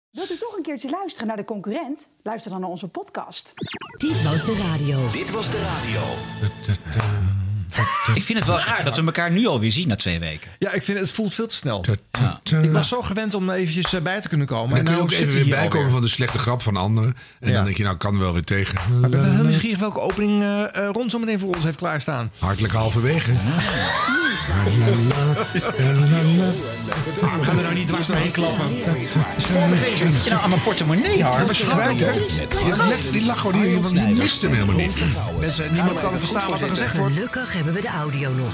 Wilt u toch een keertje luisteren naar de concurrent? Luister dan naar onze podcast. Dit was de radio. Dit was de radio. Ik vind het wel raar dat we elkaar nu alweer zien na 2 weken. Ja, ik vind het voelt veel te snel. Ik was zo gewend om eventjes bij te kunnen komen. En dan kun je ook even weer bijkomen alweer van de slechte grap van anderen. En dan denk je, nou, kan er wel weer tegen. Maar ik ben wel heel nieuwsgierig welke opening Ron zo meteen voor ons heeft klaarstaan. Hartelijk halverwege. Ga er nou niet dwars doorheen klappen. Zit je nou aan mijn portemonnee, Harm? Die lag gewoon hier, want die mist hem helemaal niet. Mensen, niemand kan verstaan wat er gezegd wordt. Gelukkig hebben we de audio nog.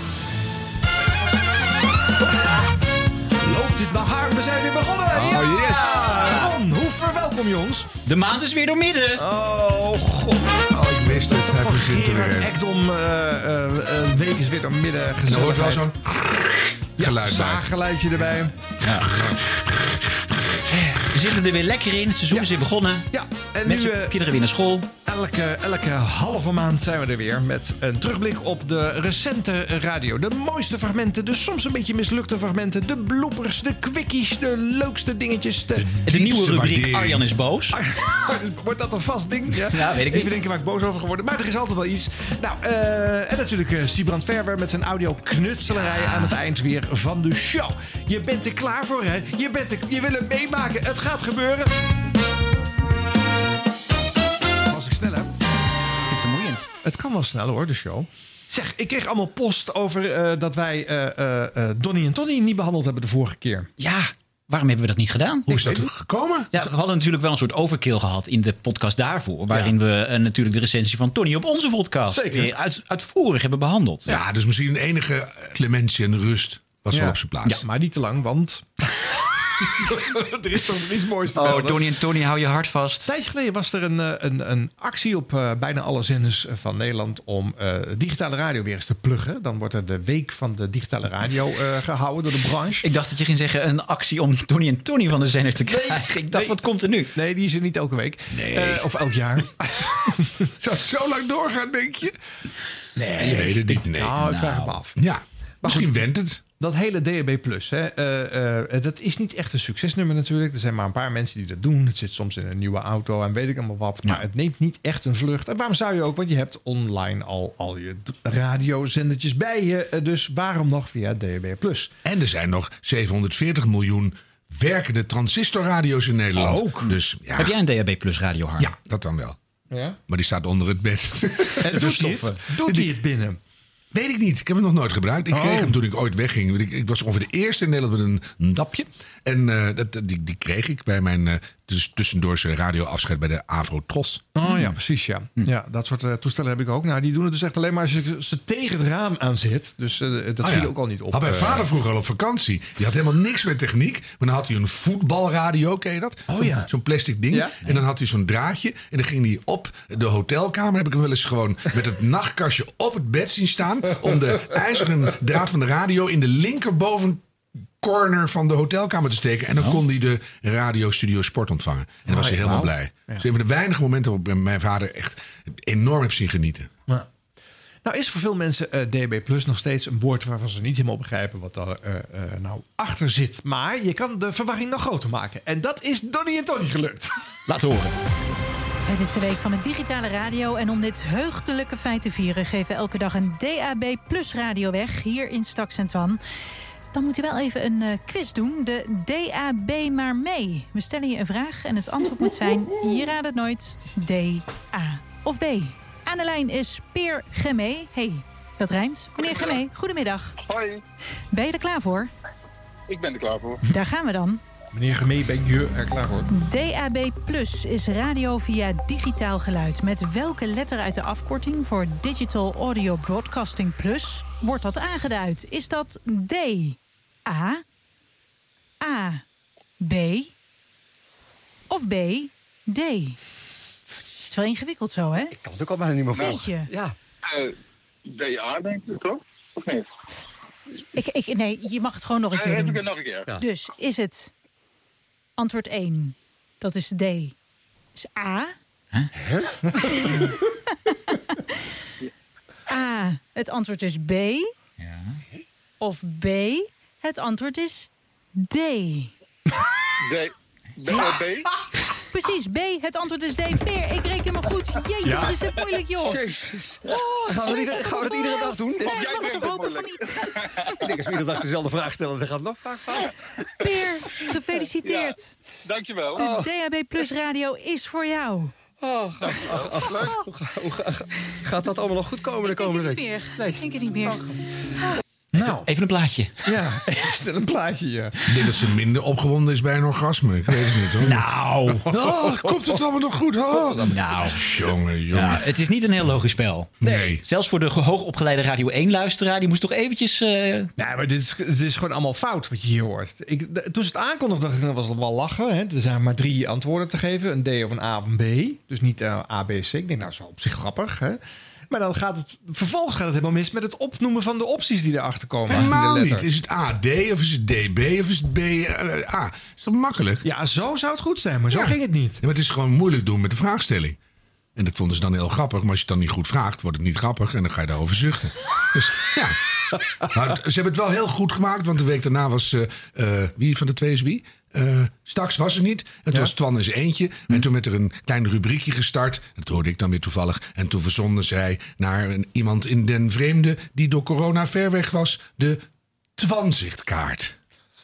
Loopt dit naar Harm? We zijn weer begonnen. Oh, yes. Ron, hoe verwelkom je ons? De maand is weer door midden. Oh, god. Oh, ik wist het. Hij verzint er weer een. Ekdom week is weer door midden gezet. Er hoort wel zo'n geluid bij. zaaggeluidje erbij. We zitten er weer lekker in. Het seizoen is weer begonnen. Ja, en Mensen nu kinderen weer naar school. elke halve maand zijn we er weer met een terugblik op de recente radio. De mooiste fragmenten, de soms een beetje mislukte fragmenten, de bloopers, de quickies, de leukste dingetjes. De nieuwe rubriek waardering. Arjan is boos. Wordt dat een vast ding? Ja, weet ik Even niet. denken waar ik boos over geworden. Maar er is altijd wel iets. Nou, en natuurlijk Siebrand Verwer met zijn audio-knutselarij aan het eind weer van de show. Je bent er klaar voor, hè? Je wil het meemaken. Het gaat gebeuren. Was ik snel, hè? Het is vermoeiend. Het kan wel snel, hoor, de show. Zeg, ik kreeg allemaal post over dat wij Donnie en Tony niet behandeld hebben de vorige keer. Ja, waarom hebben we dat niet gedaan? Hoe is dat gekomen? Ja, we hadden natuurlijk wel een soort overkill gehad in de podcast daarvoor. Waarin we natuurlijk de recensie van Tony op onze podcast Zeker. weer uitvoerig hebben behandeld. Ja, dus misschien een enige clementie en rust was wel op zijn plaats. Ja, maar niet te lang, want... er is toch iets moois te melden. Donnie en Tony, hou je hart vast. Een tijdje geleden was er een actie op bijna alle zenders van Nederland om digitale radio weer eens te pluggen. Dan wordt er de week van de digitale radio gehouden door de branche. Ik dacht dat je ging zeggen een actie om Donnie en Tony van de zender te krijgen. Ik dacht, nee. wat komt er nu? Nee, die is er niet elke week. Nee. Of elk jaar. Zou het zo lang doorgaan, denk je? Nee, Je weet het niet, nee. Nou, ik vraag het me af. Ja, misschien went het. Dat hele DAB+, dat is niet echt een succesnummer natuurlijk. Er zijn maar een paar mensen die dat doen. Het zit soms in een nieuwe auto en weet ik allemaal wat. Maar het neemt niet echt een vlucht. En waarom zou je ook? Want je hebt online al je radiozendertjes bij je. Dus waarom nog via DAB+. En er zijn nog 740 miljoen werkende transistorradio's in Nederland. Ook. Dus, ja. Heb jij een DAB Plus radio, Harm? Ja, dat dan wel. Ja? Maar die staat onder het bed. En doet hij het binnen? Weet ik niet. Ik heb hem nog nooit gebruikt. Ik kreeg hem toen ik ooit wegging. Ik was ongeveer de eerste in Nederland met een dapje. En die kreeg ik bij mijn tussendoorse radioafscheid bij de Avro-Tros. Oh ja, precies, ja. Ja, dat soort toestellen heb ik ook. Nou, die doen het dus echt alleen maar als je ze tegen het raam aan zit. Dus dat schiet ook al niet op. Had mijn vader vroeger al op vakantie. Die had helemaal niks met techniek. Maar dan had hij een voetbalradio, ken je dat? Oh ja. Zo'n plastic ding. Ja. En dan had hij zo'n draadje. En dan ging hij op de hotelkamer. Heb ik hem wel eens gewoon met het nachtkastje op het bed zien staan. Om de ijzeren draad van de radio in de linkerboven corner van de hotelkamer te steken. En dan kon hij de Radio Studio Sport ontvangen. En dan was hij helemaal blij. Dat is een van de weinige momenten waarop ik mijn vader echt enorm heb zien genieten. Ja. Nou is voor veel mensen DAB Plus nog steeds een woord waarvan ze niet helemaal begrijpen wat daar nou achter zit. Maar je kan de verwarring nog groter maken. En dat is Donnie en Tony gelukt. Laat horen. Het is de week van de digitale radio en om dit heugdelijke feit te vieren geven we elke dag een DAB Plus radio weg hier in Staks en Twan. Dan moet u wel even een quiz doen, de DAB maar mee. We stellen je een vraag en het antwoord moet zijn, je raadt het nooit, D, A of B. Aan de lijn is Peer Gemee. Hey, dat rijmt. Meneer Gemee, goedemiddag. Hoi, Ben je er klaar voor? ik ben er klaar voor. Daar gaan we dan. Meneer Gemee, ben je er klaar voor? DAB Plus is radio via digitaal geluid. Met welke letter uit de afkorting voor Digital Audio Broadcasting Plus wordt dat aangeduid? Is dat D, A, B of B, D? Het is wel ingewikkeld zo, hè? Ik kan het ook al bijna niet meer volgen. Weet je? Ja. DA denk ik toch? Of niet? Nee, je mag het gewoon nog een keer Even doen. nog een keer. Ja. Dus is het antwoord 1, dat is D, is A. A, het antwoord is B. Ja. Of B, het antwoord is D. D. B? Precies, B. Het antwoord is D. Peer, ik reken me goed. Jeetje, wat is het moeilijk, joh. Jezus. Gaan we dat iedere dag doen? Nee, jij mag brengt toch het hopen van moeilijk. niet. Ik denk als we iedere dag dezelfde vraag stellen, dan gaat het nog vaak fout. Peer, gefeliciteerd. Dankjewel. De DAB Plus Radio is voor jou. Gaat dat allemaal nog goed komen de komende week? Ik denk het niet meer. Nou, Even een plaatje. ja, stel een plaatje. Ja. Ik denk dat ze minder opgewonden is bij een orgasme. Ik weet het niet hoor. Nou. Komt het allemaal nog goed? Oh. Nou. Jongen. Ja, het is niet een heel logisch spel. Nee. Zelfs voor de hoogopgeleide Radio 1-luisteraar... die moest toch eventjes... Nee, maar dit is gewoon allemaal fout wat je hier hoort. Toen ze het aankondigden, dacht ik, was het wel lachen. Hè? Er zijn maar 3 antwoorden te geven. Een D of een A of een B. Dus niet A, B, C. Ik denk, nou, dat is wel op zich grappig. Hè? Maar dan vervolgens gaat het helemaal mis met het opnoemen van de opties die erachter komen. Helemaal niet. Is het AD of is het DB of is het BA? Is dat makkelijk? Ja, zo zou het goed zijn, maar zo ging het niet. Ja, maar het is gewoon moeilijk doen met de vraagstelling. En dat vonden ze dan heel grappig. Maar als je het dan niet goed vraagt, wordt het niet grappig. En dan ga je daarover zuchten. Dus ja. Maar ze hebben het wel heel goed gemaakt. Want de week daarna was... wie van de twee is wie? Straks was er niet. Het was Twan in zijn eentje. En toen werd er een klein rubriekje gestart. Dat hoorde ik dan weer toevallig. En toen verzonden zij naar iemand in den vreemde... die door corona ver weg was. De Twanzichtkaart.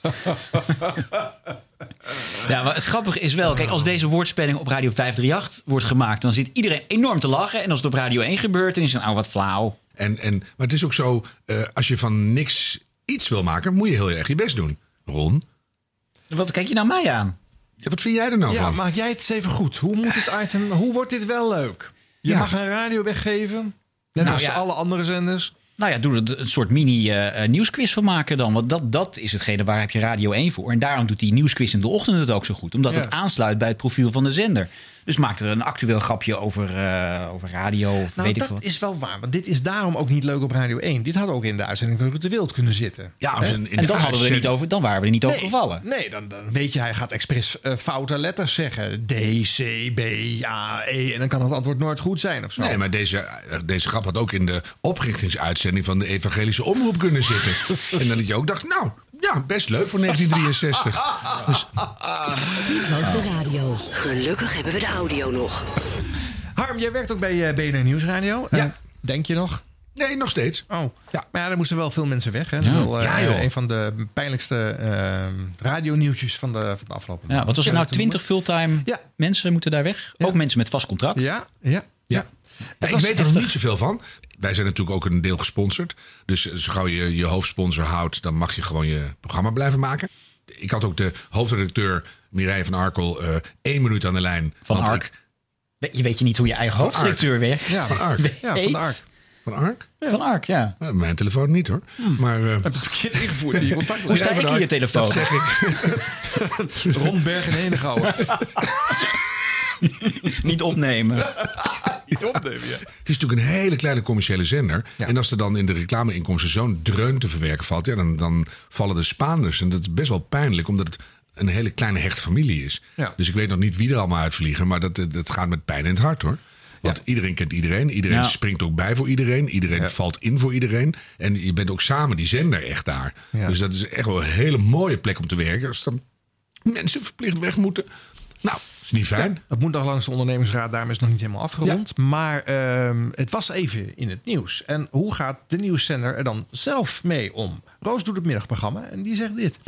Ja, maar het grappige is wel... Kijk, als deze woordspeling op Radio 538 wordt gemaakt... dan zit iedereen enorm te lachen. En als het op Radio 1 gebeurt, dan is het nou wat flauw. Maar het is ook zo... als je van niks iets wil maken... moet je heel erg je best doen. Ron? Wat kijk je nou mij aan? Ja, wat vind jij er nou Ja, van? maak jij het eens even goed. Hoe moet het item... Hoe wordt dit wel leuk? Je mag een radio weggeven. Net als alle andere zenders. Nou ja, doe er een soort mini-nieuwsquiz van maken dan. Want dat is hetgene, waar heb je Radio 1 voor. En daarom doet die nieuwsquiz in de ochtend het ook zo goed. Omdat het aansluit bij het profiel van de zender. Dus maak er een actueel grapje over radio of weet ik wat. Dat is wel waar, want dit is daarom ook niet leuk op Radio 1. Dit had ook in de uitzending van Ruud de Wild kunnen zitten. Ja, of in en dan hadden we er niet over, dan waren we er niet over gevallen. Nee, dan weet je, hij gaat expres foute letters zeggen. D, C, B, A, E. En dan kan het antwoord nooit goed zijn of zo. Nee, maar deze grap had ook in de oprichtingsuitzending van de Evangelische Omroep kunnen zitten. En dan dat je ook dacht, nou, ja, best leuk voor 1963. Dus... Dit was de radio. Gelukkig hebben we de audio nog. Harm, jij werkt ook bij BNR Nieuwsradio. Ja. Denk je nog? Nee, nog steeds. Oh, ja. Maar er moesten wel veel mensen weg. Hè? Ja. Wel, een van de pijnlijkste radionieuwtjes van de afgelopen maand. Ja, wat was het nou? 20 fulltime mensen moeten daar weg? Ja. Ook mensen met vast contract? Ja. Ja, ik weet er nog niet zoveel van. Wij zijn natuurlijk ook een deel gesponsord. Dus zo gauw je je hoofdsponsor houdt... dan mag je gewoon je programma blijven maken. Ik had ook de hoofdredacteur Mireille van Arkel 1 minuut aan de lijn. Van Ark. Je weet je niet hoe je eigen hoofdredacteur werkt? Ja, van Ark. Ja, van de Ark. Van Ark? Ja. Van Ark, ja. Mijn telefoon niet hoor. Maar, heb je het verkeerd ingevoerd in je contact? Hoe sta ik in je telefoon? Dat zeg ik. Ron Berg en Henegouwen. Niet opnemen. Niet opnemen, ja. Het is natuurlijk een hele kleine commerciële zender. Ja. En als er dan in de reclameinkomsten zo'n dreun te verwerken valt... Ja, dan vallen de Spaanders. En dat is best wel pijnlijk, omdat het een hele kleine hechte familie is. Ja. Dus ik weet nog niet wie er allemaal uitvliegen... maar dat gaat met pijn in het hart, hoor. Want iedereen kent iedereen. Iedereen springt ook bij voor iedereen. Iedereen valt in voor iedereen. En je bent ook samen die zender echt daar. Ja. Dus dat is echt wel een hele mooie plek om te werken. Als dan mensen verplicht weg moeten... Nou, is niet fijn. Ja, het moet nog langs de ondernemingsraad, daarom is het nog niet helemaal afgerond. Ja. Maar het was even in het nieuws. En hoe gaat de nieuwszender er dan zelf mee om? Roos doet het middagprogramma en die zegt dit.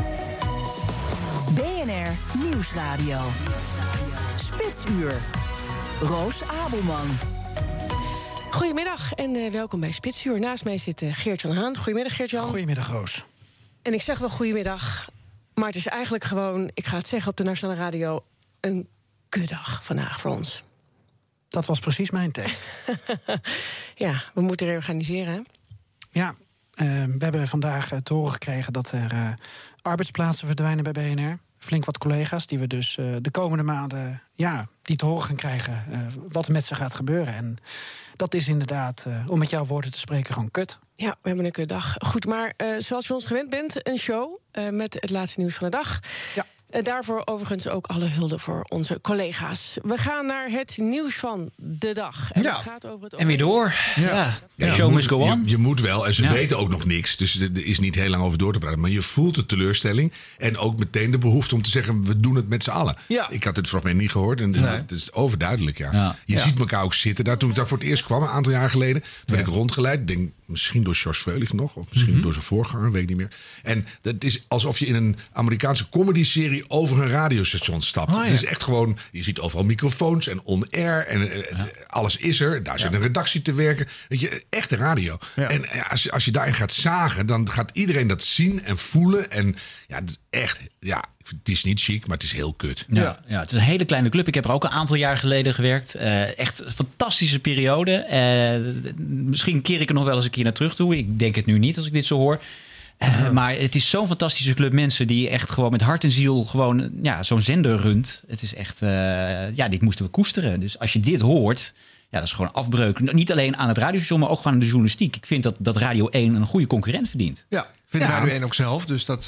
BNR Nieuwsradio. Spitsuur. Roos Abelman. Goedemiddag en welkom bij Spitsuur. Naast mij zit Geert-Jan Haan. Goedemiddag, Geert-Jan. Goedemiddag, Roos. En ik zeg wel goedemiddag... maar het is eigenlijk gewoon, ik ga het zeggen op de Nationale Radio... een kutdag vandaag voor ons. Dat was precies mijn tekst. Ja, we moeten reorganiseren, hè? Ja, we hebben vandaag te horen gekregen dat er arbeidsplaatsen verdwijnen bij BNR. Flink wat collega's die we dus de komende maanden... die te horen gaan krijgen wat er met ze gaat gebeuren. En dat is inderdaad, om met jouw woorden te spreken, gewoon kut. Ja, we hebben een kutdag. Goed, maar zoals je ons gewend bent, een show met het laatste nieuws van de dag. Ja. Daarvoor overigens ook alle hulde voor onze collega's. We gaan naar het nieuws van de dag. En het gaat over het en weer door. Ja. Show must go on. Je moet wel. En ze weten ook nog niks. Dus er is niet heel lang over door te praten. Maar je voelt de teleurstelling. En ook meteen de behoefte om te zeggen, we doen het met z'n allen. Ja. Ik had het fragment niet gehoord. En het is overduidelijk. Je ziet elkaar ook zitten daar. Toen ik daar voor het eerst kwam, een aantal jaar geleden. Toen werd ik rondgeleid. Denk, misschien door George Freulich nog. Of misschien door zijn voorganger, weet ik niet meer. En het is alsof je in een Amerikaanse comedy-serie over een radiostation stapt. Het is echt gewoon, je ziet overal microfoons en on-air. En alles is er. Daar zit een redactie te werken. Weet je, echte radio. Ja. En als je daarin gaat zagen, dan gaat iedereen dat zien en voelen. En het is echt, het is niet chic, maar het is heel kut. Ja, het is een hele kleine club. Ik heb er ook een aantal jaar geleden gewerkt. Echt een fantastische periode. Misschien keer ik er nog wel eens een keer naar terug toe. Ik denk het nu niet als ik dit zo hoor. Maar het is zo'n fantastische club mensen die echt gewoon met hart en ziel gewoon zo'n zender runt. Het is echt, dit moesten we koesteren. Dus als je dit hoort, dat is gewoon afbreuk. Niet alleen aan het radiostation, maar ook gewoon aan de journalistiek. Ik vind dat Radio 1 een goede concurrent verdient. Ja. Vindt Radio 1 ook zelf. Dus dat,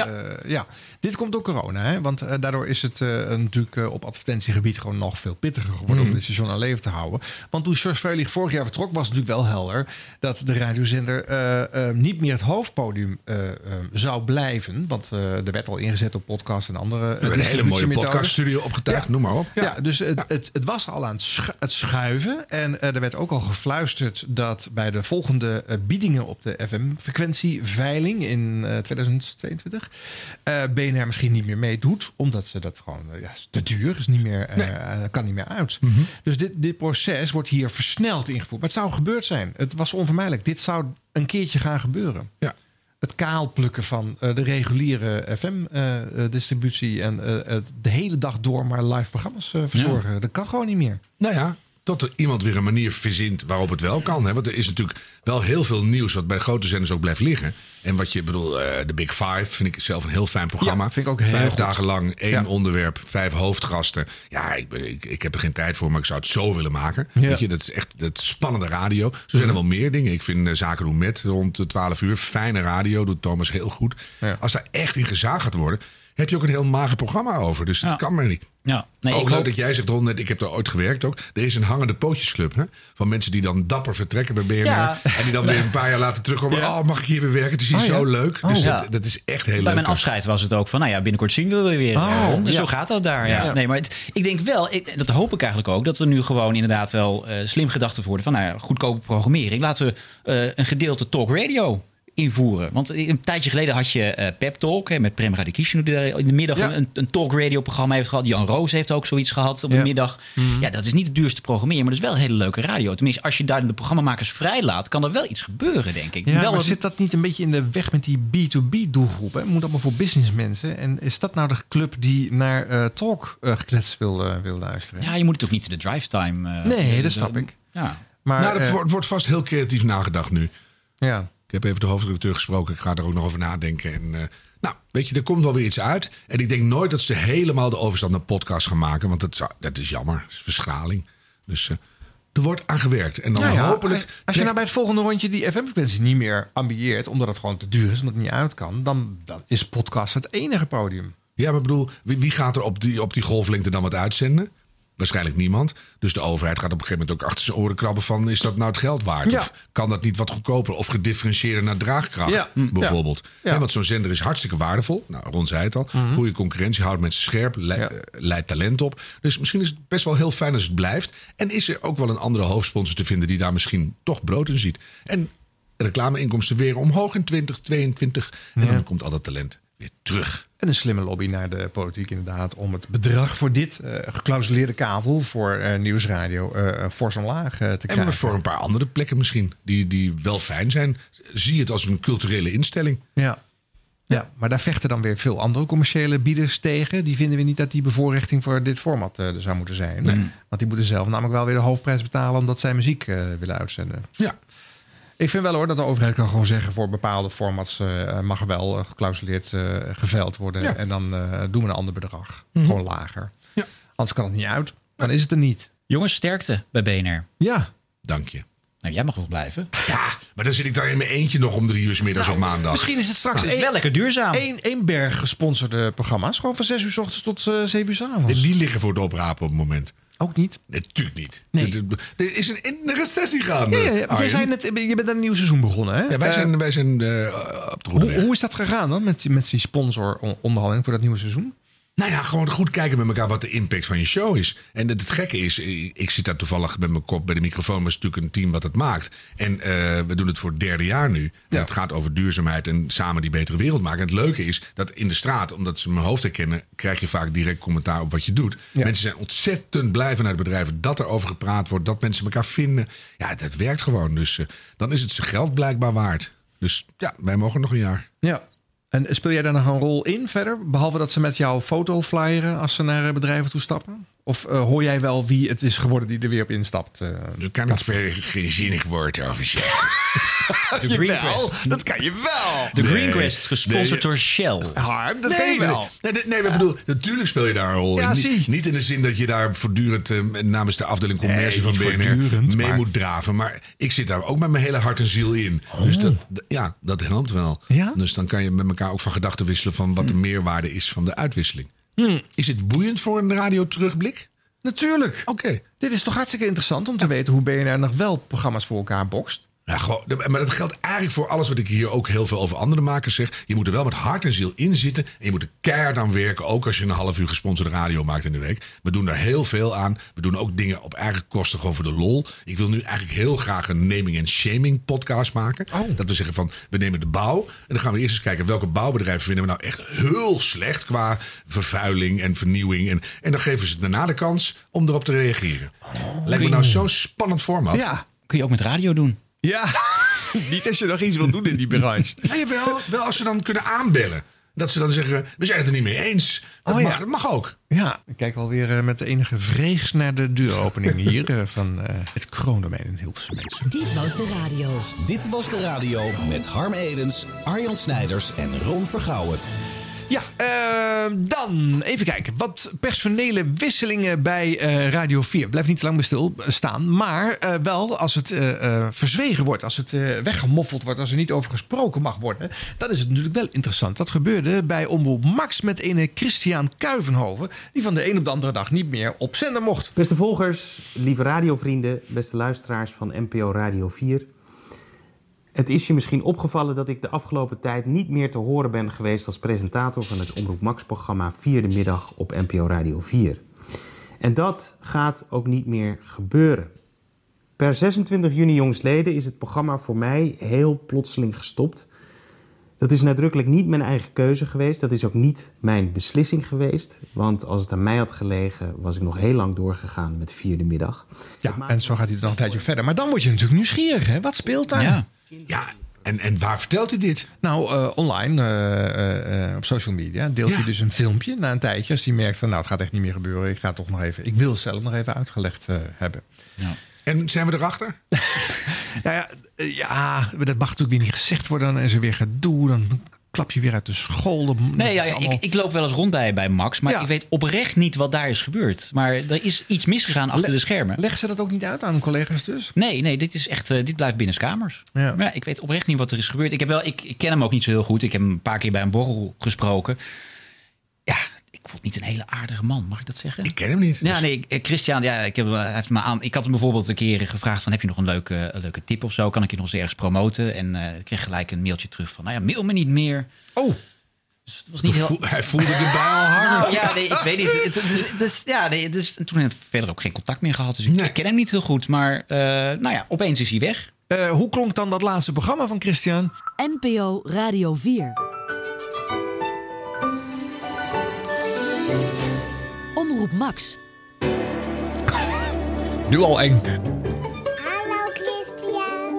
dit komt door corona. Hè? Want daardoor is het natuurlijk op advertentiegebied gewoon nog veel pittiger geworden om dit station aan leven te houden. Want toen George Freulich vorig jaar vertrok, was het natuurlijk wel helder dat de radiozender niet meer het hoofdpodium zou blijven. Want er werd al ingezet op podcast en andere. Er werd een hele mooie podcaststudio opgetuigd, noem maar op. Ja, dus het was al aan het schuiven. En er werd ook al gefluisterd dat bij de volgende biedingen op de FM-frequentieveiling in 2022 BNR misschien niet meer meedoet, omdat ze dat gewoon te duur is, niet meer kan niet meer uit. Dus dit proces wordt hier versneld ingevoerd. Maar het zou gebeurd zijn. Het was onvermijdelijk. Dit zou een keertje gaan gebeuren. Ja. Het kaalplukken van de reguliere FM-distributie en de hele dag door maar live programma's verzorgen. Dat kan gewoon niet meer. Nou ja. Tot er iemand weer een manier verzint waarop het wel kan. Hè? Want er is natuurlijk wel heel veel nieuws wat bij grote zenders ook blijft liggen. En wat je bedoel, de Big Five vind ik zelf een heel fijn programma. Ja, vind ik ook heel 5 goed. dagen lang, 1 onderwerp, 5 hoofdgasten. Ja, ik heb er geen tijd voor, maar ik zou het zo willen maken. Ja. Weet je, dat is echt dat spannende radio. Zo zijn er wel meer dingen. Ik vind Zaken doen met rond 12 uur. Fijne radio, doet Thomas heel goed. Ja. Als daar echt in gezaagd gaat worden, heb je ook een heel mager programma over. Dus dat kan maar niet. Ja, nee, ook leuk dat jij zegt, Ron, net, ik heb daar ooit gewerkt ook. Er is een hangende pootjesclub, hè? Van mensen die dan dapper vertrekken bij BNR. Ja. En die dan weer een paar jaar later terugkomen. Ja. Mag ik hier weer werken? Het is hier zo leuk. Dus dat is echt heel leuk. Bij mijn afscheid was het ook van, binnenkort zien we weer. Dus zo gaat dat daar. Ja. Nee, maar ik denk wel, dat hoop ik eigenlijk ook, dat er nu gewoon inderdaad wel slim gedacht worden van, goedkope programmering. Laten we een gedeelte talk radio invoeren. Want een tijdje geleden had je Pep Talk met Prem Radikishun, die daar in de middag een talk-radio-programma heeft gehad. Jan Roos heeft ook zoiets gehad op de middag. Ja, dat is niet het duurste programmeren, maar dat is wel een hele leuke radio. Tenminste, als je daar de programmamakers vrij laat, kan er wel iets gebeuren, denk ik. Ja, maar zit dat niet een beetje in de weg met die B2B-doelgroep? Het moet allemaal voor businessmensen. En is dat nou de club die naar talk-geklets wil luisteren? Ja, je moet het toch niet in de drive-time... nee, dat snap ik. Ja. Maar het wordt vast heel creatief nagedacht nu. Ja. Ik heb even de hoofdredacteur gesproken. Ik ga er ook nog over nadenken. En weet je, er komt wel weer iets uit. En ik denk nooit dat ze helemaal de overstap naar podcast gaan maken. Want dat is jammer. Dat is verschraling. Dus er wordt aan gewerkt. En dan hopelijk... Als je nou bij het volgende rondje die FM-frequentie niet meer ambieert, omdat het gewoon te duur is, omdat het niet uit kan, dan is podcast het enige podium. Ja, maar ik bedoel, wie gaat er op die golflengte dan wat uitzenden? Waarschijnlijk niemand. Dus de overheid gaat op een gegeven moment ook achter zijn oren krabben van, is dat nou het geld waard? Ja. Of kan dat niet wat goedkoper? Of gedifferentieerder naar draagkracht, bijvoorbeeld. Ja. Ja, want zo'n zender is hartstikke waardevol. Nou, Ron zei het al. Goede concurrentie, houdt mensen scherp, leidt talent op. Dus misschien is het best wel heel fijn als het blijft. En is er ook wel een andere hoofdsponsor te vinden die daar misschien toch brood in ziet. En reclameinkomsten weer omhoog in 2022. En dan komt al dat talent weer terug. En een slimme lobby naar de politiek inderdaad om het bedrag voor dit geclausuleerde kabel voor Nieuwsradio fors omlaag te krijgen. En voor een paar andere plekken misschien, die wel fijn zijn. Zie het als een culturele instelling. Ja, maar daar vechten dan weer veel andere commerciële bieders tegen. Die vinden we niet dat die bevoorrechting voor dit format er zou moeten zijn. Nee. Want die moeten zelf namelijk wel weer de hoofdprijs betalen omdat zij muziek willen uitzenden. Ja. Ik vind wel hoor dat de overheid kan gewoon zeggen, voor bepaalde formats mag er wel geclausuleerd geveild worden. Ja. En dan doen we een ander bedrag. Gewoon lager. Ja. Anders kan het niet uit. Dan is het er niet. Jongens, sterkte bij BNR. Ja. Dank je. Nou, jij mag nog blijven. Ja, maar dan zit ik daar in mijn eentje nog om 3 uur 's middags op maandag. Misschien is het straks Het is wel lekker duurzaam. één berg gesponsorde programma's. Gewoon van 6 uur 's ochtends tot 7 uur 's avonds. Die liggen voor het oprapen op het moment. Ook niet? Natuurlijk niet. Nee. Er is een recessie gaande. Ja. Want jij zei net, je bent een nieuw seizoen begonnen, hè? Ja, wij zijn op de goede weg. Hoe is dat gegaan dan met die sponsoronderhandeling voor dat nieuwe seizoen? Nou ja, gewoon goed kijken met elkaar wat de impact van je show is. En het gekke is, ik zit daar toevallig met mijn kop bij de microfoon. Maar het is natuurlijk een team wat het maakt. En we doen het voor het 3e jaar nu. En het gaat over duurzaamheid en samen die betere wereld maken. En het leuke is dat in de straat, omdat ze mijn hoofd herkennen, krijg je vaak direct commentaar op wat je doet. Ja. Mensen zijn ontzettend blij vanuit bedrijven dat er over gepraat wordt. Dat mensen elkaar vinden. Ja, dat werkt gewoon. Dus dan is het zijn geld blijkbaar waard. Dus ja, wij mogen nog een jaar. Ja. En speel jij daar nog een rol in verder? Behalve dat ze met jou foto flyeren als ze naar bedrijven toe stappen? Of hoor jij wel wie het is geworden die er weer op instapt? Daar kan ik verder geen zinnig woord over zeggen. De Green Quest. Dat kan je wel. De Green Quest, gesponsord door Shell. Harm, dat kan je wel. Nee, ik bedoel, natuurlijk speel je daar een rol in. Niet in de zin dat je daar voortdurend namens de afdeling commercie van BNR mee moet draven. Maar ik zit daar ook met mijn hele hart en ziel in. Dus dat helpt wel. Ja? Dus dan kan je met elkaar ook van gedachten wisselen van wat de meerwaarde is van de uitwisseling. Is het boeiend voor een radio-terugblik? Natuurlijk. Oké. Dit is toch hartstikke interessant om te weten hoe BNR nog wel programma's voor elkaar bokst. Ja, maar dat geldt eigenlijk voor alles wat ik hier ook heel veel over andere makers zeg. Je moet er wel met hart en ziel in zitten. En je moet er keihard aan werken. Ook als je een half uur gesponsorde radio maakt in de week. We doen daar heel veel aan. We doen ook dingen op eigen kosten gewoon voor de lol. Ik wil nu eigenlijk heel graag een naming en shaming podcast maken. Dat we zeggen van, we nemen de bouw. En dan gaan we eerst eens kijken welke bouwbedrijven vinden we nou echt heel slecht qua vervuiling en vernieuwing. En dan geven ze daarna de kans om erop te reageren. Lijkt me nou zo'n spannend format. Ja, kun je ook met radio doen. Ja, niet als je nog iets wil doen in die branche. Nee, wel als ze dan kunnen aanbellen. Dat ze dan zeggen, we zijn het er niet mee eens. Dat mag ook. Ja, ik kijk alweer met de enige vrees naar de deuropening hier van het kroondomein in Hilversum mensen. Dit was de radio. Dit was de radio met Harm Edens, Arjan Snijders en Ron Vergouwen. Ja, dan even kijken. Wat personele wisselingen bij Radio 4. Blijf niet te lang bij stilstaan. Maar wel als het verzwegen wordt. Als het weggemoffeld wordt. Als er niet over gesproken mag worden. Dan is het natuurlijk wel interessant. Dat gebeurde bij Omroep Max met ene Christian Kuivenhoven. Die van de een op de andere dag niet meer op zender mocht. Beste volgers, lieve radiovrienden. Beste luisteraars van NPO Radio 4. Het is je misschien opgevallen dat ik de afgelopen tijd niet meer te horen ben geweest als presentator van het Omroep Max-programma 4 Middag op NPO Radio 4. En dat gaat ook niet meer gebeuren. Per 26 juni jongstleden is het programma voor mij heel plotseling gestopt. Dat is nadrukkelijk niet mijn eigen keuze geweest. Dat is ook niet mijn beslissing geweest. Want als het aan mij had gelegen, was ik nog heel lang doorgegaan met 4 Middag. Ja, en zo gaat hij dan een tijdje verder. Maar dan word je natuurlijk nieuwsgierig, hè? Wat speelt daar? Ja, en waar vertelt hij dit? Nou, online, op social media, deelt hij dus een filmpje na een tijdje. Als hij merkt van, nou, het gaat echt niet meer gebeuren. Ik wil het zelf nog even uitgelegd hebben. Ja. En zijn we erachter? Nou ja, dat mag natuurlijk weer niet gezegd worden. Dan is er weer gedoe, dan klap je weer uit de school. Ik loop wel eens rond bij Max, maar ik weet oprecht niet wat daar is gebeurd. Maar er is iets misgegaan achter de schermen. Leggen ze dat ook niet uit aan collega's dus? Nee, dit is echt, dit blijft binnenskamers. Ja. Maar ik weet oprecht niet wat er is gebeurd. Ik ken hem ook niet zo heel goed. Ik heb hem een paar keer bij een borrel gesproken. Ja, ik vond het niet een hele aardige man, mag ik dat zeggen? Ik ken hem niet. Ja, nee, Christian, ik had hem bijvoorbeeld een keer gevraagd van, heb je nog een leuke tip of zo? Kan ik je nog eens ergens promoten? En ik kreeg gelijk een mailtje terug van, mail me niet meer. Oh. Dus het was niet hij voelde de bui al harder. Ja, nee, ik weet niet. Dus toen hebben we verder ook geen contact meer gehad. Dus ik ken hem niet heel goed. Maar opeens is hij weg. Hoe klonk dan dat laatste programma van Christian? NPO Radio 4. Omroep Max. Nu al eng. Hallo Christian.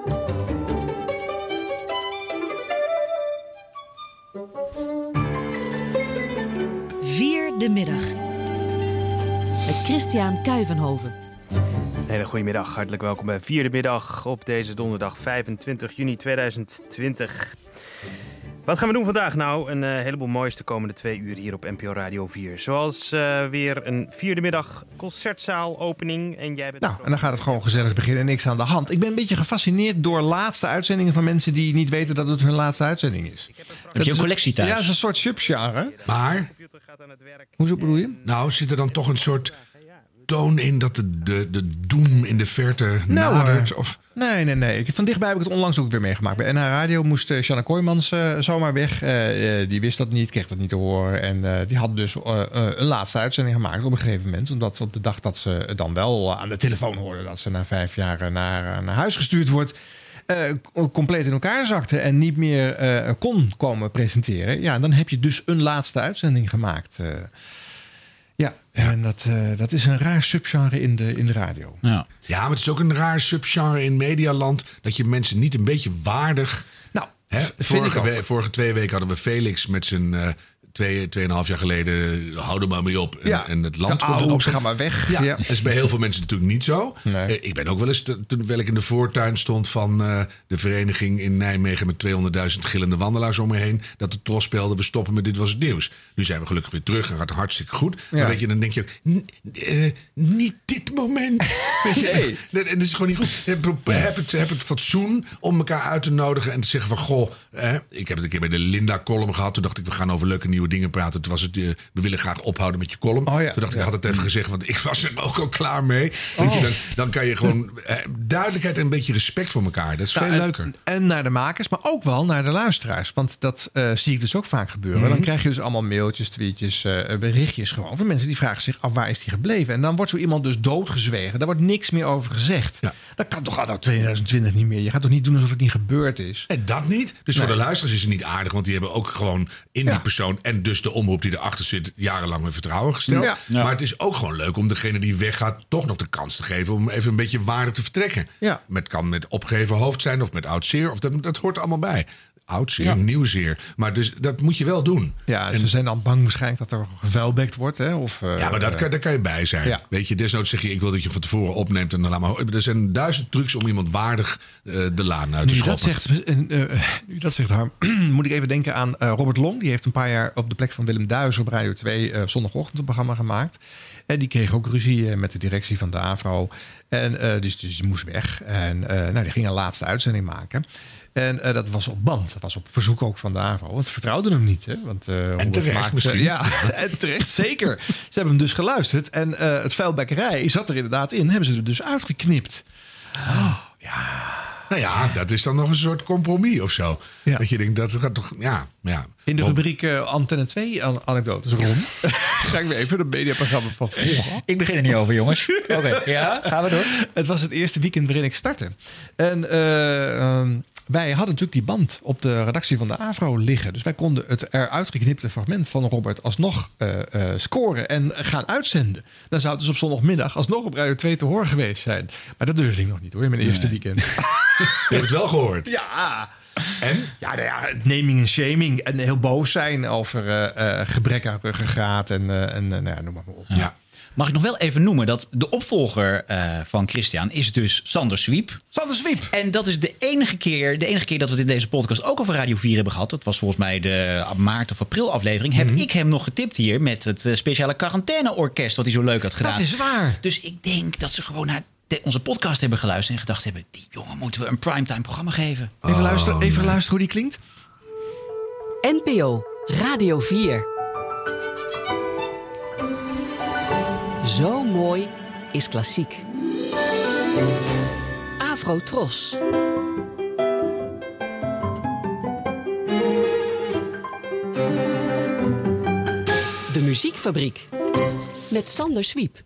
De middag. Met Christian Kuivenhoven. Hele goedemiddag, hartelijk welkom bij 4 Middag op deze donderdag 25 juni 2020. Wat gaan we doen vandaag? Nou, een heleboel moois de komende 2 uur hier op NPO Radio 4. Zoals weer een 4e middag concertzaalopening. En jij bent en dan gaat het gewoon gezellig beginnen en niks aan de hand. Ik ben een beetje gefascineerd door laatste uitzendingen van mensen die niet weten dat het hun laatste uitzending is. Heb je een collectie thuis? Ja, dat is een soort subgenre. Maar, hoezo bedoel je? Nou, zit er dan toch een soort toon in dat de doem in de verte nadert? Of... Nee. Van dichtbij heb ik het onlangs ook weer meegemaakt. Bij NH Radio moest Shanna Kooijmans zomaar weg. Die wist dat niet, kreeg dat niet te horen. En die had dus een laatste uitzending gemaakt op een gegeven moment. Omdat op de dag dat ze dan wel aan de telefoon hoorde dat ze na 5 jaar naar huis gestuurd wordt, compleet in elkaar zakte en niet meer kon komen presenteren. Ja, dan heb je dus een laatste uitzending gemaakt. En dat is een raar subgenre in de radio. Ja, maar het is ook een raar subgenre in medialand, dat je mensen niet een beetje waardig... Nou, vorige 2 weken hadden we Felix met zijn 2,5 jaar geleden, hou er maar mee op. En het land komt erop. Ga maar weg. Ja. Dat is bij heel veel mensen natuurlijk niet zo. Nee. Ik ben ook wel eens, terwijl ik in de voortuin stond van de vereniging in Nijmegen met 200.000 gillende wandelaars om me heen, dat de tros speelde, we stoppen met Dit Was Het Nieuws. Nu zijn we gelukkig weer terug en gaat het hartstikke goed. Maar weet je, dan denk je ook, niet dit moment. Weet je, en dat is gewoon niet goed. Heb het fatsoen om elkaar uit te nodigen en te zeggen van, goh, ik heb het een keer bij de Linda-column gehad. Toen dacht ik, we gaan over leuke nieuwe dingen praten. Toen was het, we willen graag ophouden met je column. Toen dacht ik, had het even gezegd, want ik was er ook al klaar mee. Weet je, dan kan je gewoon duidelijkheid en een beetje respect voor elkaar. Dat is veel leuker. En naar de makers, maar ook wel naar de luisteraars. Want dat zie ik dus ook vaak gebeuren. Dan krijg je dus allemaal mailtjes, tweetjes, berichtjes gewoon van mensen die vragen zich af, waar is die gebleven? En dan wordt zo iemand dus doodgezwegen. Daar wordt niks meer over gezegd. Ja. Dat kan toch al 2020 niet meer. Je gaat toch niet doen alsof het niet gebeurd is? En dat niet. Dus voor de luisteraars is het niet aardig, want die hebben ook gewoon in die persoon en dus de omroep die erachter zit jarenlang met vertrouwen gesteld. Ja. Maar het is ook gewoon leuk om degene die weggaat toch nog de kans te geven om even een beetje waarde te vertrekken. Ja. Kan met opgeheven hoofd zijn of met oud zeer. Of dat hoort er allemaal bij. Oud zeer, nieuw zeer. Maar dus dat moet je wel doen. Ja, en ze zijn dan bang waarschijnlijk dat er gevuilbekt wordt. Hè? Of, maar daar kan je bij zijn. Ja. Weet je, desnoods zeg je, ik wil dat je van tevoren opneemt. En dan laat maar. Er zijn 1000 trucs om iemand waardig de laan uit te schoppen. Nu dat zegt Harm, moet ik even denken aan Robert Long. Die heeft een paar jaar op de plek van Willem Duijs op Radio 2 zondagochtend een programma gemaakt. En die kreeg ook ruzie met de directie van de AVRO. En dus die moest weg. En die ging een laatste uitzending maken. En dat was op band. Dat was op verzoek ook van de AVRO. Want ze vertrouwden hem niet. Hè? Want, en terecht misschien. Ja, en terecht zeker. Ze hebben hem dus geluisterd. En het vuilbekkerij zat er inderdaad in. Hebben ze er dus uitgeknipt. Nou ja, dat is dan nog een soort compromis of zo. Ja. Dat je denkt, dat gaat toch... Ja. In de rubriek Antenne 2 anekdotes, Ron. Ga ik weer even het mediaprogramma van vroeger. Ik begin er niet over, jongens. Oké, ja, gaan we door. Het was het eerste weekend waarin ik startte. En wij hadden natuurlijk die band op de redactie van de AVRO liggen. Dus wij konden het eruit geknipte fragment van Robert alsnog scoren en gaan uitzenden. Dan zou het dus op zondagmiddag alsnog op Radio 2 te horen geweest zijn. Maar dat durfde ik nog niet hoor, in mijn eerste weekend. Je hebt het wel gehoord. Ja. En? Ja, naming en shaming. En heel boos zijn over gebrek aan ruggengraat en noem maar op. Ja. Mag ik nog wel even noemen dat de opvolger van Christian is dus Sander Swiep. Sander Swiep. En dat is de enige keer dat we het in deze podcast ook over Radio 4 hebben gehad. Dat was volgens mij de maart of april aflevering. Heb ik hem nog getipt hier met het speciale quarantaineorkest wat hij zo leuk had gedaan. Dat is waar. Dus ik denk dat ze gewoon naar onze podcast hebben geluisterd en gedacht hebben, die jongen moeten we een primetime programma geven. Even luisteren hoe die klinkt. NPO Radio 4. Zo mooi is klassiek. Afro-Tros. De Muziekfabriek. Met Sander Swiep.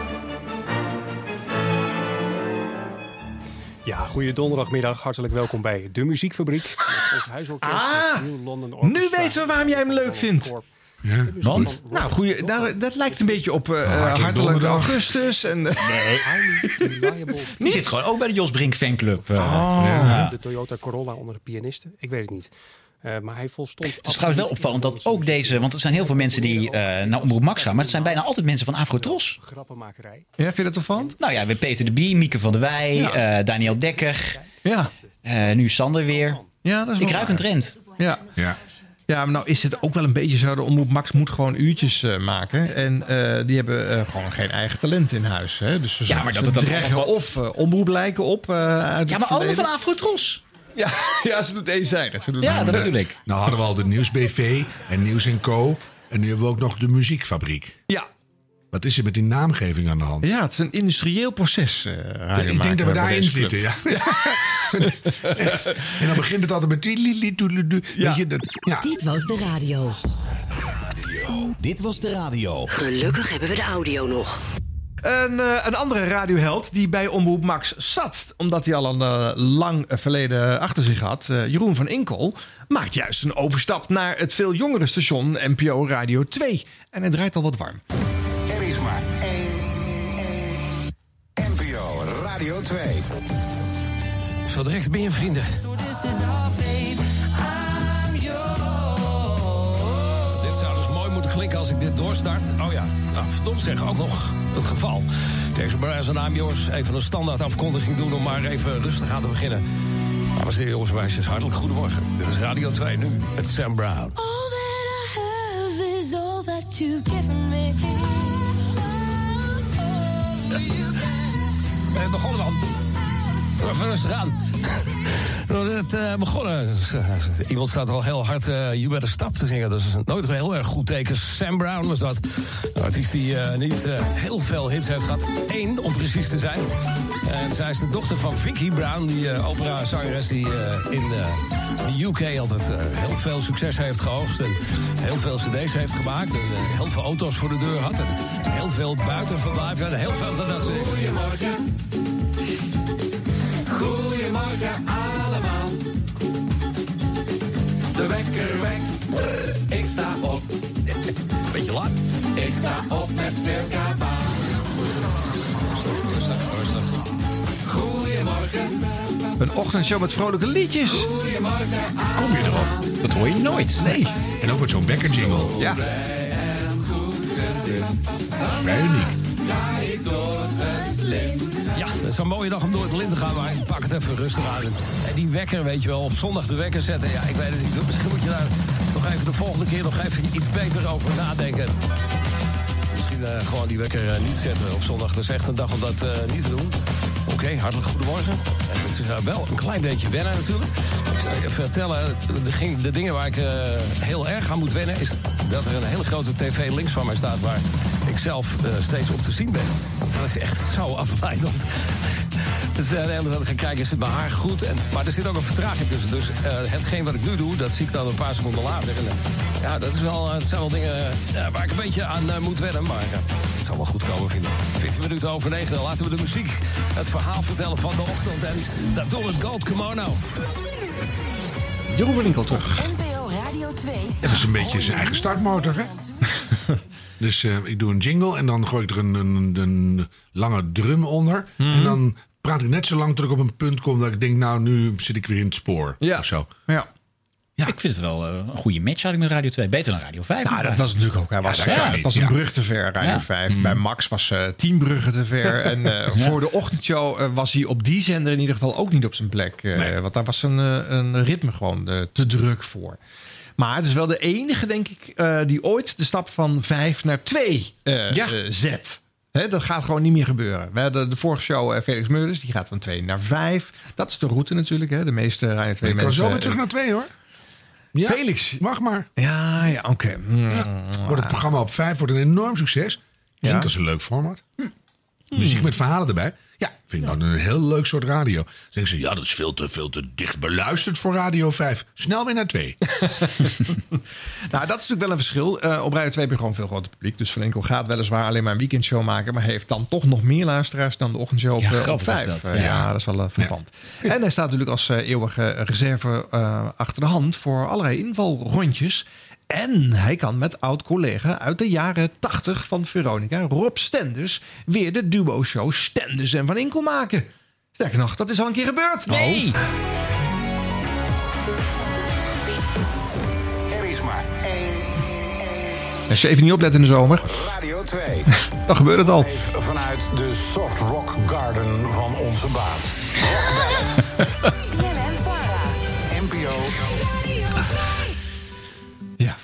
Ja, goeie donderdagmiddag. Hartelijk welkom bij De Muziekfabriek. Met ons huisorkest. Nu weten we waarom jij hem leuk vindt. Ja, want? Nou, dat lijkt een beetje op Hartelijk Augustus. En, nee. Die zit gewoon ook bij de Jos Brink fanclub. De Toyota Corolla onder de pianisten. Ik weet het niet. Maar hij volstond. Het is trouwens wel opvallend dat ook deze, want er zijn heel veel mensen die naar Omroep Max gaan, maar het zijn bijna altijd mensen van Afro-Tros. Grappenmakerij. Ja, vind je dat opvallend? Nou ja, we hebben Peter de Bie, Mieke van der Wij, Daniel Dekker. Ja. Nu Sander weer. Ja, dat is ik ruik een trend. Ja. Ja, maar nou is het ook wel een beetje zo. De Omroep Max moet gewoon uurtjes maken. En die hebben gewoon geen eigen talent in huis. Hè? Dus ze, maar dat ze het dan dreggen allemaal- of omroep lijken op uit Ja, het maar allemaal verleden. van Afrotros. Ja, ze doet eenzijdig. Ja, dat bedoel ik. Nou hadden we al de Nieuws-BV en Nieuws & Co. En nu hebben we ook nog de Muziekfabriek. Ja. Wat is er met die naamgeving aan de hand? Ja, het is een industrieel proces. Ik denk dat we daarin zitten, ja. En dan begint het altijd met... Weet je, ja. Dit was de radio. Dit was de radio. Gelukkig hebben we de audio nog. Een andere radioheld die bij Omroep Max zat, omdat hij al een lang verleden achter zich had, Jeroen van Inkel, maakt juist een overstap naar het veel jongere station NPO Radio 2. En hij draait al wat warm. Er is maar één NPO Radio 2. Zo direct ben je vrienden. Dit zou dus mooi moeten klinken als ik dit doorstart. Oh ja, nou, verdomd zeg, ook nog het geval. Deze Brothers en Amigos, even een standaard afkondiging doen om maar even rustig aan te beginnen. Dames en heren, jongens en meisjes, hartelijk goedemorgen. Dit is Radio 2 nu, met Sam Brown. All that I have is all that you've given me. Ben je begonnen dan? Doe even rustig aan. We hebben begonnen. Iemand staat al heel hard You Better Stop te zingen. Dat is nooit een heel erg goed teken. Sam Brown was dat. Een artiest die niet heel veel hits heeft gehad. 1 om precies te zijn. En zij is de dochter van Vicky Brown. Die operazangeres die in de UK altijd heel veel succes heeft geoogst. En heel veel cd's heeft gemaakt. En heel veel auto's voor de deur had. En heel veel buiten verblijven. En heel veel dat ze... Goedemorgen. Goedemorgen allemaal. De wekker wekt. Ik sta op. Beetje laat. Ik sta op met veel kabaal. Rustig. Goedemorgen. Een ochtendshow met vrolijke liedjes. Goedemorgen. Kom je erop? Dat hoor je nooit. Nee. En ook met zo'n wekkerjingle. Ja. Vrij uniek. Ga ik door het lint. Ja, het is een mooie dag om door het lint te gaan, maar ik pak het even rustig aan. En die wekker, weet je wel, op zondag de wekker zetten. Ja, ik weet het niet. Misschien moet je daar nog even de volgende keer nog even iets beter over nadenken. Misschien gewoon die wekker niet zetten op zondag. Dat is echt een dag om dat niet te doen. Oké, hartelijk goedemorgen. En het is wel een klein beetje wennen natuurlijk. Ik zal je vertellen, de dingen waar ik heel erg aan moet wennen... is dat er een hele grote tv links van mij staat... waar ik zelf steeds op te zien ben. Dat is echt zo afleidend. Dus de hele tijd gaan kijken, zit mijn haar goed? Maar er zit ook een vertraging tussen. Dus hetgeen wat ik nu doe, dat zie ik dan een paar seconden later. En, ja, dat zijn wel dingen waar ik een beetje aan moet wennen. Maar het zal wel goed komen, vind ik. 14 minuten over 9, dan laten we de muziek, het verhaal vertellen van de ochtend. En dat doen we het Gold Kimono. Jeroen van Inkel terug. NPO Radio 2. Dat is een beetje zijn eigen startmotor, hè? Dus ik doe een jingle en dan gooi ik er een lange drum onder. En dan praat ik net zo lang tot ik op een punt kom dat ik denk, nou, nu zit ik weer in het spoor. Ja. Of zo. Ja. Ja. Ik vind het wel een goede match eigenlijk met Radio 2. Beter dan Radio 5. Nou, dat was natuurlijk ook. Hij was, het was een brug te ver, Radio 5. Bij Max was 10 bruggen te ver. En voor de ochtendshow was hij op die zender in ieder geval ook niet op zijn plek. Want daar was een ritme gewoon te druk voor. Maar het is wel de enige, denk ik, die ooit de stap van 5 naar 2 zet. Hè, dat gaat gewoon niet meer gebeuren. We hadden de vorige show Felix Meurders, die gaat van 2 naar 5. Dat is de route natuurlijk. Hè. De meeste Radio 2 mensen... Ik kan zo weer terug naar 2, hoor. Ja, Felix. Mag maar. Ja, oké. Wordt het programma op 5 wordt een enorm succes. Klinkt als een leuk format. Muziek met verhalen erbij. Ja, vind ik nou een heel leuk soort radio. Dan denken ze, ja, dat is veel te dicht beluisterd voor Radio 5. Snel weer naar 2. Nou, dat is natuurlijk wel een verschil. Op Radio 2 heb je gewoon veel groter publiek. Dus Van Enkel gaat weliswaar alleen maar een weekendshow maken... maar heeft dan toch nog meer luisteraars dan de ochtendshow op 5. Ja, dat is wel frappant. Ja. En hij staat natuurlijk als eeuwige reserve achter de hand... voor allerlei invalrondjes... En hij kan met oud-collega uit de jaren 80 van Veronica, Rob Stenders... weer de duo-show Stenders en Van Inkel maken. Sterker nog, dat is al een keer gebeurd. Nee! Er is maar één. Als je even niet oplet in de zomer... Radio 2. Dan gebeurt het al. Vanuit de Soft Rock Garden van onze baas. NPO.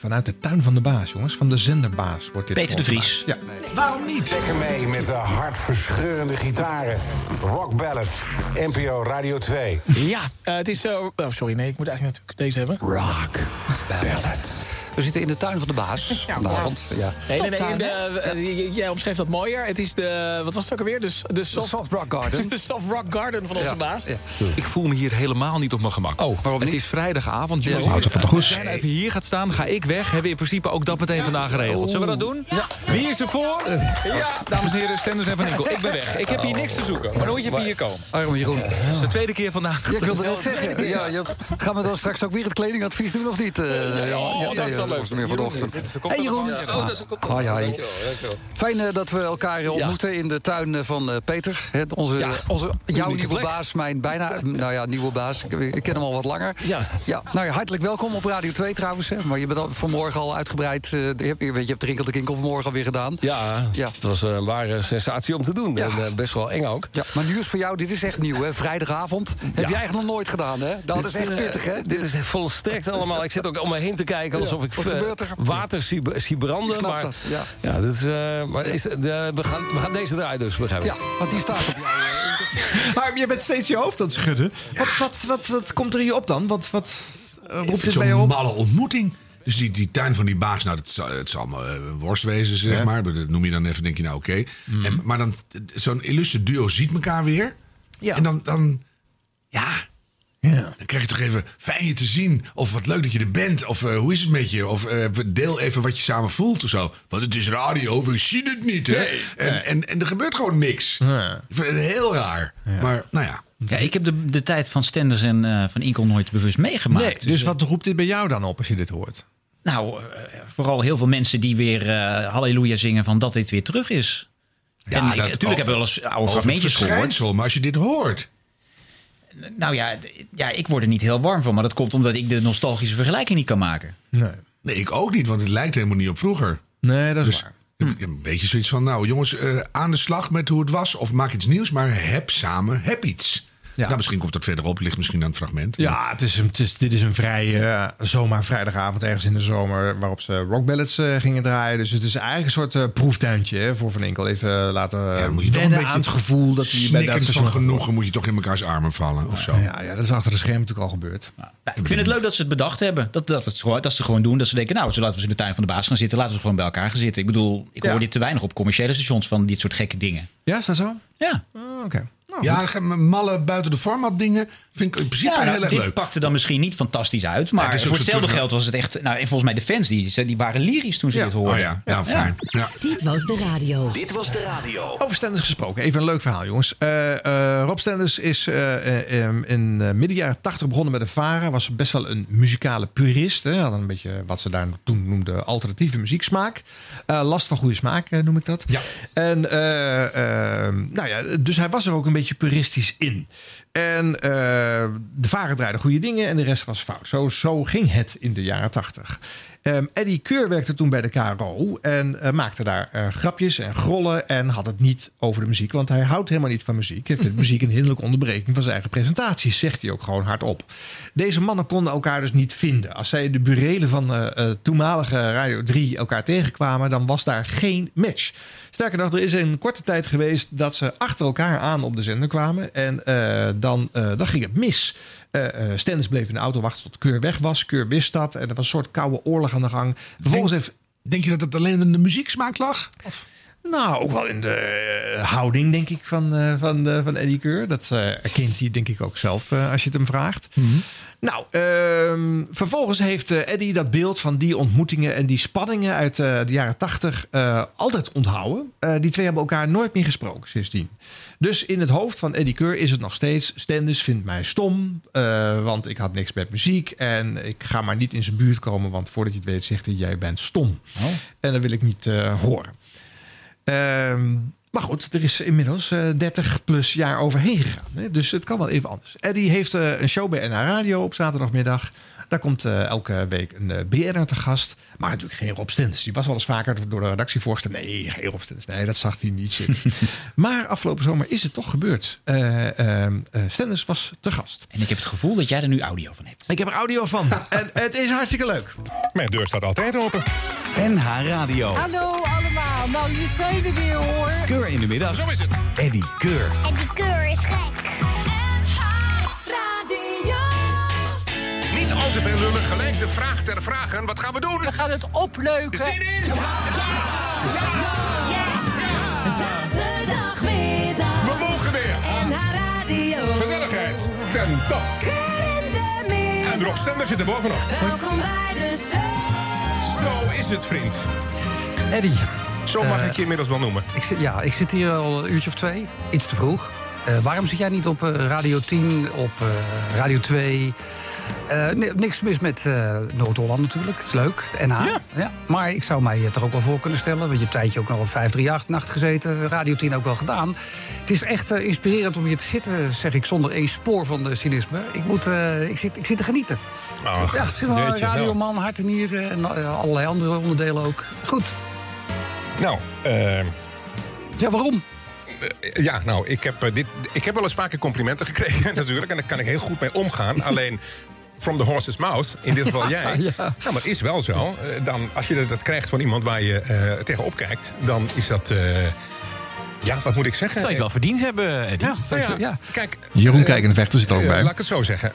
vanuit de tuin van de baas, jongens. Van de zenderbaas wordt dit Peter de Vries. Ja. Waarom niet? Lekker mee met de hartverscheurende gitaren. Rock Ballad, NPO Radio 2. Ja, het is zo... Oh, sorry, nee, ik moet eigenlijk natuurlijk deze hebben. Rock Ballad. We zitten in de tuin van de baas vanavond. Ja. Nee, jij omschreef dat mooier. Het is de... Wat was het ook alweer? De soft Rock Garden. De soft rock garden van onze baas. Ja. Ik voel me hier helemaal niet op mijn gemak. Waarom niet? Het is vrijdagavond. Als jij even hier gaat staan, ga ik weg. Hebben we in principe ook dat meteen vandaag geregeld. Zullen we dat doen? Ja. Wie is er voor? Ja, dames en heren, Stenders en Van Inkel. Ik ben weg. Ik heb hier niks te zoeken. Maar dan moet je even hier komen. Arme Jeroen. Dat is de tweede keer vandaag. Ja, ik wilde net zeggen. Gaan we dan straks ook weer het kledingadvies doen of niet? Dat is wel leuk. Meer vanochtend. Hey Jeroen. Hi. Fijn dat we elkaar ontmoeten in de tuin van Peter. Jouw nieuwe baas, mijn bijna nieuwe baas. Ik ken hem al wat langer. Hartelijk welkom op Radio 2 trouwens. Hè. Maar je bent vanmorgen al uitgebreid. Je hebt de Rinkel de Kinkel vanmorgen alweer gedaan. Ja, het was een ware sensatie om te doen. Ja. En best wel eng ook. Ja, maar nieuws voor jou, dit is echt nieuw, hè? Vrijdagavond. Heb je eigenlijk nog nooit gedaan, hè? Dat is echt pittig, hè? Dit is volstrekt allemaal. Ik zit ook om me heen te kijken alsof ik water zie branden. Maar dat, dit is, we gaan deze draaien dus, begrijp ik. Ja, want die staat op jou. Maar je bent steeds je hoofd aan het schudden. Wat komt er in je op dan? Wat roept het bij je op? Zo'n malle ontmoeting. Dus die tuin van die baas, het zal allemaal worst wezen, zeg maar. Dat noem je dan even, denk je, nou oké. Maar dan, zo'n illustre duo ziet elkaar weer. Ja. En dan krijg je toch even fijn je te zien. Of wat leuk dat je er bent. Of hoe is het met je? Of deel even wat je samen voelt of zo. Want het is radio, we zien het niet, hè? Nee. En er gebeurt gewoon niks. Ja. Ik vind het heel raar. Ja. Maar, nou ja. Ja, ik heb de tijd van Stenders en Van Inkel nooit bewust meegemaakt. Nee, dus wat roept dit bij jou dan op als je dit hoort? Nou, vooral heel veel mensen die weer halleluja zingen van dat dit weer terug is. Ja, en natuurlijk heb ik wel eens oude fragmentjes gehoord. Maar als je dit hoort... Nou ja, ik word er niet heel warm van. Maar dat komt omdat ik de nostalgische vergelijking niet kan maken. Nee, ik ook niet, want het lijkt helemaal niet op vroeger. Nee, dat is waar. Ik heb een beetje zoiets van, nou jongens, aan de slag met hoe het was. Of maak iets nieuws, maar heb iets. Ja. Nou, misschien komt dat verderop, ligt misschien aan het fragment. Ja, dit is een vrij zomaar vrijdagavond ergens in de zomer... waarop ze rockballads gingen draaien. Dus het is eigenlijk een soort proeftuintje voor Van Inkel. Even laten moet je toch een beetje aan het gevoel dat hij bij dat van genoegen moet je toch in elkaars armen vallen of zo. Ja, dat is achter de schermen natuurlijk al gebeurd. Ik vind het leuk dat ze het bedacht hebben. Dat ze gewoon doen. Dat ze denken, nou, zo laten we in de tuin van de baas gaan zitten. Laten we gewoon bij elkaar gaan zitten. Ik bedoel, ik hoor dit te weinig op commerciële stations van dit soort gekke dingen. Ja, is dat zo? Ja. Oké. Malle buiten de format dingen vind ik in principe heel erg leuk. Dit pakte dan misschien niet fantastisch uit. Maar voor hetzelfde geld was het echt... Nou, en volgens mij de fans die waren lyrisch toen ze dit hoorden. Fijn. Ja. Dit was de radio. Over Stenders gesproken. Even een leuk verhaal, jongens. Rob Stenders is in midden jaren 80 begonnen met de VARA. Was best wel een muzikale purist. Hij had een beetje wat ze daar toen noemden alternatieve muzieksmaak. Last van goede smaak noem ik dat. Ja. En dus hij was er ook een beetje puristisch in. En de VARA draaide goede dingen en de rest was fout. Zo ging het in de jaren 80. Eddie Keur werkte toen bij de KRO en maakte daar grapjes en grollen en had het niet over de muziek, want hij houdt helemaal niet van muziek. Hij vindt muziek een hinderlijke onderbreking van zijn eigen presentaties, zegt hij ook gewoon hardop. Deze mannen konden elkaar dus niet vinden. Als zij de burelen van toenmalige Radio 3 elkaar tegenkwamen, dan was daar geen match. Sterker nog, er is een korte tijd geweest dat ze achter elkaar aan op de zender kwamen en dan ging het mis. Stenders bleef in de auto wachten tot Keur weg was. Keur wist dat. En er was een soort koude oorlog aan de gang. Vervolgens denk je dat het alleen in de muzieksmaak lag? Of? Nou, ook wel in de houding, denk ik, van Eddie Keur. Dat erkent hij, denk ik, ook zelf als je het hem vraagt. Mm-hmm. Nou, vervolgens heeft Eddie dat beeld van die ontmoetingen en die spanningen uit de jaren 80 altijd onthouden. Die twee hebben elkaar nooit meer gesproken sindsdien. Dus in het hoofd van Eddie Keur is het nog steeds: Stenders vindt mij stom, want ik had niks met muziek en ik ga maar niet in zijn buurt komen, want voordat je het weet zegt hij: jij bent stom. Oh. En dat wil ik niet horen. Maar goed, er is inmiddels 30 plus jaar overheen gegaan. Hè? Dus het kan wel even anders. Eddie heeft een show bij NH Radio op zaterdagmiddag. Daar komt elke week een BN'er te gast. Maar natuurlijk geen Rob Stenders. Die was wel eens vaker door de redactie voorgesteld. Nee, geen Rob Stenders. Nee, dat zag hij niet zitten. Maar afgelopen zomer is het toch gebeurd. Stenders was te gast. En ik heb het gevoel dat jij er nu audio van hebt. Ik heb er audio van. En het is hartstikke leuk. Mijn deur staat altijd open. NH Radio. Hallo allemaal. Nou, hier zijn we weer hoor. Keur in de middag. Zo is het. Eddie Keur. Eddie Keur is gek. Niet al te veel lullen, gelijk de vraag ter vragen. Wat gaan we doen? We gaan het opleuken. Zin in? Zaterdagmiddag. We mogen weer. NH Radio. Gezelligheid. Ten top. En Rob Stenders zit er bovenop. Welkom bij de show. Zo is het, vriend. Eddie. Zo mag ik je inmiddels wel noemen. Ik zit hier al een uurtje of 2. Iets te vroeg. Waarom zit jij niet op Radio 10, op Radio 2? Niks mis met Noord-Holland natuurlijk. Het is leuk, de NH. Ja. Maar ik zou mij toch ook wel voor kunnen stellen. Want je hebt een tijdje ook nog op 538-nacht gezeten. Radio 10 ook wel gedaan. Het is echt inspirerend om hier te zitten, zeg ik, zonder één spoor van de cynisme. Ik zit te genieten. Ik zit al een radioman, hart en nieren en allerlei andere onderdelen ook. Goed. Nou, ja, waarom? Ik heb wel eens vaker complimenten gekregen natuurlijk. En daar kan ik heel goed mee omgaan. Alleen from the horse's mouth, in dit geval jij. Ja, maar het is wel zo. Dan, als je dat krijgt van iemand waar je tegenop kijkt, dan is dat... wat moet ik zeggen? Zou je het wel verdiend hebben, Eddie? Kijk, Jeroen Kijkenvechter zit er ook bij. Laat ik het zo zeggen.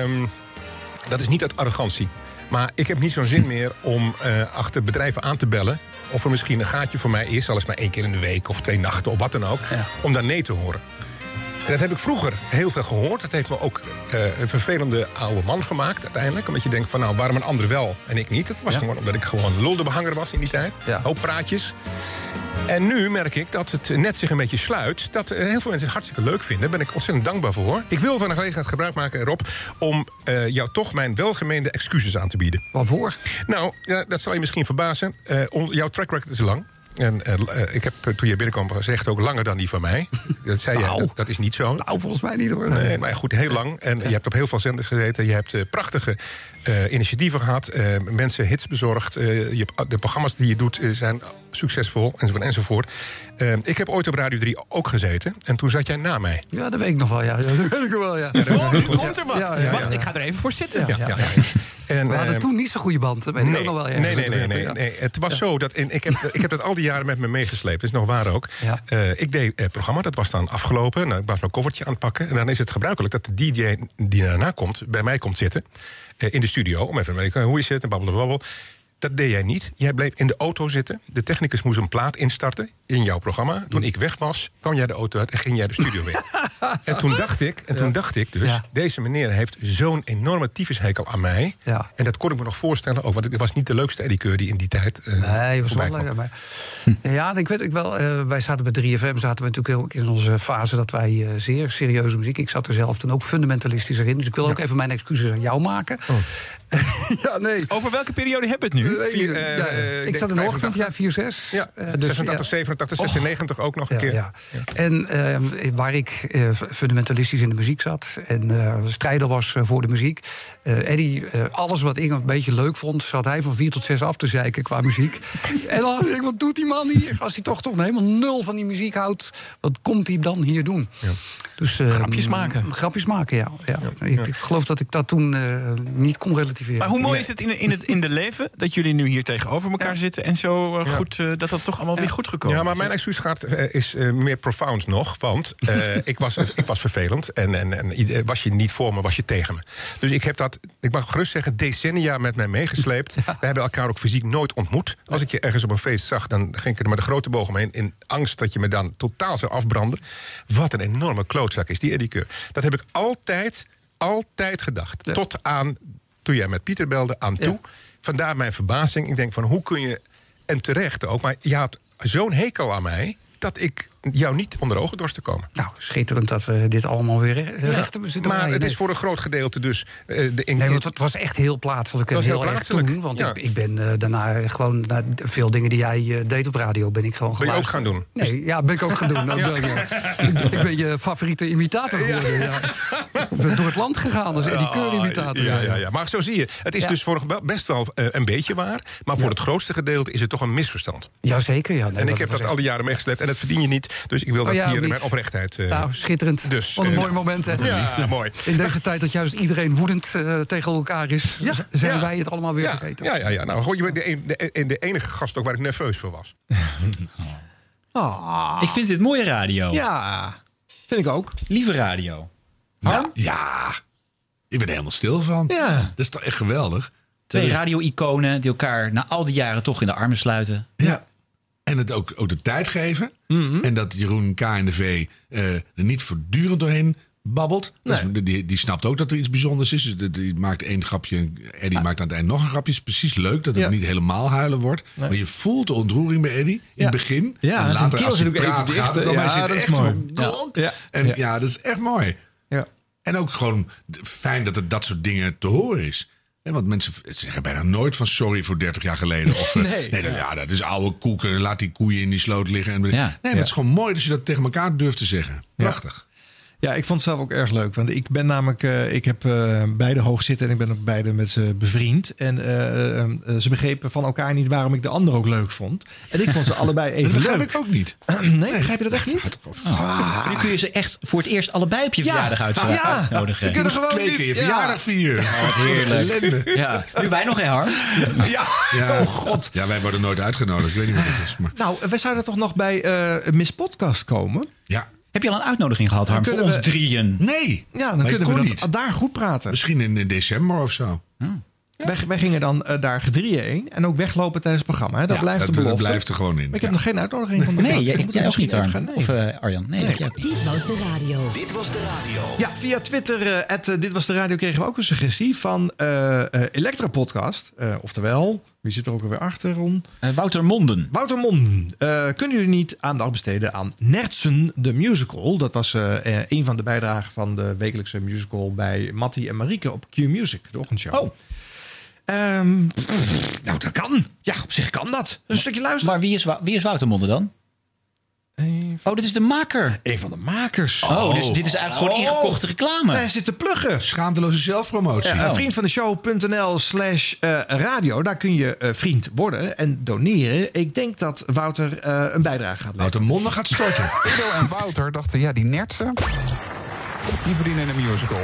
Dat is niet uit arrogantie. Maar ik heb niet zo'n zin meer om achter bedrijven aan te bellen of er misschien een gaatje voor mij is, al is maar 1 keer in de week of 2 nachten of wat dan ook, om daar nee te horen. En dat heb ik vroeger heel veel gehoord. Dat heeft me ook een vervelende oude man gemaakt uiteindelijk. Omdat je denkt van nou, waarom een ander wel en ik niet? Het was gewoon omdat ik gewoon luldebehanger was in die tijd. Hoop praatjes. En nu merk ik dat het net zich een beetje sluit. Dat heel veel mensen het hartstikke leuk vinden. Daar ben ik ontzettend dankbaar voor. Ik wil van de gelegenheid gebruik maken, Rob, om jou toch mijn welgemeende excuses aan te bieden. Waarvoor? Nou, dat zal je misschien verbazen. Jouw track record is lang. En ik heb toen je binnenkwam gezegd ook langer dan die van mij. Dat zei je, dat is niet zo. Nou, volgens mij niet hoor. Nee, maar goed, heel lang. En je hebt op heel veel zenders gezeten. Je hebt prachtige initiatieven gehad. Mensen hits bezorgd. De programma's die je doet zijn succesvol, enzovoort. Ik heb ooit op Radio 3 ook gezeten. En toen zat jij na mij. Ja, dat weet ik nog wel, ja. Dat weet ik wel, ja. Nu komt er wat. Wacht, ik ga er even voor zitten. En, we hadden toen niet zo'n goede band. Dat weet ik ook nog wel. Ja. Nee. Het was zo dat... Ik heb dat al die jaren met me meegesleept. Dat is nog waar ook. Ja. Ik deed het programma, dat was dan afgelopen. Nou, ik was mijn koffertje aan het pakken. En dan is het gebruikelijk dat de DJ die daarna komt, bij mij komt zitten. In de studio, om even te weten hoe is het en babbel. Dat deed jij niet. Jij bleef in de auto zitten. De technicus moest een plaat instarten in jouw programma. Toen ik weg was, kwam jij de auto uit en ging jij de studio in. En toen dacht ik dus, deze meneer heeft zo'n enorme tyfushekel aan mij. Ja. En dat kon ik me nog voorstellen ook. Want ik was niet de leukste Eddie Keur die in die tijd nee, was wel leuk. Ja, ik weet wel. Wij zaten bij 3FM, zaten we natuurlijk in onze fase dat wij zeer serieuze muziek. Ik zat er zelf toen ook fundamentalistisch in. Dus ik wil ook even mijn excuses aan jou maken. Oh. Ja, nee. Over welke periode hebben we het nu? Ik zat in de ochtend, 4-6. Ja, dus 86, 87, 96 ook nog een keer. Ja. En waar ik fundamentalistisch in de muziek zat en strijder was voor de muziek. Eddie, alles wat ik een beetje leuk vond, zat hij van 4 tot 6 af te zeiken qua muziek. En dan dacht ik, wat doet die man hier? Als hij toch helemaal 0 van die muziek houdt, wat komt hij dan hier doen? Ja. Dus, grapjes maken. Grapjes maken, ja. Ik geloof dat ik dat toen niet kon relativeren. Maar hoe mooi is het in de leven dat jullie nu hier tegenover elkaar zitten en zo goed dat toch allemaal weer goed gekomen is? Ja, maar mijn excuusgraad is meer profound nog. Want ik was vervelend en was je niet voor me, was je tegen me. Dus ik mag gerust zeggen, decennia met mij meegesleept. We hebben elkaar ook fysiek nooit ontmoet. Als ik je ergens op een feest zag, dan ging ik er met de grote boog omheen in angst dat je me dan totaal zou afbranden. Wat een enorme klootzak is die Eddie Keur. Dat heb ik altijd gedacht. Ja. Tot aan, toen jij met Pieter belde, aan toe. Ja. Vandaar mijn verbazing. Ik denk van, hoe kun je... En terecht ook, maar je had zo'n hekel aan mij dat ik jou niet onder ogen dorst te komen. Nou, schitterend dat we dit allemaal weer recht hebben zitten. Maar het is voor een groot gedeelte dus... het was echt heel plaatselijk en heel erg toen. Want ik ben daarna gewoon... veel dingen die jij deed op radio ben ik gewoon Ben je ook gaan doen? Nee, ja, ben ik ook gaan doen. Ik ben je favoriete imitator geworden. Ja. Ik ben door het land gegaan als Eddie Keur imitator. Ja. Maar zo zie je, het is dus voor best wel een beetje waar. Maar voor het grootste gedeelte is het toch een misverstand. Jazeker, ja. En ik heb dat al die jaren meegesleept en dat verdien je niet. Dus ik wil dat hier in mijn oprechtheid... nou, schitterend. Dus, wat een mooi moment, hè? Ja, mooi. In deze tijd dat juist iedereen woedend tegen elkaar is... zijn wij het allemaal weer vergeten. Ja. Nou, gooi je de enige gast ook waar ik nerveus voor was. Ik vind dit mooie radio. Ja, vind ik ook. Lieve radio. Ja, ik ben er helemaal stil van. Ja. Dat is toch echt geweldig. 2 radio-iconen die elkaar na al die jaren toch in de armen sluiten. Ja. En het ook de tijd geven. Mm-hmm. En dat Jeroen KNV er niet voortdurend doorheen babbelt. Nee. Dus die snapt ook dat er iets bijzonders is. Dus die maakt 1 grapje. Eddie maakt aan het eind nog een grapje. Het is precies leuk dat het niet helemaal huilen wordt. Nee. Maar je voelt de ontroering bij Eddie in het begin. Ja, en later als hij praat even gaat het al. Ja, dat is mooi. En dat is echt mooi. Ja. En ook gewoon fijn dat er dat soort dingen te horen is. Want mensen zeggen bijna nooit van sorry voor 30 jaar geleden. Of dat is oude koeken. Laat die koeien in die sloot liggen. Nee, maar het is gewoon mooi dat je dat tegen elkaar durft te zeggen. Prachtig. Ja, ik vond het zelf ook erg leuk. Want ik ben namelijk... ik heb beide hoog zitten en ik ben ook beide met ze bevriend. En ze begrepen van elkaar niet waarom ik de ander ook leuk vond. En ik vond ze allebei even leuk. Dat begrijp ik ook niet. Nee, begrijp je dat echt niet? Nu kun je ze echt voor het eerst allebei op je verjaardag uitnodigen. Je kunt gewoon 2 keer je verjaardag vieren. Wat heerlijk. Ja. Nu wij nog, Harm? Ja. Oh god. Ja, wij worden nooit uitgenodigd. Ik weet niet wat het is. Maar... Nou, wij zouden toch nog bij Miss Podcast komen? Ja. Heb je al een uitnodiging gehad, Harm, voor ons 3? Nee. Ja, dan kunnen we dat daar goed praten. Misschien in december of zo. Wij gingen dan daar gedrieën heen en ook weglopen tijdens het programma. Hè? Dat blijft de belofte. Dat blijft er gewoon in. Maar ik heb nog geen uitnodiging van de Nee, jij ook niet, Harm. Of Arjan. Nee, Dit was de radio. Dit was de radio. Ja, via Twitter, Dit was de radio, kregen we ook een suggestie van Elektra Podcast. Oftewel, wie zit er ook alweer achter, Ron? Wouter Monden. Wouter Monden. Kunnen jullie niet aandacht besteden aan Nertsen, de musical? Dat was een van de bijdragen van de wekelijkse musical bij Mattie en Marieke op Q-Music, de ochtendshow. Oh. Nou, dat kan. Ja, op zich kan dat. Een stukje luisteren. Maar wie is Wouter Monde dan? Dit is de maker. Een van de makers. Dus dit is eigenlijk gewoon ingekochte reclame. Hij zit te pluggen. Schaamteloze zelfpromotie. Vriendvandeshow.nl/radio. Daar kun je vriend worden en doneren. Ik denk dat Wouter een bijdrage gaat leveren. Wouter Monde gaat storten. Ido en Wouter dachten, die nertsen, die verdienen een musical.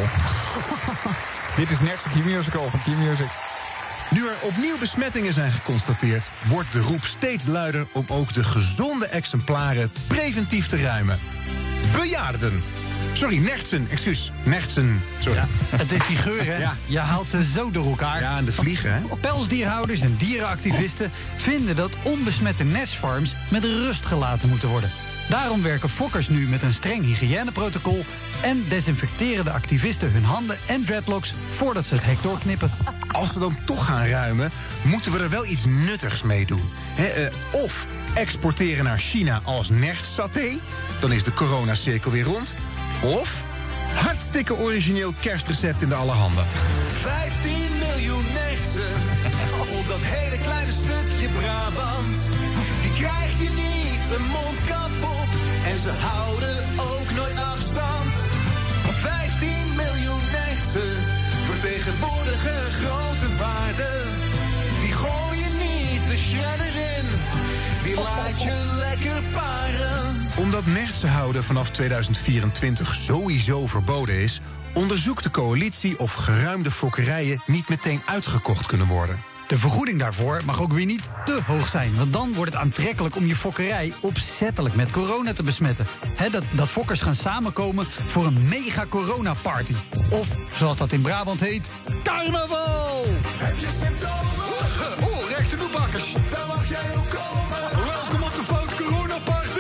Dit is Nertsen Q-Musical van Q-Music. Nu er opnieuw besmettingen zijn geconstateerd, wordt de roep steeds luider om ook de gezonde exemplaren preventief te ruimen. Bejaarden. Sorry, nertsen. Excuus. Nertsen. Sorry. Ja, het is die geur, hè? Ja. Je haalt ze zo door elkaar. Ja, en de vliegen, hè? Pelsdierhouders en dierenactivisten vinden dat onbesmette nestfarms met rust gelaten moeten worden. Daarom werken fokkers nu met een streng hygiëneprotocol en desinfecteren de activisten hun handen en dreadlocks voordat ze het hek doorknippen. Als we dan toch gaan ruimen, moeten we er wel iets nuttigs mee doen. Of exporteren naar China als nertsaté, dan is de coronacirkel weer rond. Of hartstikke origineel kerstrecept in de allerhande. 15 miljoen nertsen op dat hele kleine stukje Brabant. Die krijg je niet een mondkapje en ze houden ook nooit afstand. 15 miljoen nertsen vertegenwoordigen grote waarden. Die gooi je niet de shredder in, die laat je lekker paren. Omdat nertsen houden vanaf 2024 sowieso verboden is, onderzoekt de coalitie of geruimde fokkerijen niet meteen uitgekocht kunnen worden. De vergoeding daarvoor mag ook weer niet te hoog zijn. Want dan wordt het aantrekkelijk om je fokkerij opzettelijk met corona te besmetten. Dat fokkers gaan samenkomen voor een mega corona-party. Of, zoals dat in Brabant heet, carnaval! Heb je symptomen? Rechte doebakkers! Dan mag jij ook komen. Welkom op de fout corona-party!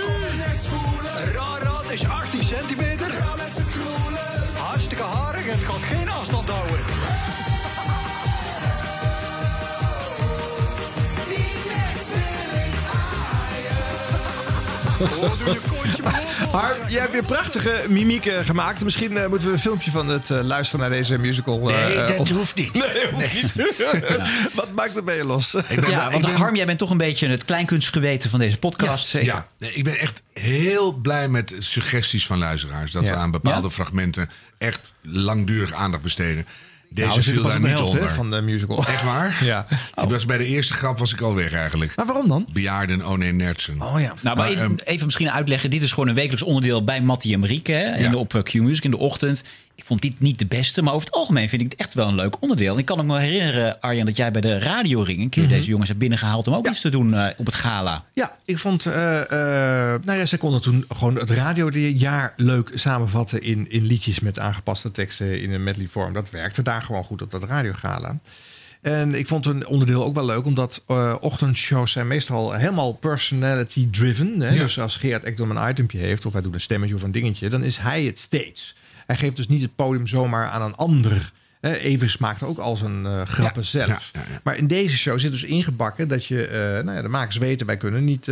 Raar, het is 18 centimeter. Ga met z'n kroelen. Hartstikke harig en het gaat geen afstand houden. Harm, jij hebt weer prachtige mimiek gemaakt. Misschien moeten we een filmpje van het luisteren naar deze musical. Nee, dat hoeft niet. Nee, hoeft niet. Wat maakt het mee los? Want Harm, jij bent toch een beetje het kleinkunstgeweten van deze podcast. Ja, ik ben echt heel blij met suggesties van luisteraars. Dat we aan bepaalde fragmenten echt langdurig aandacht besteden. Deze viel daar niet onder. Van de musical. Echt waar? Ja. Bij de eerste grap was ik al weg eigenlijk. Maar waarom dan? Bejaarden, oh nee, Nertsen. Oh ja. Nou, maar even misschien uitleggen. Dit is gewoon een wekelijks onderdeel bij Mattie en Marieke. Hè, op Q-Music in de ochtend. Ik vond dit niet de beste, maar over het algemeen vind ik het echt wel een leuk onderdeel. En ik kan me herinneren, Arjan, dat jij bij de radioring een keer deze jongens hebt binnengehaald om ook iets te doen op het gala. Ja, ik vond, ze konden toen gewoon het radiojaar leuk samenvatten in liedjes met aangepaste teksten in een medley vorm. Dat werkte daar gewoon goed op dat radiogala. En ik vond een onderdeel ook wel leuk, omdat ochtendshows zijn meestal helemaal personality-driven. Hè? Ja. Dus als Gerard Ekdom een itempje heeft, of hij doet een stemmetje of een dingetje, dan is hij het steeds. Hij geeft dus niet het podium zomaar aan een ander. Evers maakt ook al zijn grappen zelf. Ja. Maar in deze show zit dus ingebakken dat je... de makers weten, wij kunnen niet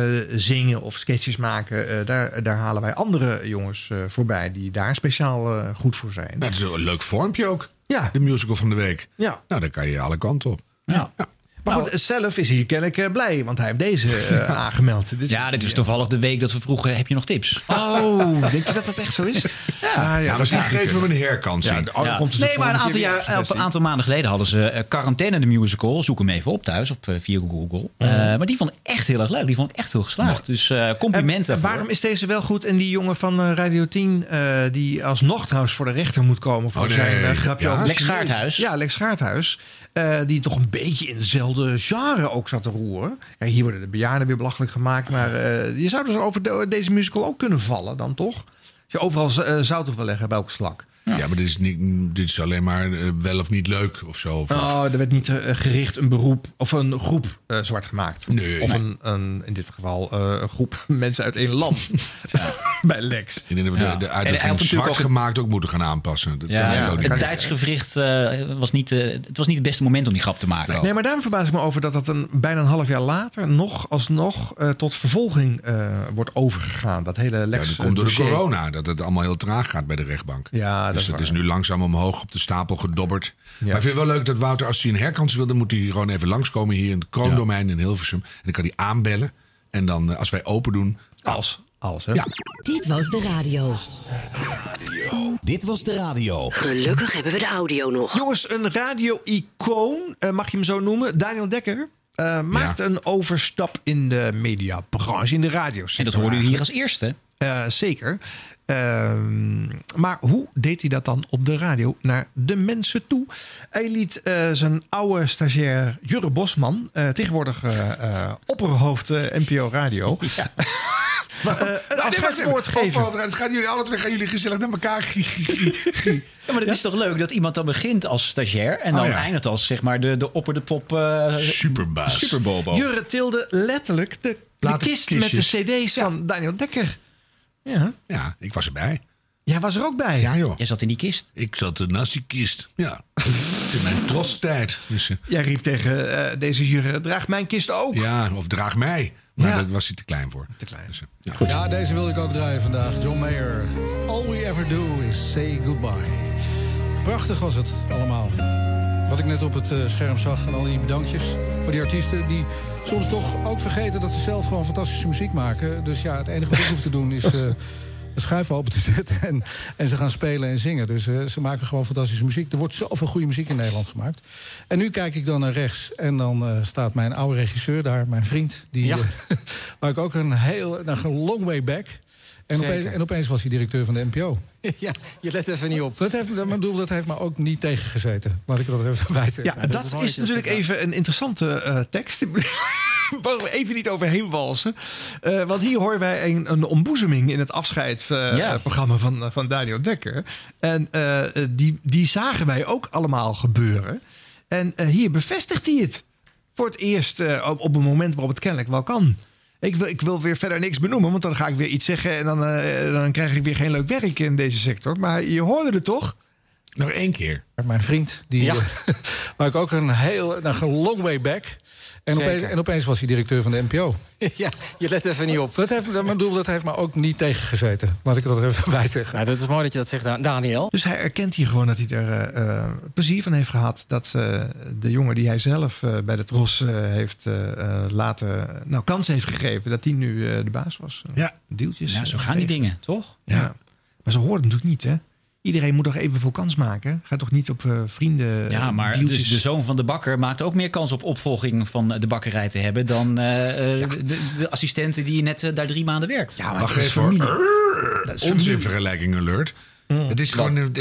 zingen of sketches maken. Daar halen wij andere jongens voorbij die daar speciaal goed voor zijn. Dat is een leuk vormpje ook. Ja. De musical van de week. Ja. Nou, daar kan je alle kanten op. Ja. Maar goed, zelf is hij kennelijk blij, want hij heeft deze aangemeld. Dit is toevallig de week dat we vroegen, heb je nog tips? Oh, denk je dat dat echt zo is? Ja, misschien geven we hem een herkansing. Nee, maar een aantal maanden geleden hadden ze Quarantaine de Musical. Zoek hem even op thuis, via Google. Maar die vond ik echt heel erg leuk. Die vond ik echt heel geslaagd. Dus complimenten. En waarom is deze wel goed? En die jongen van Radio 10, die alsnog trouwens voor de rechter moet komen voor zijn grapje. Ja. Lex Gaardhuis. Ja, Lex Gaardhuis. Die toch een beetje in dezelfde genre ook zat te roeren. Kijk, hier worden de bejaarden weer belachelijk gemaakt. Maar je zou dus over deze musical ook kunnen vallen dan, toch? Je overal zout op wil leggen bij elke slak. Ja, maar dit is alleen maar wel of niet leuk of zo. Er werd niet gericht een beroep of een groep zwart gemaakt. Nee. Of in dit geval een groep mensen uit één land. Bij Lex. Ik denk dat we de uitdrukking zwart gemaakt ook moeten gaan aanpassen. Het tijdsgewricht was niet het beste moment om die grap te maken. Nee, maar daarom verbaas ik me over dat bijna een half jaar later alsnog tot vervolging wordt overgegaan. Dat hele Lex. Dat komt door de corona, dat het allemaal heel traag gaat bij de rechtbank. Ja, dus dat is nu langzaam omhoog op de stapel gedobberd. Ja. Maar ik vind het wel leuk dat Wouter, als hij een herkans wil, dan moet hij gewoon even langskomen hier in het Kroondomein in Hilversum. En dan kan hij aanbellen. En dan, als wij open doen... Alles, hè? Ja. Dit was de radio. Dit was de radio. Gelukkig hebben we de audio nog. Jongens, een radio-icoon, mag je hem zo noemen. Daniel Dekker maakt een overstap in de mediabranche, in de radiosector. En dat hoorde u hier als eerste. Zeker. Maar hoe deed hij dat dan op de radio naar de mensen toe? Hij liet zijn oude stagiair Jurre Bosman, tegenwoordig opperhoofd NPO Radio... Ja. Een afscheidswoord geven. Het gaat jullie alle twee gezellig naar elkaar. Ja, maar het is toch leuk dat iemand dan begint als stagiair en dan eindigt als zeg maar de opper de pop superbaas. Superbobo. Jurre tilde letterlijk de kist met de cd's van Daniel Dekker. Ja, ik was erbij. Jij was er ook bij? Ja, joh. Jij zat in die kist? Ik zat naast die kist, ja. In mijn trotstijd. Dus, jij riep tegen deze Jurre, draag mijn kist ook. Ja, of draag mij. Maar daar was hij te klein voor. Te klein. Dus, ja, deze wil ik ook draaien vandaag. John Mayer. All we ever do is say goodbye. Prachtig was het allemaal. Wat ik net op het scherm zag en al die bedankjes voor die artiesten... die soms toch ook vergeten dat ze zelf gewoon fantastische muziek maken. Dus ja, het enige wat ik hoef te doen is... de schuif open te zetten en ze gaan spelen en zingen. Dus ze maken gewoon fantastische muziek. Er wordt zoveel goede muziek in Nederland gemaakt. En nu kijk ik dan naar rechts en dan staat mijn oude regisseur daar, mijn vriend. Die, waar ik ook een long way back. En opeens was hij directeur van de NPO. Ja, je let even niet op. Dat heeft me ook niet tegengezeten. Laat ik dat er even bij zeggen. Ja, dat is natuurlijk even een interessante tekst. Mogen we even niet overheen walsen. Want hier horen wij een ontboezeming in het afscheidsprogramma van Daniel Dekker. En die zagen wij ook allemaal gebeuren. En hier bevestigt hij het. Voor het eerst op een moment waarop het kennelijk wel kan. Ik wil weer verder niks benoemen, want dan ga ik weer iets zeggen... en dan krijg ik weer geen leuk werk in deze sector. Maar je hoorde het toch? Nog 1 keer. Mijn vriend, waar ik ook een long way back. En opeens was hij directeur van de NPO. Ja, je let even niet op. Dat heeft me ook niet tegengezeten. Laat ik dat er even bij zeggen. Nou, dat is mooi dat je dat zegt, Daniel. Dus hij erkent hier gewoon dat hij er plezier van heeft gehad. Dat de jongen die hij zelf bij de Tros heeft kans heeft gegeven. Dat die nu de baas was. Ja. Deeltjes. Ja, zo gaan die dingen, toch? Ja. Maar ze horen het natuurlijk niet, hè? Iedereen moet toch even veel kans maken? Ga toch niet op vrienden. Ja, maar dus de zoon van de bakker maakt ook meer kans op opvolging van de bakkerij te hebben dan de assistenten die net daar 3 maanden werkt. Ja, maar wacht even hoor. Onzinvergelijking alert. Het is gewoon.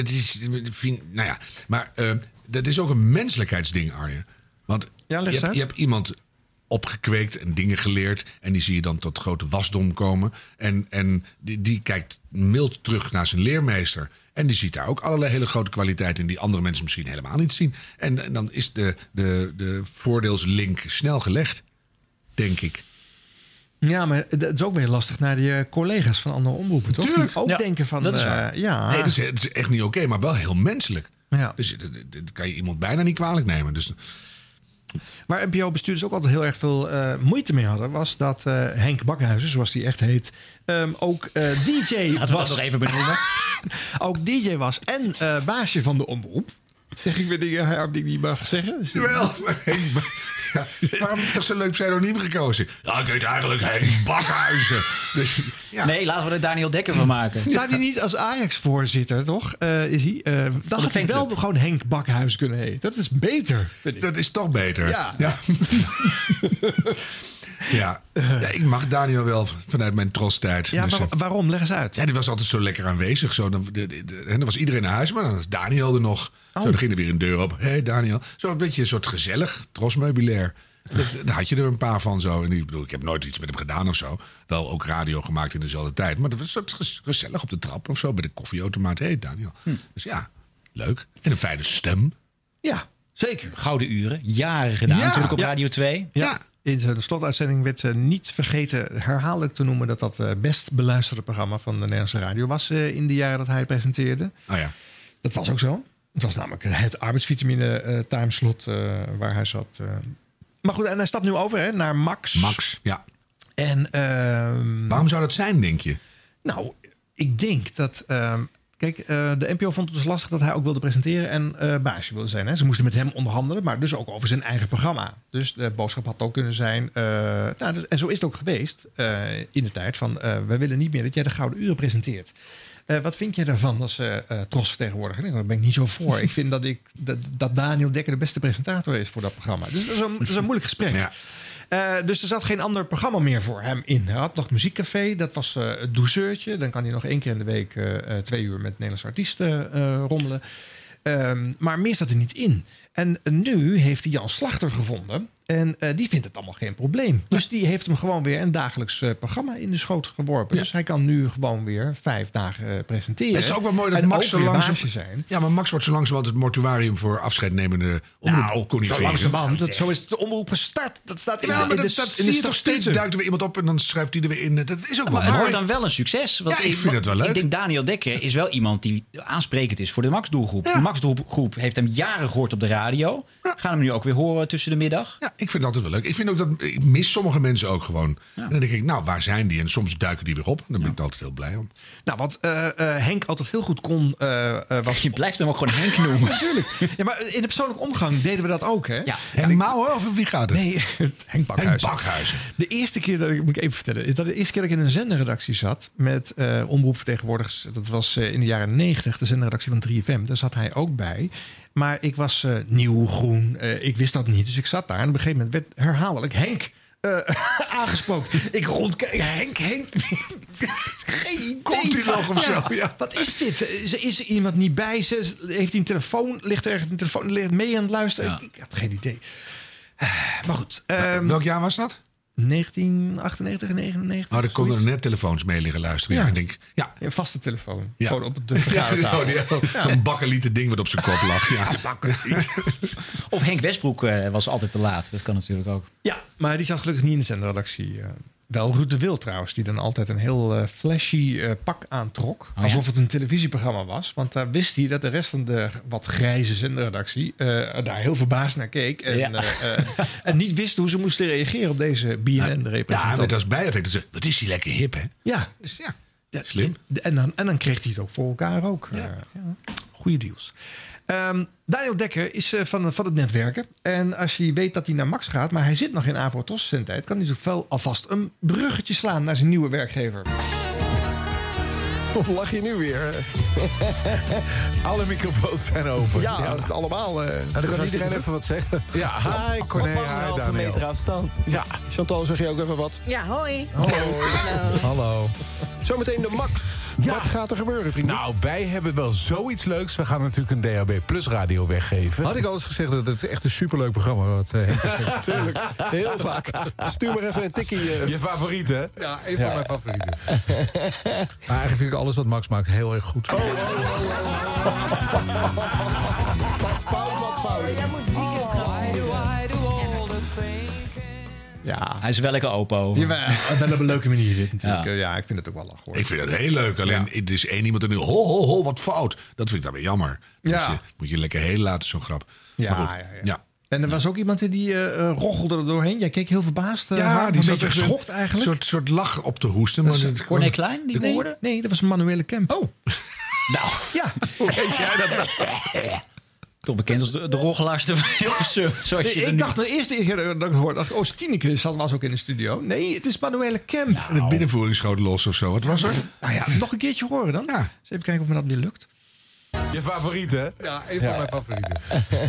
Dat is ook een menselijkheidsding, Arjen. Want je hebt iemand opgekweekt en dingen geleerd. En die zie je dan tot grote wasdom komen. En die kijkt mild terug naar zijn leermeester. En die ziet daar ook allerlei hele grote kwaliteiten in die andere mensen misschien helemaal niet zien. En dan is de voordeelslink snel gelegd, denk ik. Ja, maar het is ook weer lastig naar die collega's van andere omroepen, toch? Tuurlijk. Die ook denken van... Dat is waar. Ja. Nee, het is echt niet oké, maar wel heel menselijk. Ja. Dus dat kan je iemand bijna niet kwalijk nemen. Dus... Waar NPO-bestuurders ook altijd heel erg veel moeite mee hadden... was dat Henk Bakhuizen, zoals die echt heet... ook DJ dat was nog even benoemen. ook DJ was en baasje van de omroep. Zeg ik weer dingen die ik niet mag zeggen? Jawel, waarom heb je toch zo'n leuk pseudoniem gekozen? Ja, ik heet eigenlijk Henk Bakhuizen. Dus, ja. Nee, laten we er Daniel Dekker van maken. Zou hij niet als Ajax-voorzitter, toch? Is hij? Dan had hij wel gewoon Henk Bakhuizen kunnen heten. Dat is beter, vind ik. Dat is toch beter. Ja. Ja, ik mag Daniel wel vanuit mijn trostijd. Ja, dus, waarom? Leg eens uit. Ja, die was altijd zo lekker aanwezig. Dan was iedereen naar huis, maar dan was Daniel er nog. Zo, dan ging er weer een deur op. Hey Daniel. Zo een beetje een soort gezellig trosmeubilair. Daar had je er een paar van zo. En ik heb nooit iets met hem gedaan of zo. Wel ook radio gemaakt in dezelfde tijd. Maar dat was gezellig op de trap of zo. Bij de koffieautomaat. Hey Daniel. Dus ja, leuk. En een fijne stem. Ja, zeker. Gouden uren. Jaren gedaan natuurlijk op Radio 2. Ja. In de slotuitzending werd niet vergeten herhaaldelijk te noemen... dat het best beluisterde programma van de Nederlandse radio was... in de jaren dat hij presenteerde. Oh ja. Dat was ook zo. Het was namelijk het arbeidsvitamine timeslot waar hij zat. Maar goed, en hij stapt nu over naar Max. Max, ja. En, waarom zou dat zijn, denk je? Nou, ik denk dat... Kijk, de NPO vond het dus lastig dat hij ook wilde presenteren en baasje wilde zijn. Hè. Ze moesten met hem onderhandelen, maar dus ook over zijn eigen programma. Dus de boodschap had ook kunnen zijn... en zo is het ook geweest in de tijd van... wij willen niet meer dat jij de Gouden Uren presenteert. Wat vind jij daarvan als Tros vertegenwoordiger? Nee, daar ben ik niet zo voor. Ik vind dat Daniel Dekker de beste presentator is voor dat programma. Dus dat is een moeilijk gesprek. Ja. Dus er zat geen ander programma meer voor hem in. Hij had nog Muziekcafé, dat was het douceurtje. Dan kan hij nog 1 keer in de week 2 uur met Nederlandse artiesten rommelen. Maar meer zat er niet in. En nu heeft hij Jan Slachter gevonden. En die vindt het allemaal geen probleem. Dus die heeft hem gewoon weer een dagelijks programma in de schoot geworpen. Ja. Dus hij kan nu gewoon weer 5 dagen presenteren. Het is ook wel mooi dat Max zo langzaam zijn. Ja, maar Max wordt zo langzamerhand het mortuarium voor afscheidnemende omroepconiferen. Zo is de omroep gestart. Dat staat in dat zie je toch steeds. Duikt er weer iemand op en dan schuift hij er weer in. Dat is ook wel mooi. Het wordt dan wel een succes. Want ik vind het wel leuk. Ik denk Daniel Dekker is wel iemand die aansprekend is voor de Max-doelgroep. Ja. De Max-doelgroep heeft hem jaren gehoord op de radio. Ja. Gaan hem nu ook weer horen tussen de middag. Ja, ik vind het altijd wel leuk. Ik vind ook dat ik mis sommige mensen ook gewoon. Ja. En dan denk ik, nou, waar zijn die? En soms duiken die weer op. Dan ben ik er altijd heel blij om. Nou, wat Henk altijd heel goed kon... Je blijft hem ook gewoon Henk noemen. Natuurlijk. Ja, maar in de persoonlijke omgang deden we dat ook, hè? Ja. Henk Mouwen, of wie gaat het? Nee, Henk Bakhuizen. De eerste keer dat ik, moet ik even vertellen... de eerste keer dat ik in een zenderredactie zat... met omroepvertegenwoordigers... dat was in de jaren 90, de zenderredactie van 3FM. Daar zat hij ook bij... Maar ik was nieuw, groen, ik wist dat niet. Dus ik zat daar en op een gegeven moment werd herhaaldelijk Henk aangesproken. Ik rondkijk, Henk. Geen idee. Komt hij nog of zo? Ja. Wat is dit? Is er iemand niet bij? Heeft hij een telefoon? Ligt er ergens een telefoon? Ligt mee aan het luisteren? Ja. Ik had geen idee. Maar goed. Welk jaar was dat? 1998 en 99. Oh, er konden er net telefoons mee liggen luisteren. Ja. Ik denk, een vaste telefoon. Ja. Gewoon op de vergadertafel. Zo'n bakkelieten ding wat op zijn kop lag. Ja. Of Henk Westbroek was altijd te laat. Dat kan natuurlijk ook. Ja, maar die zat gelukkig niet in de zenderredactie. Wel Ruud de Wild trouwens, die dan altijd een heel flashy pak aantrok. Alsof het een televisieprogramma was. Want daar wist hij dat de rest van de wat grijze zenderredactie daar heel verbaasd naar keek. En niet wist hoe ze moesten reageren op deze BNN-representant. Ja, met als bijeffect. Wat is hij lekker hip, hè? Ja, dus ja. Slim. En dan kreeg hij het ook voor elkaar ook. Ja. Goeie deals. Daniel Dekker is van het netwerken. En als je weet dat hij naar Max gaat, maar hij zit nog in Avro-Tros-zendtijd, kan hij zo alvast een bruggetje slaan naar zijn nieuwe werkgever. Wat lach je nu weer? Alle microfoons zijn open. Ja, dat is allemaal. Dan kan iedereen even wat zeggen. Ja, hi Corné, hi Daniel. Meter afstand. Ja. Chantal, zeg je ook even wat? Ja, hoi. Hallo. Zometeen de Max. Ja. Wat gaat er gebeuren, vrienden? Nou, wij hebben wel zoiets leuks. We gaan natuurlijk een DHB Plus radio weggeven. Had ik al eens gezegd dat het echt een superleuk programma wat Tuurlijk, heel vaak. Stuur maar even een tikkie. Je favoriet, hè? Ja, een van mijn favorieten. Maar eigenlijk vind ik alles wat Max maakt heel erg goed. Wat fout. Jij moet weekend gaan. Ja. Hij is wel lekker open over. Ja, wel op een leuke manier dit natuurlijk. Ja, ik vind het ook wel lach, hoor. Ik vind het heel leuk. Alleen, er is één iemand die nu... Ho, wat fout. Dat vind ik dan weer jammer. Ja. Moet je lekker heel laten, zo'n grap. Ja. En er was ook iemand die roggelde er doorheen. Jij keek heel verbaasd. Die zat er geschokt eigenlijk. Een soort lach op te hoesten. Maar Corné Klein, die behoorde? Nee, dat was Manuele Kemp. Oh. Nou. Ja. Hoe weet jij dat? Toch bekend als de roggelaarste van Hilversum. Ik dacht de eerste keer dat ik het hoorde, Tineke was ook in de studio. Nee, het is Manuele Kemp. Nou. De binnenvoering schoot los of zo. Wat was er? Nou ja, nog een keertje horen dan. Ja. Eens even kijken of me dat weer lukt. Je favoriet, hè? Ja, een van mijn favorieten.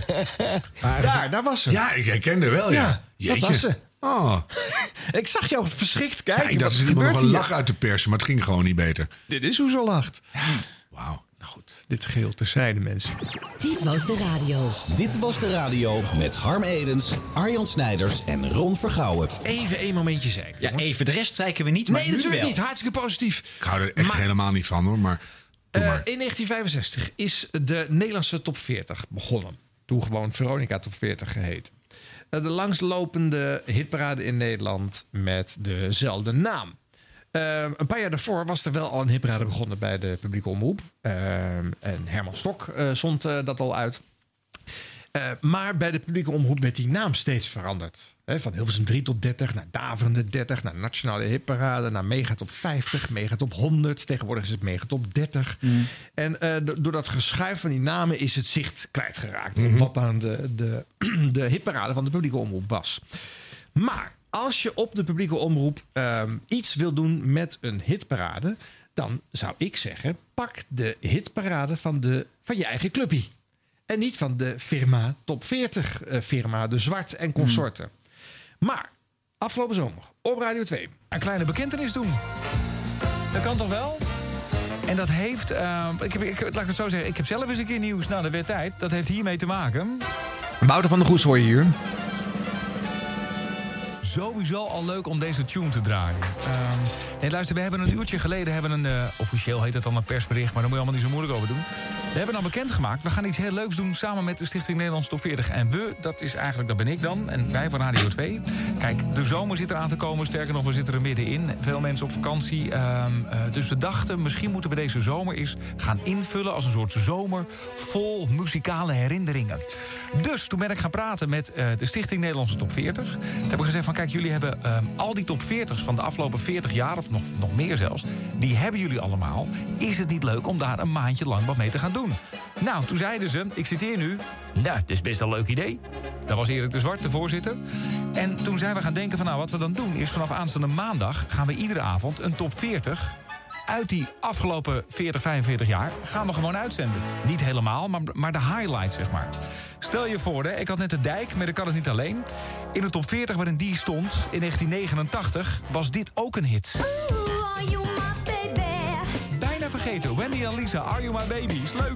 Daar was ze. Ja, ik herkende wel, ja. Dat was ze. Oh. Ik zag jou verschrikt kijken. Ja, ik dacht, er iemand nog een lach uit te persen, maar het ging gewoon niet beter. Dit is hoe ze lacht. Wauw. Nou goed, dit geheel terzijde, mensen. Dit was de radio. Dit was de radio met Harm Edens, Arjan Snijders en Ron Vergouwen. Even één momentje zeiken. Ja, even. De rest zeiken we niet, maar nee, natuurlijk wel. niet. Hartstikke positief. Ik hou er echt helemaal niet van, hoor. Maar in 1965 is de Nederlandse top 40 begonnen. Toen gewoon Veronica top 40 geheten. De langslopende hitparade in Nederland met dezelfde naam. Een paar jaar daarvoor was er wel al een hitparade begonnen bij de publieke omroep. En Herman Stok zond dat al uit. Maar bij de publieke omroep werd die naam steeds veranderd. Van Hilversum 3 tot 30 naar Daverende 30, naar Nationale Hitparade, naar Megatop 50, Megatop 100. Tegenwoordig is het Megatop 30. En door dat geschuif van die namen is het zicht kwijtgeraakt. Wat dan de hitparade van de publieke omroep was. Maar als je op de publieke omroep iets wil doen met een hitparade, dan zou ik zeggen, pak de hitparade van je eigen clubje. En niet van de firma Top 40, firma De Zwart en consorten. Maar afgelopen zomer op Radio 2. Een kleine bekentenis doen. Dat kan toch wel? En dat heeft... laat ik het zo zeggen. Ik heb zelf eens een keer nieuws. Nou, dat werd tijd. Dat heeft hiermee te maken. Wouter van der Goes hoor je hier. Sowieso al leuk om deze tune te draaien. Luister, we hebben een uurtje geleden... officieel heet het dan een persbericht... maar daar moet je allemaal niet zo moeilijk over doen. We hebben al bekendgemaakt... we gaan iets heel leuks doen samen met de Stichting Nederlands Top 40. En dat ben ik dan. En wij van Radio 2. Kijk, de zomer zit eraan te komen. Sterker nog, we zitten er middenin. Veel mensen op vakantie. Dus we dachten, misschien moeten we deze zomer eens gaan invullen... als een soort zomer vol muzikale herinneringen. Dus toen ben ik gaan praten met de Stichting Nederlandse Top 40. Toen hebben we gezegd van, kijk, jullie hebben al die top 40's van de afgelopen 40 jaar... of nog meer zelfs, die hebben jullie allemaal. Is het niet leuk om daar een maandje lang wat mee te gaan doen? Nou, toen zeiden ze, ik citeer nu... Nou, dat is best een leuk idee. Dat was Erik de Zwart, de voorzitter. En toen zijn we gaan denken van, nou, wat we dan doen... is vanaf aanstaande maandag gaan we iedere avond een top 40... uit die afgelopen 40, 45 jaar gaan we gewoon uitzenden. Niet helemaal, maar de highlights, zeg maar. Stel je voor, ik had net de Dijk, maar ik kan het niet alleen. In de top 40 waarin die stond, in 1989, was dit ook een hit. Bijna vergeten, Wendy en Lisa, Are You My Baby, is leuk.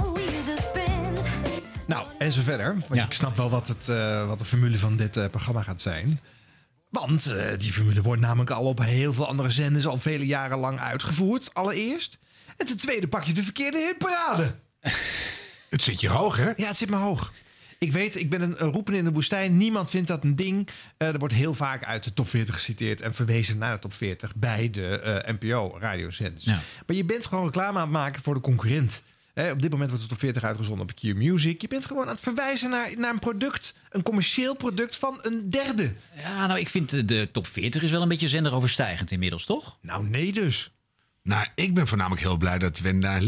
Nou, en zo verder. Want ik snap wel wat de formule van dit programma gaat zijn. Want die formule wordt namelijk al op heel veel andere zenders... al vele jaren lang uitgevoerd, allereerst. En ten tweede pak je de verkeerde hitparade. Het zit je hoog, hè? Ja, het zit me hoog. Ik weet, ik ben een roepen in de woestijn. Niemand vindt dat een ding. Er wordt heel vaak uit de top 40 geciteerd en verwezen naar de top 40 bij de NPO-radiozenders. Ja. Maar je bent gewoon reclame aan het maken voor de concurrent. Op dit moment wordt de top 40 uitgezonden op Q-Music. Je bent gewoon aan het verwijzen naar een product, een commercieel product van een derde. Ja, nou, ik vind de top 40 is wel een beetje zenderoverstijgend inmiddels, toch? Nou, nee dus. Nou, ik ben voornamelijk heel blij dat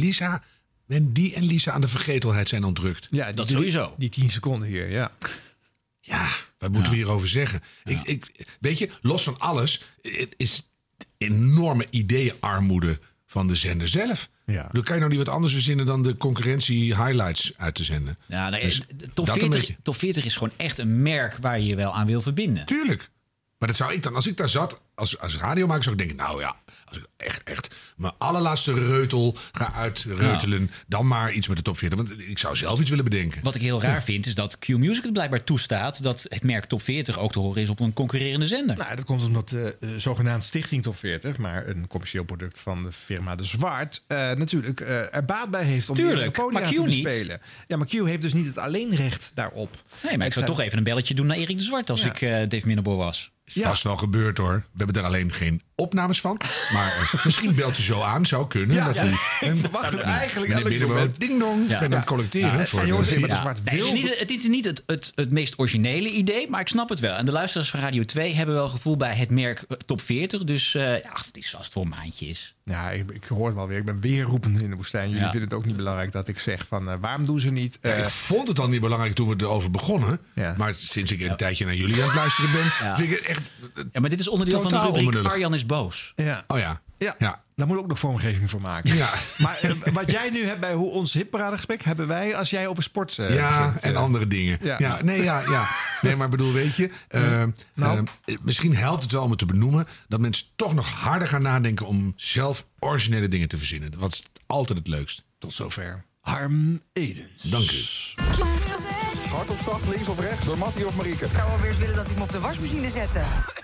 Wendy en Lisa aan de vergetelheid zijn ontrukt. Ja, dat sowieso. Die 10 seconden hier, ja. Ja, wat moeten we hierover zeggen? Ja. Weet je, los van alles, het is enorme ideeënarmoede van de zender zelf. Ja. Dan kan je nou niet wat anders verzinnen dan de concurrentie highlights uit te zenden. Ja, dus top 40 is gewoon echt een merk waar je je wel aan wil verbinden. Tuurlijk. Maar dat zou ik dan, als ik daar zat, als radiomaker, zou ik denken, nou ja, als ik echt mijn allerlaatste reutel ga uitreutelen, dan maar iets met de top 40. Want ik zou zelf iets willen bedenken. Wat ik heel raar vind, is dat Q-Music het blijkbaar toestaat dat het merk top 40 ook te horen is op een concurrerende zender. Nou, dat komt omdat de zogenaamd Stichting Top 40, maar een commercieel product van de firma De Zwart, natuurlijk er baat bij heeft om die podia te bespelen. Ja, maar Q heeft dus niet het alleenrecht daarop. Nee, maar ik zou toch even een belletje doen naar Erik De Zwart als ik Dave Minneboer was. Vast wel gebeurd hoor. We hebben er alleen geen opnames van. Maar misschien belt hij zo aan, zou kunnen. Ja, dat hij verwacht het eigenlijk elk moment. Ding dong, ik ben aan het collecteren. Voor jongens, het is niet het meest originele idee, maar ik snap het wel. En de luisteraars van Radio 2 hebben wel gevoel bij het merk top 40. Dus het is als het voor een maandje is. Ja, ik hoor het wel weer. Ik ben weer roepend in de woestijn. Jullie vinden het ook niet belangrijk dat ik zeg van waarom doen ze niet? Ik vond het al niet belangrijk toen we erover begonnen. Ja. Maar sinds ik een tijdje naar jullie aan het luisteren ben, vind ik het echt. Ja, maar dit is onderdeel van de rubriek Arjan is boos. Ja. Oh ja. Ja, daar moet ook nog vormgeving voor maken. Ja. Maar wat jij nu hebt bij hoe ons hitparadegesprek hebben wij als jij over sport begint, en andere dingen. Ja. Nee, maar bedoel, weet je, misschien helpt het wel om het te benoemen dat mensen toch nog harder gaan nadenken om zelf originele dingen te verzinnen. Dat is altijd het leukst. Tot zover. Harm Edens. Dank u. Hard of zacht, links of rechts, door Mattie of Marieke? Ik zou wel weer eens willen dat ik hem op de wasmachine zette.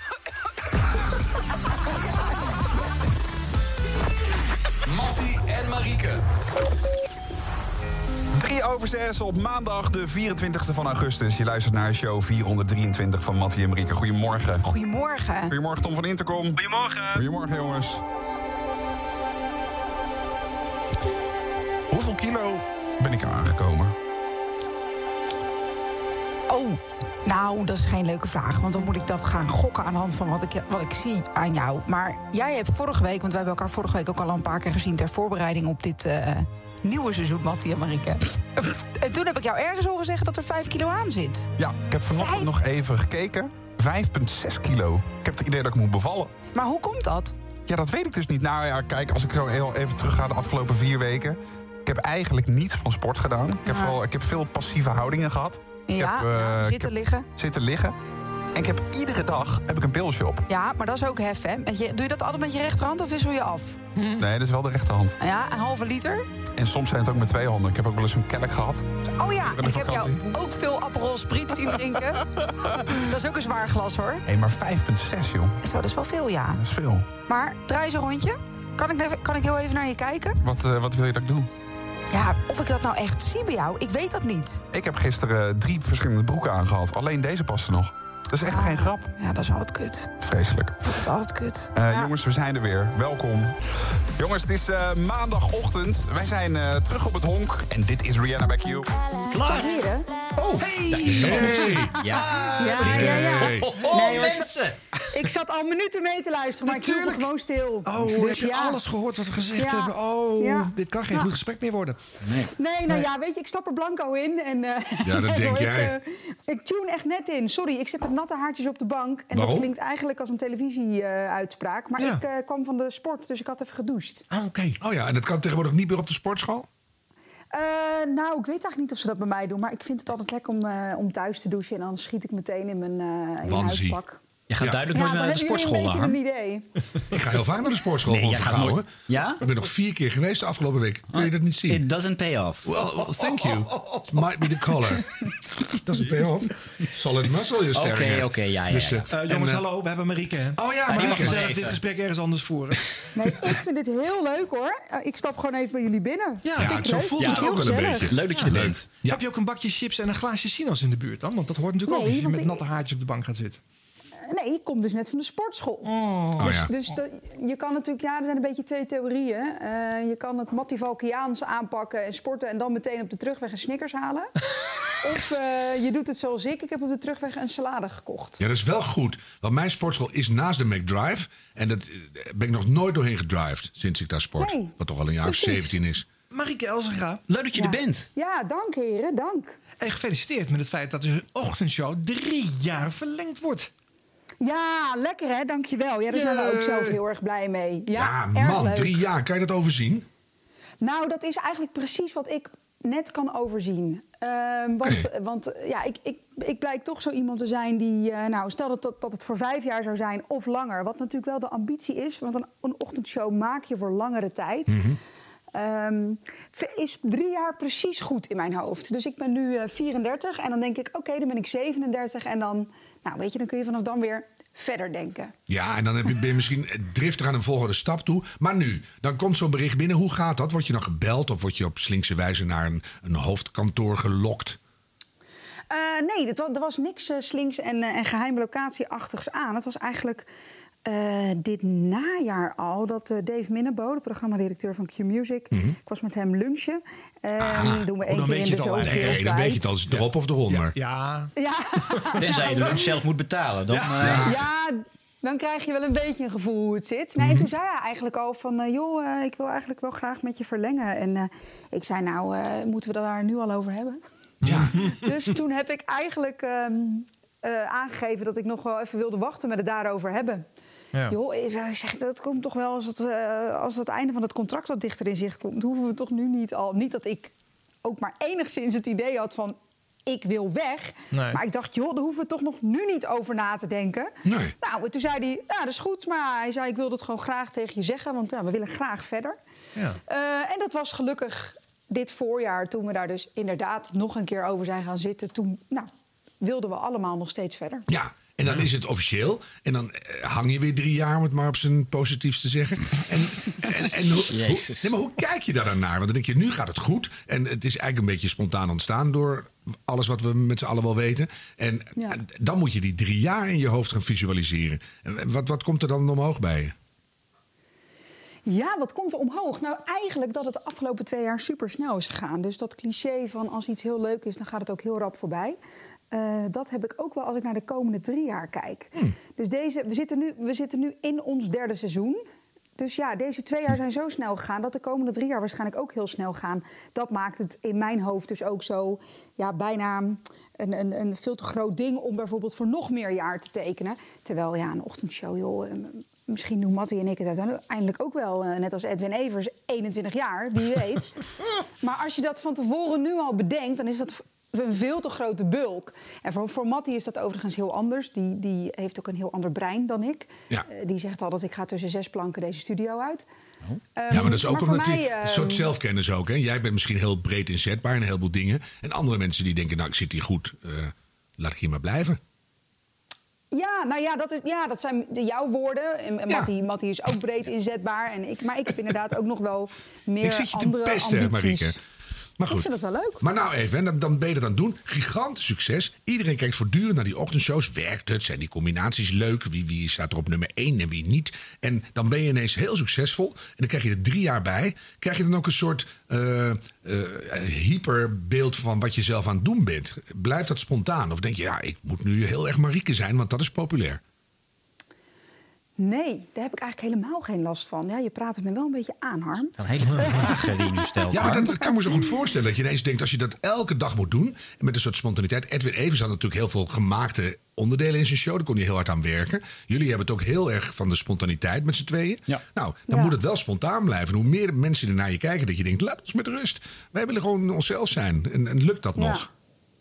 Mattie en Marieke. 5:03 op maandag de 24e van augustus. Je luistert naar show 423 van Mattie en Marieke. Goedemorgen. Goedemorgen. Goedemorgen Tom van Intercom. Goedemorgen. Goedemorgen jongens. Hoeveel kilo ben ik aangekomen? Oh, nou, dat is geen leuke vraag. Want dan moet ik dat gaan gokken aan de hand van wat ik zie aan jou. Maar jij hebt vorige week, want wij hebben elkaar vorige week ook al een paar keer gezien ter voorbereiding op dit nieuwe seizoen, Mattie en Marieke. En toen heb ik jou ergens horen zeggen dat er 5 kilo aan zit. Ja, ik heb vanochtend nog even gekeken. 5,6 kilo. Ik heb het idee dat ik moet bevallen. Maar hoe komt dat? Ja, dat weet ik dus niet. Nou ja, kijk, als ik zo heel even terug ga de afgelopen 4 weken. Ik heb eigenlijk niets van sport gedaan. Ik heb veel passieve houdingen gehad. Ja, zitten liggen. Zitten liggen. En ik heb iedere dag een pilsje op. Ja, maar dat is ook hef, hè? Doe je dat altijd met je rechterhand of wissel je af? Nee, dat is wel de rechterhand. Ja, een halve liter? En soms zijn het ook met 2 handen. Ik heb ook wel eens een kelk gehad. Oh ja, ik heb jou ook veel Aperol Spritz zien drinken. Dat is ook een zwaar glas, hoor. Hé, maar 5,6, joh. Zo, dat is wel veel, ja. Dat is veel. Maar draai eens een rondje. Kan ik heel even naar je kijken? Wat wil je dat ik doe? Ja, of ik dat nou echt zie bij jou, ik weet dat niet. Ik heb gisteren 3 verschillende broeken aangehad. Alleen deze paste nog. Dat is echt geen grap. Ja, dat is altijd kut. Vreselijk. Dat is altijd kut. Jongens, we zijn er weer. Welkom. Jongens, het is maandagochtend. Wij zijn terug op het honk. En dit is Rihanna bij Q. Klaar. Oh, hey. Daar is ze. Hey. Ja. Nee, mensen. Ik zat al minuten mee te luisteren, maar ik hield me gewoon stil. Oh, heb je alles gehoord wat we gezegd hebben? Oh, dit kan geen goed gesprek meer worden. Nee, nou ja, weet je, ik stap er blanco in. En, ja, dat denk jij. Ik tune echt net in. Sorry, ik zit met natte haartjes op de bank. En waarom? Dat klinkt eigenlijk als een televisieuitspraak. Maar ik kwam van de sport, dus ik had even gedoucht. Ah, oké. Oh ja, en dat kan tegenwoordig niet meer op de sportschool? Nou, ik weet eigenlijk niet of ze dat bij mij doen. Maar ik vind het altijd lekker om thuis te douchen. En dan schiet ik meteen in mijn huispak. Je gaat duidelijk nooit naar de sportschool, Harm. Een idee. Ik ga heel vaak naar de sportschool van Vergouwen. Ja? Ik ben nog 4 keer geweest de afgelopen week. Kun je dat niet zien? It doesn't pay off. Well, thank you. It might be the color. It doesn't pay off. Solid muscle you're staring at. Oké, ja. Dus, jongens, hallo, we hebben Marieke. Hè? Oh ja, Marieke. Marieke. Gezellig dit gesprek ergens anders voeren. Nee, ik vind dit heel leuk hoor. Ik stap gewoon even bij jullie binnen. Ja, zo voelt het ook wel een beetje. Leuk dat je er bent. Ja. Heb je ook een bakje chips en een glaasje sinaas in de buurt dan? Want dat hoort natuurlijk ook als je met natte haartjes op de bank gaat zitten. Nee, ik kom dus net van de sportschool. Dus je kan natuurlijk, er zijn een beetje 2 theorieën. Je kan het Mattivalkiaans aanpakken en sporten en dan meteen op de terugweg een Snickers halen. Of je doet het zoals ik. Ik heb op de terugweg een salade gekocht. Ja, dat is wel goed. Want mijn sportschool is naast de McDrive. En dat ben ik nog nooit doorheen gedrived sinds ik daar sport. Nee, Wat toch al een jaar of 17 is. Marieke Elsinga. Leuk dat je er bent. Ja, dank heren, dank. En gefeliciteerd met het feit dat de ochtendshow 3 jaar verlengd wordt. Ja, lekker hè, dankjewel. Ja, daar zijn we ook zelf heel erg blij mee. Ja, man, leuk. 3 jaar. Kan je dat overzien? Nou, dat is eigenlijk precies wat ik net kan overzien. Want ik blijk toch zo iemand te zijn die... stel dat het voor 5 jaar zou zijn of langer. Wat natuurlijk wel de ambitie is. Want een ochtendshow maak je voor langere tijd. Is 3 jaar precies goed in mijn hoofd. Dus ik ben nu 34 en dan denk ik, oké, dan ben ik 37. En dan, dan kun je vanaf dan weer verder denken. Ja, en dan ben je misschien driftig aan een volgende stap toe. Maar nu, dan komt zo'n bericht binnen. Hoe gaat dat? Word je dan gebeld of word je op slinkse wijze naar een hoofdkantoor gelokt? Nee, er was niks slinks en geheime locatieachtigs aan. Het was eigenlijk... dit najaar al, dat Dave Minnebo, de programmadirecteur van Q-Music... Ik was met hem lunchen. Doen we 1 keer in de zoveel tijd. Nee, dan weet je het al, is het erop of eronder. Ja. Tenzij je de lunch zelf moet betalen. Dan, dan krijg je wel een beetje een gevoel hoe het zit. Nee, en toen zei hij eigenlijk al van... ik wil eigenlijk wel graag met je verlengen. En ik zei, moeten we het daar nu al over hebben? Ja. Dus toen heb ik eigenlijk aangegeven dat ik nog wel even wilde wachten met het daarover hebben. Ja. Joh, ik zeg, dat komt toch wel als het einde van het contract wat dichter in zicht komt. Hoeven we toch nu niet al... Niet dat ik ook maar enigszins het idee had van... ik wil weg. Nee. Maar ik dacht, daar hoeven we toch nog nu niet over na te denken. Nee. Nou, toen zei hij, dat is goed. Maar hij zei, ik wil het gewoon graag tegen je zeggen. Want we willen graag verder. Ja. En dat was gelukkig dit voorjaar. Toen we daar dus inderdaad nog een keer over zijn gaan zitten. Toen wilden we allemaal nog steeds verder. Ja. En dan is het officieel. En dan hang je weer 3 jaar, om het maar op zijn positiefst te zeggen. Maar hoe kijk je daar dan naar? Want dan denk je, nu gaat het goed. En het is eigenlijk een beetje spontaan ontstaan door alles wat we met z'n allen wel weten. En dan moet je die 3 jaar in je hoofd gaan visualiseren. En wat komt er dan omhoog bij je? Ja, wat komt er omhoog? Nou, eigenlijk dat het de afgelopen 2 jaar super snel is gegaan. Dus dat cliché van als iets heel leuk is, dan gaat het ook heel rap voorbij. Dat heb ik ook wel als ik naar de komende 3 jaar kijk. Dus we zitten nu in ons 3e seizoen. Dus ja, deze 2 jaar zijn zo snel gegaan... dat de komende 3 jaar waarschijnlijk ook heel snel gaan. Dat maakt het in mijn hoofd dus ook zo... bijna een veel te groot ding om bijvoorbeeld voor nog meer jaar te tekenen. Terwijl, een ochtendshow, misschien doen Mattie en ik het uiteindelijk ook wel... net als Edwin Evers, 21 jaar, wie weet. Maar als je dat van tevoren nu al bedenkt... dan is dat een veel te grote bulk. En voor Mattie is dat overigens heel anders. Die heeft ook een heel ander brein dan ik. Ja. Die zegt al dat ik ga tussen 6 planken deze studio uit. Ja, maar dat is ook omdat een soort zelfkennis ook. Hè? Jij bent misschien heel breed inzetbaar in een heleboel dingen. En andere mensen die denken, ik zit hier goed. Laat ik hier maar blijven. Ja, dat zijn jouw woorden. En Mattie is ook breed inzetbaar. Maar ik heb inderdaad ook nog wel meer andere ambities. Marieke. Maar goed. Ik vind het wel leuk. Maar nou even, en dan ben je dat aan het doen. Gigantisch succes. Iedereen kijkt voortdurend naar die ochtendshows. Werkt het? Zijn die combinaties leuk? Wie staat er op nummer 1 en wie niet? En dan ben je ineens heel succesvol. En dan krijg je er 3 jaar bij. Krijg je dan ook een soort hyperbeeld van wat je zelf aan het doen bent? Blijft dat spontaan? Of denk je, ik moet nu heel erg Marieke zijn, want dat is populair? Nee, daar heb ik eigenlijk helemaal geen last van. Ja, je praat het me wel een beetje aan, Harm. Een hele vraag die je nu stelt. Ja, maar dat kan me zo goed voorstellen. Dat je ineens denkt, als je dat elke dag moet doen... en met een soort spontaniteit. Edwin Evers had natuurlijk heel veel gemaakte onderdelen in zijn show. Daar kon hij heel hard aan werken. Jullie hebben het ook heel erg van de spontaniteit met z'n tweeën. Ja. Nou, dan moet het wel spontaan blijven. En hoe meer mensen er naar je kijken, dat je denkt, laat ons met rust. Wij willen gewoon onszelf zijn. En lukt dat nog?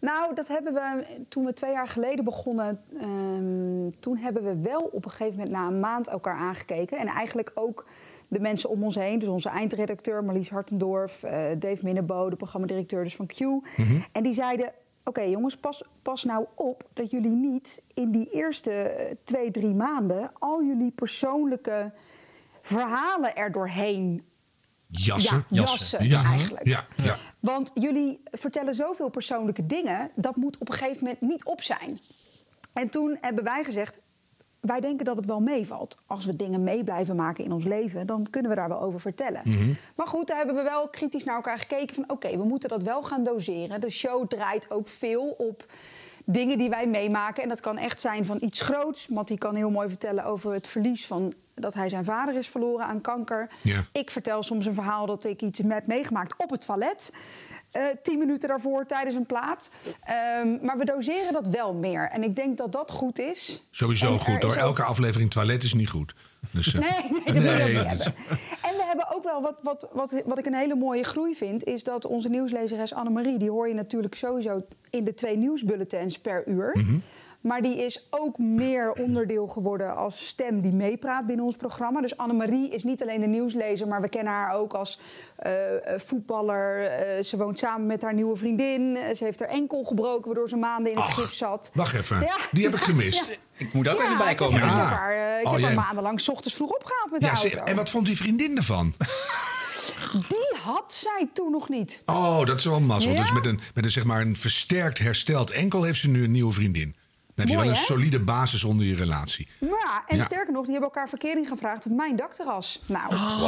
Nou, dat hebben we toen we 2 jaar geleden begonnen. Toen hebben we wel op een gegeven moment na een maand elkaar aangekeken. En eigenlijk ook de mensen om ons heen. Dus onze eindredacteur Marlies Hartendorf, Dave Minnebo, de programmadirecteur dus van Q. Mm-hmm. En die zeiden, oké, jongens, pas nou op dat jullie niet in die eerste 2-3 maanden al jullie persoonlijke verhalen er doorheen jassen eigenlijk. Ja. Want jullie vertellen zoveel persoonlijke dingen, dat moet op een gegeven moment niet op zijn. En toen hebben wij gezegd, wij denken dat het wel meevalt. Als we dingen mee blijven maken in ons leven, dan kunnen we daar wel over vertellen. Mm-hmm. Maar goed, daar hebben we wel kritisch naar elkaar gekeken van oké, we moeten dat wel gaan doseren. De show draait ook veel op dingen die wij meemaken. En dat kan echt zijn van iets groots. Mattie kan heel mooi vertellen over het verlies van dat hij zijn vader is verloren aan kanker. Ja. Ik vertel soms een verhaal dat ik iets heb meegemaakt op het toilet. 10 minuten daarvoor tijdens een plaat. Maar we doseren dat wel meer. En ik denk dat dat goed is. Sowieso goed hoor. Elke aflevering toilet is niet goed. Dus, nee, dat wil ik niet hebben. En we hebben ook wel, wat ik een hele mooie groei vind, is dat onze nieuwslezeres Annemarie, die hoor je natuurlijk sowieso in de 2 nieuwsbulletins per uur. Mm-hmm. Maar die is ook meer onderdeel geworden als stem die meepraat binnen ons programma. Dus Annemarie is niet alleen de nieuwslezer, maar we kennen haar ook als voetballer. Ze woont samen met haar nieuwe vriendin. Ze heeft haar enkel gebroken, waardoor ze maanden in het gips zat. Wacht even, die heb ik gemist. Ja. Ik moet ook even bijkomen. Ik heb haar maandenlang 's ochtends vroeg opgehaald met de auto. En wat vond die vriendin ervan? Die had zij toen nog niet. Oh, dat is wel een mazzel. Ja? Dus met een zeg maar een versterkt, hersteld enkel heeft ze nu een nieuwe vriendin. Dan heb je wel een solide basis onder je relatie. Ja, sterker nog, die hebben elkaar verkering gevraagd op mijn dakterras. Nou.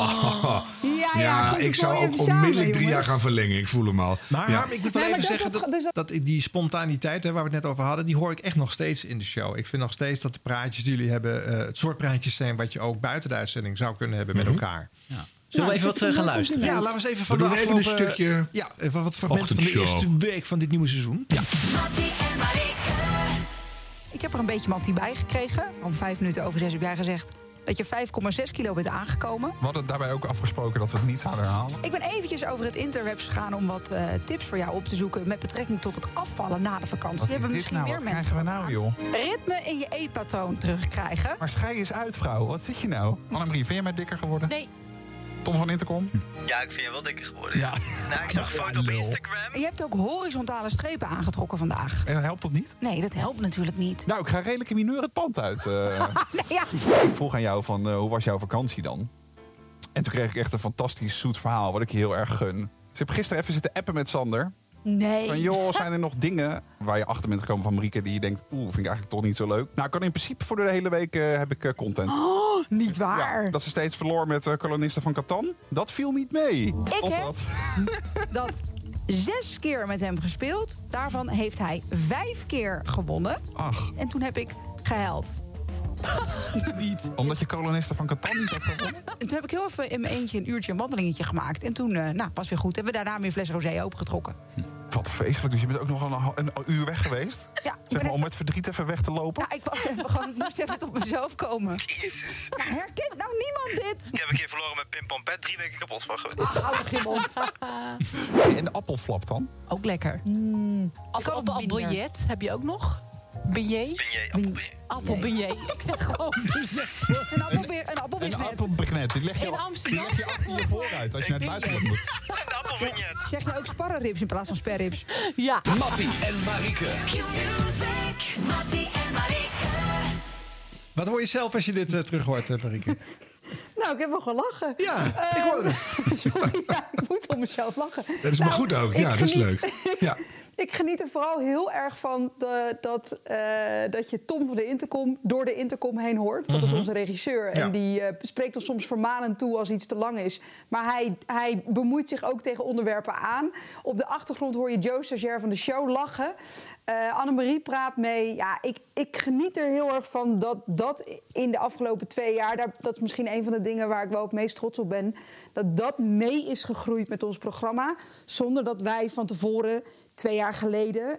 Ik zou ook onmiddellijk 3 jaar gaan verlengen. Ik voel hem al. Maar ik moet wel even zeggen dat die spontaniteit waar we het net over hadden, die hoor ik echt nog steeds in de show. Ik vind nog steeds dat de praatjes die jullie hebben het soort praatjes zijn wat je ook buiten de uitzending zou kunnen hebben met elkaar. Ja. Zullen we even wat gaan luisteren? Ja, laten we eens even van de afgelopen... even een stukje wat fragmenten van de eerste week van dit nieuwe seizoen. Ja. Ik heb er een beetje Mattie bij gekregen. Om 5 minuten over 6 heb jij gezegd dat je 5,6 kilo bent aangekomen. We hadden daarbij ook afgesproken dat we het niet zouden herhalen. Ik ben eventjes over het interwebs gegaan om wat tips voor jou op te zoeken met betrekking tot het afvallen na de vakantie. Wat hebben misschien meer mensen. Wat krijgen we nou, joh? Ritme in je eetpatroon terugkrijgen. Maar schei eens uit, vrouw. Wat zit je nou? Annemarie, vind je mij dikker geworden? Nee. Tom van Intercom? Ja, ik vind je wel dikker geworden. Ja. Nou, ik zag een foto op Instagram. Je hebt ook horizontale strepen aangetrokken vandaag. En helpt dat niet? Nee, dat helpt natuurlijk niet. Nou, ik ga redelijk in mineur het pand uit. Ik vroeg aan jou van, hoe was jouw vakantie dan? En toen kreeg ik echt een fantastisch zoet verhaal, wat ik je heel erg gun. Dus ik heb gisteren even zitten appen met Sander. Nee. Van, joh, zijn er nog dingen waar je achter bent gekomen van Marieke die je denkt, vind ik eigenlijk toch niet zo leuk? Nou, ik kan in principe voor de hele week heb ik content. Oh, niet waar. Ja, dat ze steeds verloor met kolonisten van Catan. Dat viel niet mee. Ik heb dat 6 keer met hem gespeeld. Daarvan heeft hij 5 keer gewonnen. Ach. En toen heb ik gehuild. Niet. Omdat je kolonisten van Catan niet had gewonnen? En toen heb ik heel even in mijn eentje een uurtje een wandelingetje gemaakt. En toen was weer goed. Hebben we daarna weer een fles rosé opengetrokken. Wat vreselijk. Dus je bent ook nog een uur weg geweest? Ja. Zeg maar, om met verdriet even weg te lopen? Nou, ik moest even tot mezelf komen. Jezus. Maar herkent nou niemand dit? Ik heb een keer verloren met Pim Pam Pet. 3 weken kapot van geweest. Hou toch je mond. En de appelflap dan? Ook lekker. Appelbiljet heb je ook nog? Beignet? Appelbeignet. Ik zeg gewoon beignet. Een appelbeignet. Een appelbeignet. Die leg je achter je vooruit als je naar het buitenland moet. Een appelbeignet. Zeg je ook sparrenribs in plaats van sperribs? Ja. Mattie en Marieke. Mattie en Marieke. Wat hoor je zelf als je dit terug hoort, Marieke? Nou, ik heb wel gelachen. Ja, ik hoorde het. Sorry, ik moet om mezelf lachen. Dat is maar goed ook. Ja, dat is leuk. Ja. Ik geniet er vooral heel erg van dat je Tom van de Intercom door de Intercom heen hoort. Dat is onze regisseur. Ja. En die spreekt ons soms vermanend toe als iets te lang is. Maar hij bemoeit zich ook tegen onderwerpen aan. Op de achtergrond hoor je Joe, stagiair van de show, lachen. Annemarie praat mee. Ja, ik geniet er heel erg van dat in de afgelopen 2 jaar... dat is misschien een van de dingen waar ik wel het meest trots op ben... dat mee is gegroeid met ons programma. Zonder dat wij van tevoren 2 jaar geleden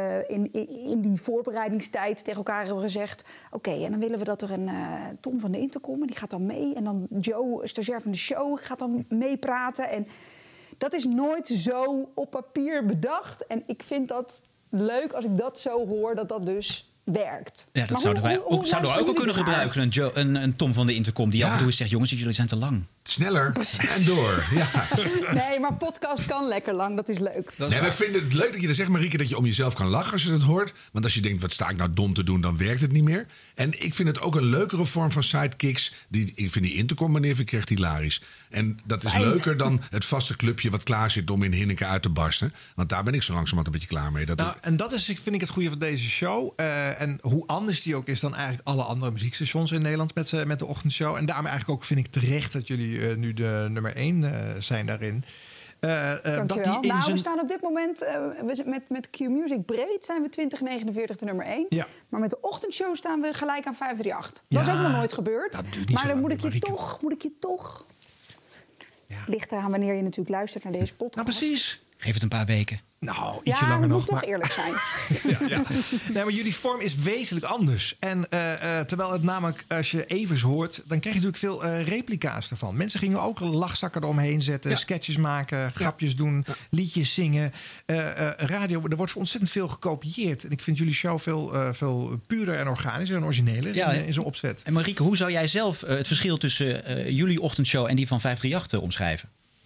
in die voorbereidingstijd tegen elkaar hebben gezegd... Oké, en dan willen we dat er een Tom van de Intercom, die gaat dan mee. En dan Joe, stagiair van de show, gaat dan meepraten. En dat is nooit zo op papier bedacht. En ik vind dat leuk als ik dat zo hoor, dat dus werkt. Ja, dat zouden wij ook al kunnen gebruiken. Een Tom van de Intercom die af en toe eens zegt... jongens, jullie zijn te lang. Sneller en door. Ja. Nee, maar podcast kan lekker lang. Dat is leuk. We vinden het leuk dat je er zegt, Marieke, dat je om jezelf kan lachen als je het hoort. Want als je denkt, wat sta ik nou dom te doen, dan werkt het niet meer. En ik vind het ook een leukere vorm van sidekicks. Ik vind die Intercom, meneer, vind ik echt hilarisch. En dat is leuker dan het vaste clubje wat klaar zit om in Hinneke uit te barsten. Want daar ben ik zo langzamerhand een beetje klaar mee. En dat is, vind ik, het goede van deze show. En hoe anders die ook is dan eigenlijk alle andere muziekstations in Nederland met de ochtendshow. En daarom eigenlijk ook, vind ik, terecht dat jullie nu de nummer 1 zijn daarin. We staan op dit moment met Q-Music breed zijn we 2049 de nummer 1. Ja. Maar met de ochtendshow staan we gelijk aan 538. Dat is ook nog nooit gebeurd. Maar dan moet ik je toch... Ja. Ligt eraan wanneer je natuurlijk luistert naar deze podcast. Nou, precies. Geef het een paar weken. Nou, ietsje langer nog. Moet toch eerlijk zijn. Ja. Nee, maar jullie vorm is wezenlijk anders. En terwijl het namelijk, als je Evers hoort, dan krijg je natuurlijk veel replica's ervan. Mensen gingen ook lachzakken eromheen zetten, sketches maken, grapjes doen, liedjes zingen. Radio, er wordt ontzettend veel gekopieerd. En ik vind jullie show veel puurder en organischer en origineler in zijn opzet. En Marieke, hoe zou jij zelf het verschil tussen jullie ochtendshow en die van 538 omschrijven?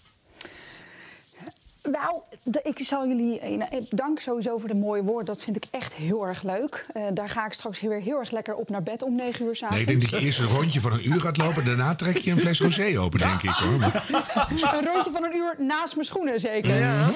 Nou, ik zal jullie dank sowieso voor de mooie woorden. Dat vind ik echt heel erg leuk. Daar ga ik straks weer heel erg lekker op naar bed om 9:00 s'avonds. Nee, ik denk dat je eerst een rondje van 1 uur gaat lopen. Daarna trek je een fles rosé open, denk ik. Hoor. Een rondje van 1 uur naast mijn schoenen, zeker. Ja.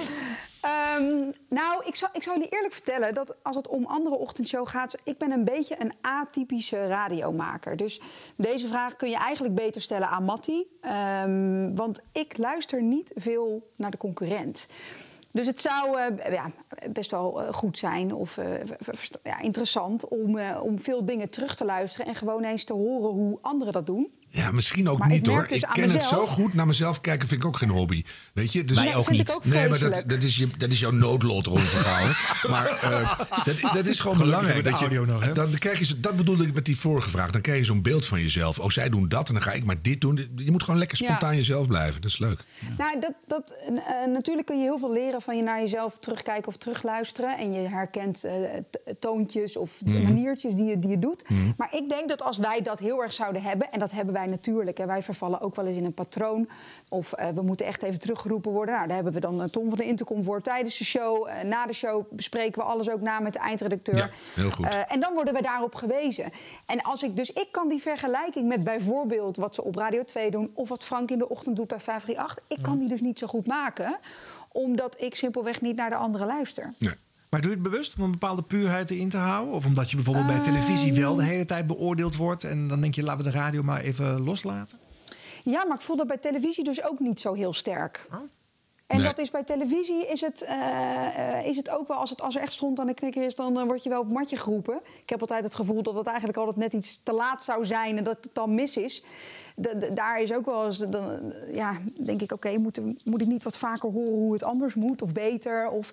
Nou, ik zal jullie eerlijk vertellen dat als het om andere ochtendshow gaat... ik ben een beetje een atypische radiomaker. Dus deze vraag kun je eigenlijk beter stellen aan Matti. Want ik luister niet veel naar de concurrent. Dus het zou best wel goed zijn of interessant om veel dingen terug te luisteren... en gewoon eens te horen hoe anderen dat doen. Ja, misschien ook niet hoor. Dus ik ken het zo goed. Naar mezelf kijken vind ik ook geen hobby. Weet je? Dus wij ook niet. Nee, maar dat is jouw noodlot, Ron Vergouwen. Maar dat is gewoon belangrijk. Dat audio nog, hè? Dan krijg je, dat bedoelde ik met die vorige vraag. Dan krijg je zo'n beeld van jezelf. Oh, zij doen dat en dan ga ik maar dit doen. Je moet gewoon lekker spontaan jezelf blijven. Dat is leuk. Ja. Nou, natuurlijk kun je heel veel leren van je naar jezelf terugkijken of terugluisteren. En je herkent toontjes of maniertjes die je doet. Maar ik denk dat als wij dat heel erg zouden hebben... en dat hebben wij natuurlijk. En wij vervallen ook wel eens in een patroon. Of we moeten echt even teruggeroepen worden. Nou, daar hebben we dan Tom van de Intercom voor tijdens de show. Na de show bespreken we alles ook na met de eindredacteur. Ja, heel goed. En dan worden we daarop gewezen. En ik kan die vergelijking met bijvoorbeeld wat ze op Radio 2 doen... of wat Frank in de ochtend doet bij 538... ik kan die dus niet zo goed maken... omdat ik simpelweg niet naar de anderen luister. Nee. Maar doe je het bewust om een bepaalde puurheid erin te houden? Of omdat je bijvoorbeeld bij televisie wel de hele tijd beoordeeld wordt... en dan denk je, laten we de radio maar even loslaten? Ja, maar ik voel dat bij televisie dus ook niet zo heel sterk. Oh? En dat is bij televisie is het ook wel, als er echt stond aan de knikker is... dan word je wel op het matje geroepen. Ik heb altijd het gevoel dat het eigenlijk altijd net iets te laat zou zijn... en dat het dan mis is. Daar is ook wel eens, denk ik, oké, moet ik niet wat vaker horen hoe het anders moet of beter... of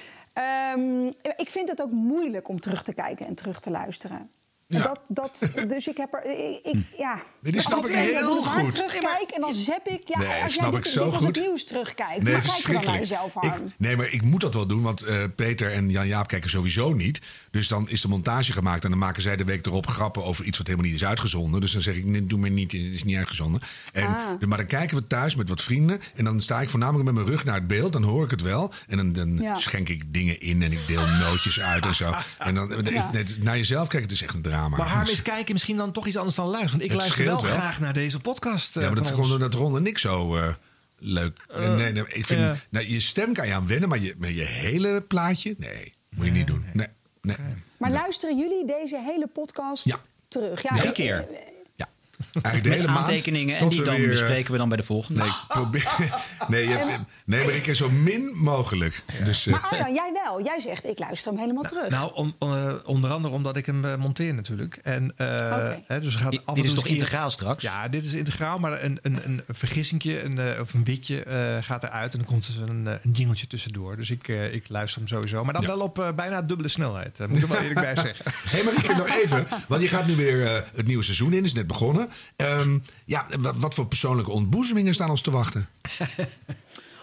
ik vind het ook moeilijk om terug te kijken en terug te luisteren. Ja. Dus ik heb Dit snap ik heel goed. Terugkijk en dan zap ik. Als jij het nieuws terugkijkt, dan kijk je dan naar jezelf aan. Nee, maar ik moet dat wel doen, want Peter en Jan-Jaap kijken sowieso niet. Dus dan is de montage gemaakt en dan maken zij de week erop grappen over iets wat helemaal niet is uitgezonden. Dus dan zeg ik, nee, doe maar niet, het is niet uitgezonden. Maar dan kijken we thuis met wat vrienden en dan sta ik voornamelijk met mijn rug naar het beeld. Dan hoor ik het wel en dan schenk ik dingen in en ik deel nootjes uit en zo. En dan naar jezelf kijken, het is echt een drama. Maar Harm is kijken misschien dan toch iets anders dan luisteren. Want ik luister wel graag naar deze podcast. Ja, maar dat is gewoon dat Ron en ik zo leuk. Nee, ik vind, je stem kan je aan wennen, maar je hele plaatje, nee, moet je niet doen. Nee. Maar luisteren jullie deze hele podcast terug? Ja, 3 keer. Eigenlijk de hele aantekeningen en die dan bespreken we dan bij de volgende. Nee, maar ik is zo min mogelijk. Ja. Dus, maar Arjan, jij wel. Jij zegt, ik luister hem helemaal terug. Nou, onder andere omdat ik hem monteer natuurlijk. En, dus gaat dit is toch integraal straks? Ja, dit is integraal, maar een vergissingje of een witje gaat eruit. En dan komt er een jingeltje tussendoor. Dus ik luister hem sowieso. Maar dan wel op bijna dubbele snelheid. Moet ik er wel eerlijk bij zeggen. Hé, Marieke, nog even. Want je gaat nu weer het nieuwe seizoen in. Is net begonnen. Wat voor persoonlijke ontboezemingen staan ons te wachten?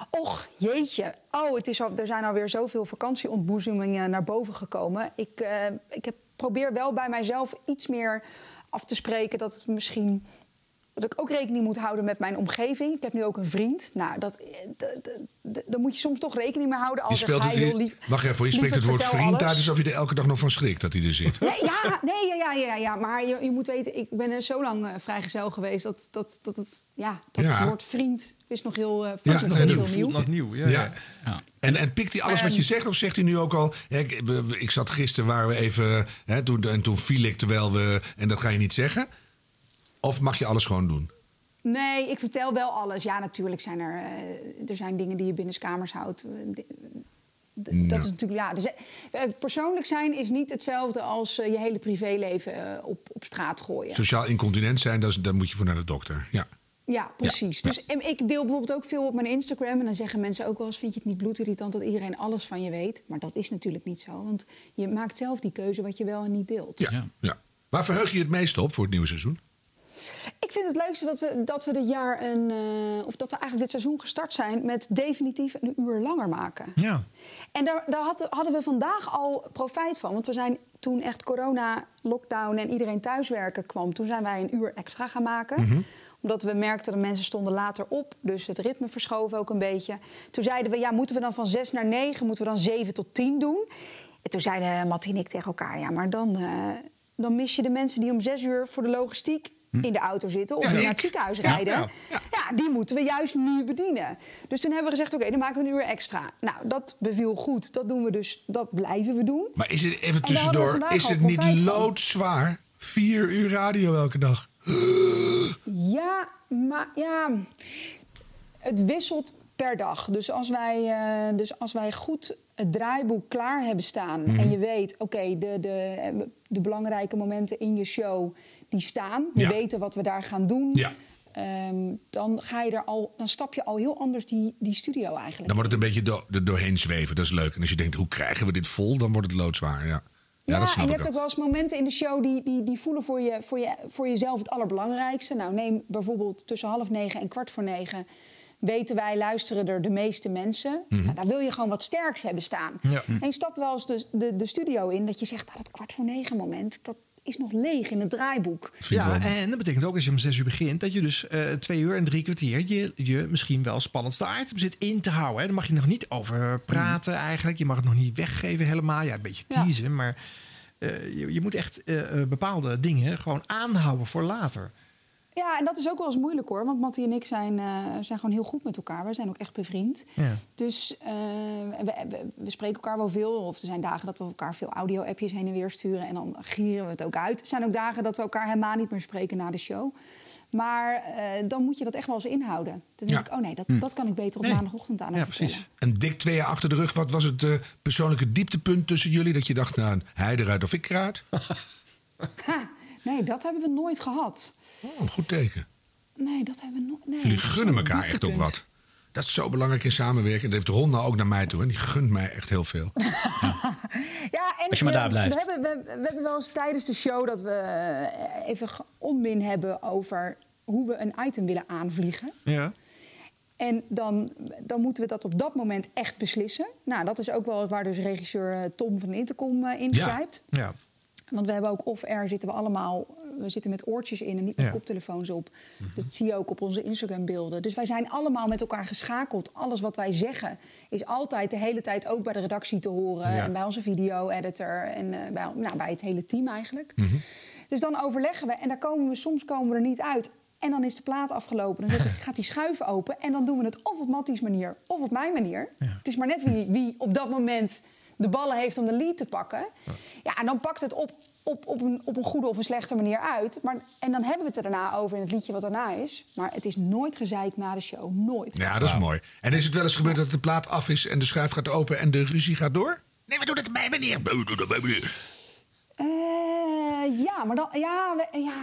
Och, jeetje. Er zijn alweer zoveel vakantieontboezemingen naar boven gekomen. Ik probeer wel bij mijzelf iets meer af te spreken dat het misschien... dat ik ook rekening moet houden met mijn omgeving. Ik heb nu ook een vriend. Nou, daar moet je soms toch rekening mee houden. Als hij heel lief... Wacht even, je spreekt het woord vriend uit... alsof je er elke dag nog van schrikt dat hij er zit. Ja, maar je moet weten... ik ben zo lang vrijgezel geweest... dat het woord vriend is nog heel, heel nieuw. Nog nieuw, ja. En pikt hij alles wat je zegt? Of zegt hij nu ook al... ik zat gisteren, waren we even... toen viel ik terwijl we... en dat ga je niet zeggen... Of mag je alles gewoon doen? Nee, ik vertel wel alles. Ja, natuurlijk zijn er zijn dingen die je binnenskamers houdt. Dat is natuurlijk, Dus, persoonlijk zijn is niet hetzelfde als je hele privéleven op straat gooien. Sociaal incontinent zijn, daar moet je voor naar de dokter. Ja, precies. Ja. Dus ik deel bijvoorbeeld ook veel op mijn Instagram. En dan zeggen mensen ook wel eens... vind je het niet bloedirritant dat iedereen alles van je weet? Maar dat is natuurlijk niet zo. Want je maakt zelf die keuze wat je wel en niet deelt. Ja. Waar verheug je het meest op voor het nieuwe seizoen? Ik vind het leukste dat we dit jaar of dat we eigenlijk dit seizoen gestart zijn met definitief een uur langer maken. Ja. En daar hadden we vandaag al profijt van. Want we zijn toen echt corona, lockdown en iedereen thuiswerken kwam. Toen zijn wij een uur extra gaan maken. Mm-hmm. Omdat we merkten dat mensen stonden later op. Dus het ritme verschoof ook een beetje. Toen zeiden we, moeten we dan van 6 naar 9, moeten we dan 7 tot 10 doen? En toen zeiden Mattie en ik tegen elkaar, maar dan mis je de mensen die om 6 uur voor de logistiek in de auto zitten of naar het ziekenhuis rijden. Ja, die moeten we juist nu bedienen. Dus toen hebben we gezegd, oké, dan maken we een uur extra. Nou, dat beviel goed. Dat doen we dus, dat blijven we doen. Maar is het, even tussendoor, is het niet loodzwaar? 4 uur radio elke dag? Ja, maar het wisselt per dag. Dus als wij goed het draaiboek klaar hebben staan en je weet, oké, de belangrijke momenten in je show die staan, we weten wat we daar gaan doen. Ja. Dan stap je al heel anders die studio eigenlijk. Dan wordt het een beetje er doorheen zweven. Dat is leuk. En als je denkt, hoe krijgen we dit vol? Dan wordt het loodzwaar. Ja, dat snap en je ik hebt ook wel eens momenten in de show die voelen voor jezelf het allerbelangrijkste. Nou, neem bijvoorbeeld tussen 8:30 en 8:45 weten wij, luisteren er de meeste mensen. Mm-hmm. Nou, daar wil je gewoon wat sterks hebben staan. Ja. En je stapt wel eens de studio in dat je zegt, dat 8:45 moment, dat is nog leeg in het draaiboek. Ja, en dat betekent ook als je om 6 uur begint, dat je dus 2 uur en 3 kwartier je misschien wel spannendste item zit in te houden. Hè. Daar mag je nog niet over praten eigenlijk. Je mag het nog niet weggeven helemaal. Ja, een beetje teasen, maar je moet echt bepaalde dingen gewoon aanhouden voor later. Ja, en dat is ook wel eens moeilijk hoor. Want Mattie en ik zijn gewoon heel goed met elkaar. We zijn ook echt bevriend. Ja. Dus we spreken elkaar wel veel. Of er zijn dagen dat we elkaar veel audio-appjes heen en weer sturen. En dan gieren we het ook uit. Er zijn ook dagen dat we elkaar helemaal niet meer spreken na de show. Maar dan moet je dat echt wel eens inhouden. Dan denk ik, dat kan ik beter op maandagochtend aan vertellen. Precies. En dik 2 jaar achter de rug. Wat was het persoonlijke dieptepunt tussen jullie? Dat je dacht, hij eruit of ik eruit? Nee, dat hebben we nooit gehad. Oh, een goed teken. Nee, dat hebben we nooit. Nee, jullie gunnen elkaar echt ook wat. Dat is zo belangrijk in samenwerken. Dat heeft Ron nou ook naar mij toe. En die gunt mij echt heel veel. En als je maar daar blijft. We hebben wel eens tijdens de show dat we even onmin hebben over hoe we een item willen aanvliegen. Ja. En dan moeten we dat op dat moment echt beslissen. Nou, dat is ook wel waar dus regisseur Tom van Intercom ingrijpt. Ja. Want we hebben ook off-air we zitten met oortjes in en niet met koptelefoons op. Dus dat zie je ook op onze Instagram-beelden. Dus wij zijn allemaal met elkaar geschakeld. Alles wat wij zeggen is altijd de hele tijd ook bij de redactie te horen. Ja. En bij onze video-editor en bij het hele team eigenlijk. Mm-hmm. Dus dan overleggen we en soms komen we er niet uit. En dan is de plaat afgelopen. Dan gaat die schuif open en dan doen we het of op Mattie's manier of op mijn manier. Ja. Het is maar net wie op dat moment de ballen heeft om de lead te pakken. Ja, en dan pakt het op een goede of een slechte manier uit. En dan hebben we het er daarna over in het liedje wat daarna is. Maar het is nooit gezeik na de show. Nooit. Ja, dat is mooi. En is het wel eens gebeurd dat de plaat af is en de schuif gaat open en de ruzie gaat door? Nee, we doen het op mijn manier. Ja, maar dan...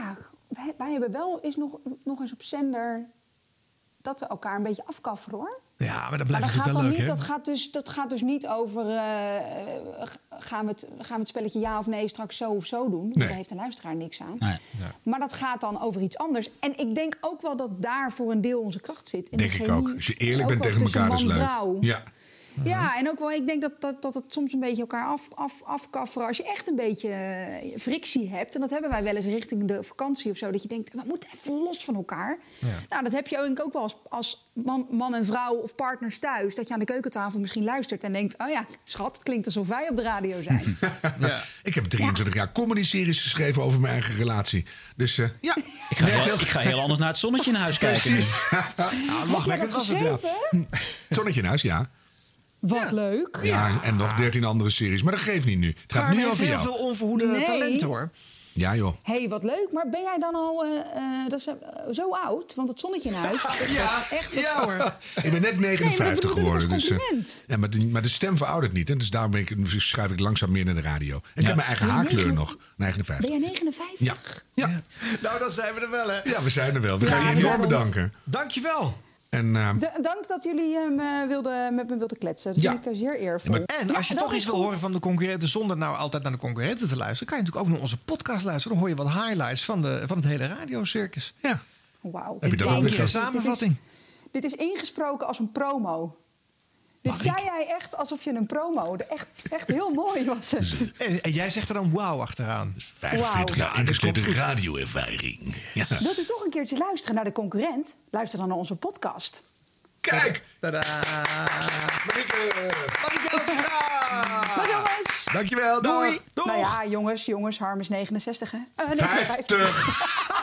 wij hebben wel eens nog eens op zender dat we elkaar een beetje afkafferen, hoor. Ja, maar dat blijft natuurlijk wel leuk, hè? Dat gaat dus niet over... gaan we het spelletje ja of nee straks zo of zo doen? Daar heeft de luisteraar niks aan. Nee. Maar dat gaat dan over iets anders. En ik denk ook wel dat daar voor een deel onze kracht zit. Denk ik ook. Als je eerlijk bent tegen elkaar, dat is leuk. Ja. Ja, en ook wel, ik denk dat het soms een beetje elkaar afkafferen. Als je echt een beetje frictie hebt, en dat hebben wij wel eens richting de vakantie of zo, dat je denkt, we moeten even los van elkaar. Ja. Nou, dat heb je ook wel als man en vrouw of partners thuis, dat je aan de keukentafel misschien luistert en denkt, oh ja, schat, het klinkt alsof wij op de radio zijn. Ja. Ik heb 23 jaar comedy-series geschreven over mijn eigen relatie. Dus ja. Ik ga heel anders naar het zonnetje in huis kijken. Precies. Lachwekkend was het, ja. Zonnetje in huis, ja. Wat leuk. Ja, en nog 13 andere series. Maar dat geeft niet nu. Het gaat nu over jou. Heel veel onverhoede talenten, hoor. Ja, joh. Hé, wat leuk. Maar ben jij dan al zo oud? Want het zonnetje in huis, dat is echt wat voor. Ik ben net 59 geworden. Dus, maar de stem veroudert niet. Hè? Dus daarom schrijf ik langzaam meer naar de radio. En ik heb mijn eigen haarkleur nog. 59. Ben jij 59? Ja. Nou, dan zijn we er wel, hè? Ja, we zijn er wel. We gaan je enorm bedanken. Dankjewel. En, dank dat jullie met me wilden kletsen. Dat vind ik zeer eervol. En als je toch iets wil horen van de concurrenten, zonder nou altijd naar de concurrenten te luisteren, kan je natuurlijk ook naar onze podcast luisteren. Dan hoor je wat highlights van het hele radiocircus. Ja. Wauw. Heb je dat ook weer een samenvatting? Dit is ingesproken als een promo. Dit zei jij echt alsof je een promo... Echt heel mooi was het. En jij zegt er dan wauw achteraan. 45 jaar ingesloten radioervaring. Ja. Wilt u toch een keertje luisteren naar de concurrent? Luister dan naar onze podcast. Kijk! Tadaa! Marieke! Dag jongens! Dankjewel, doei! Doeg. Nou ja, jongens, Harm is 69, hè? 50!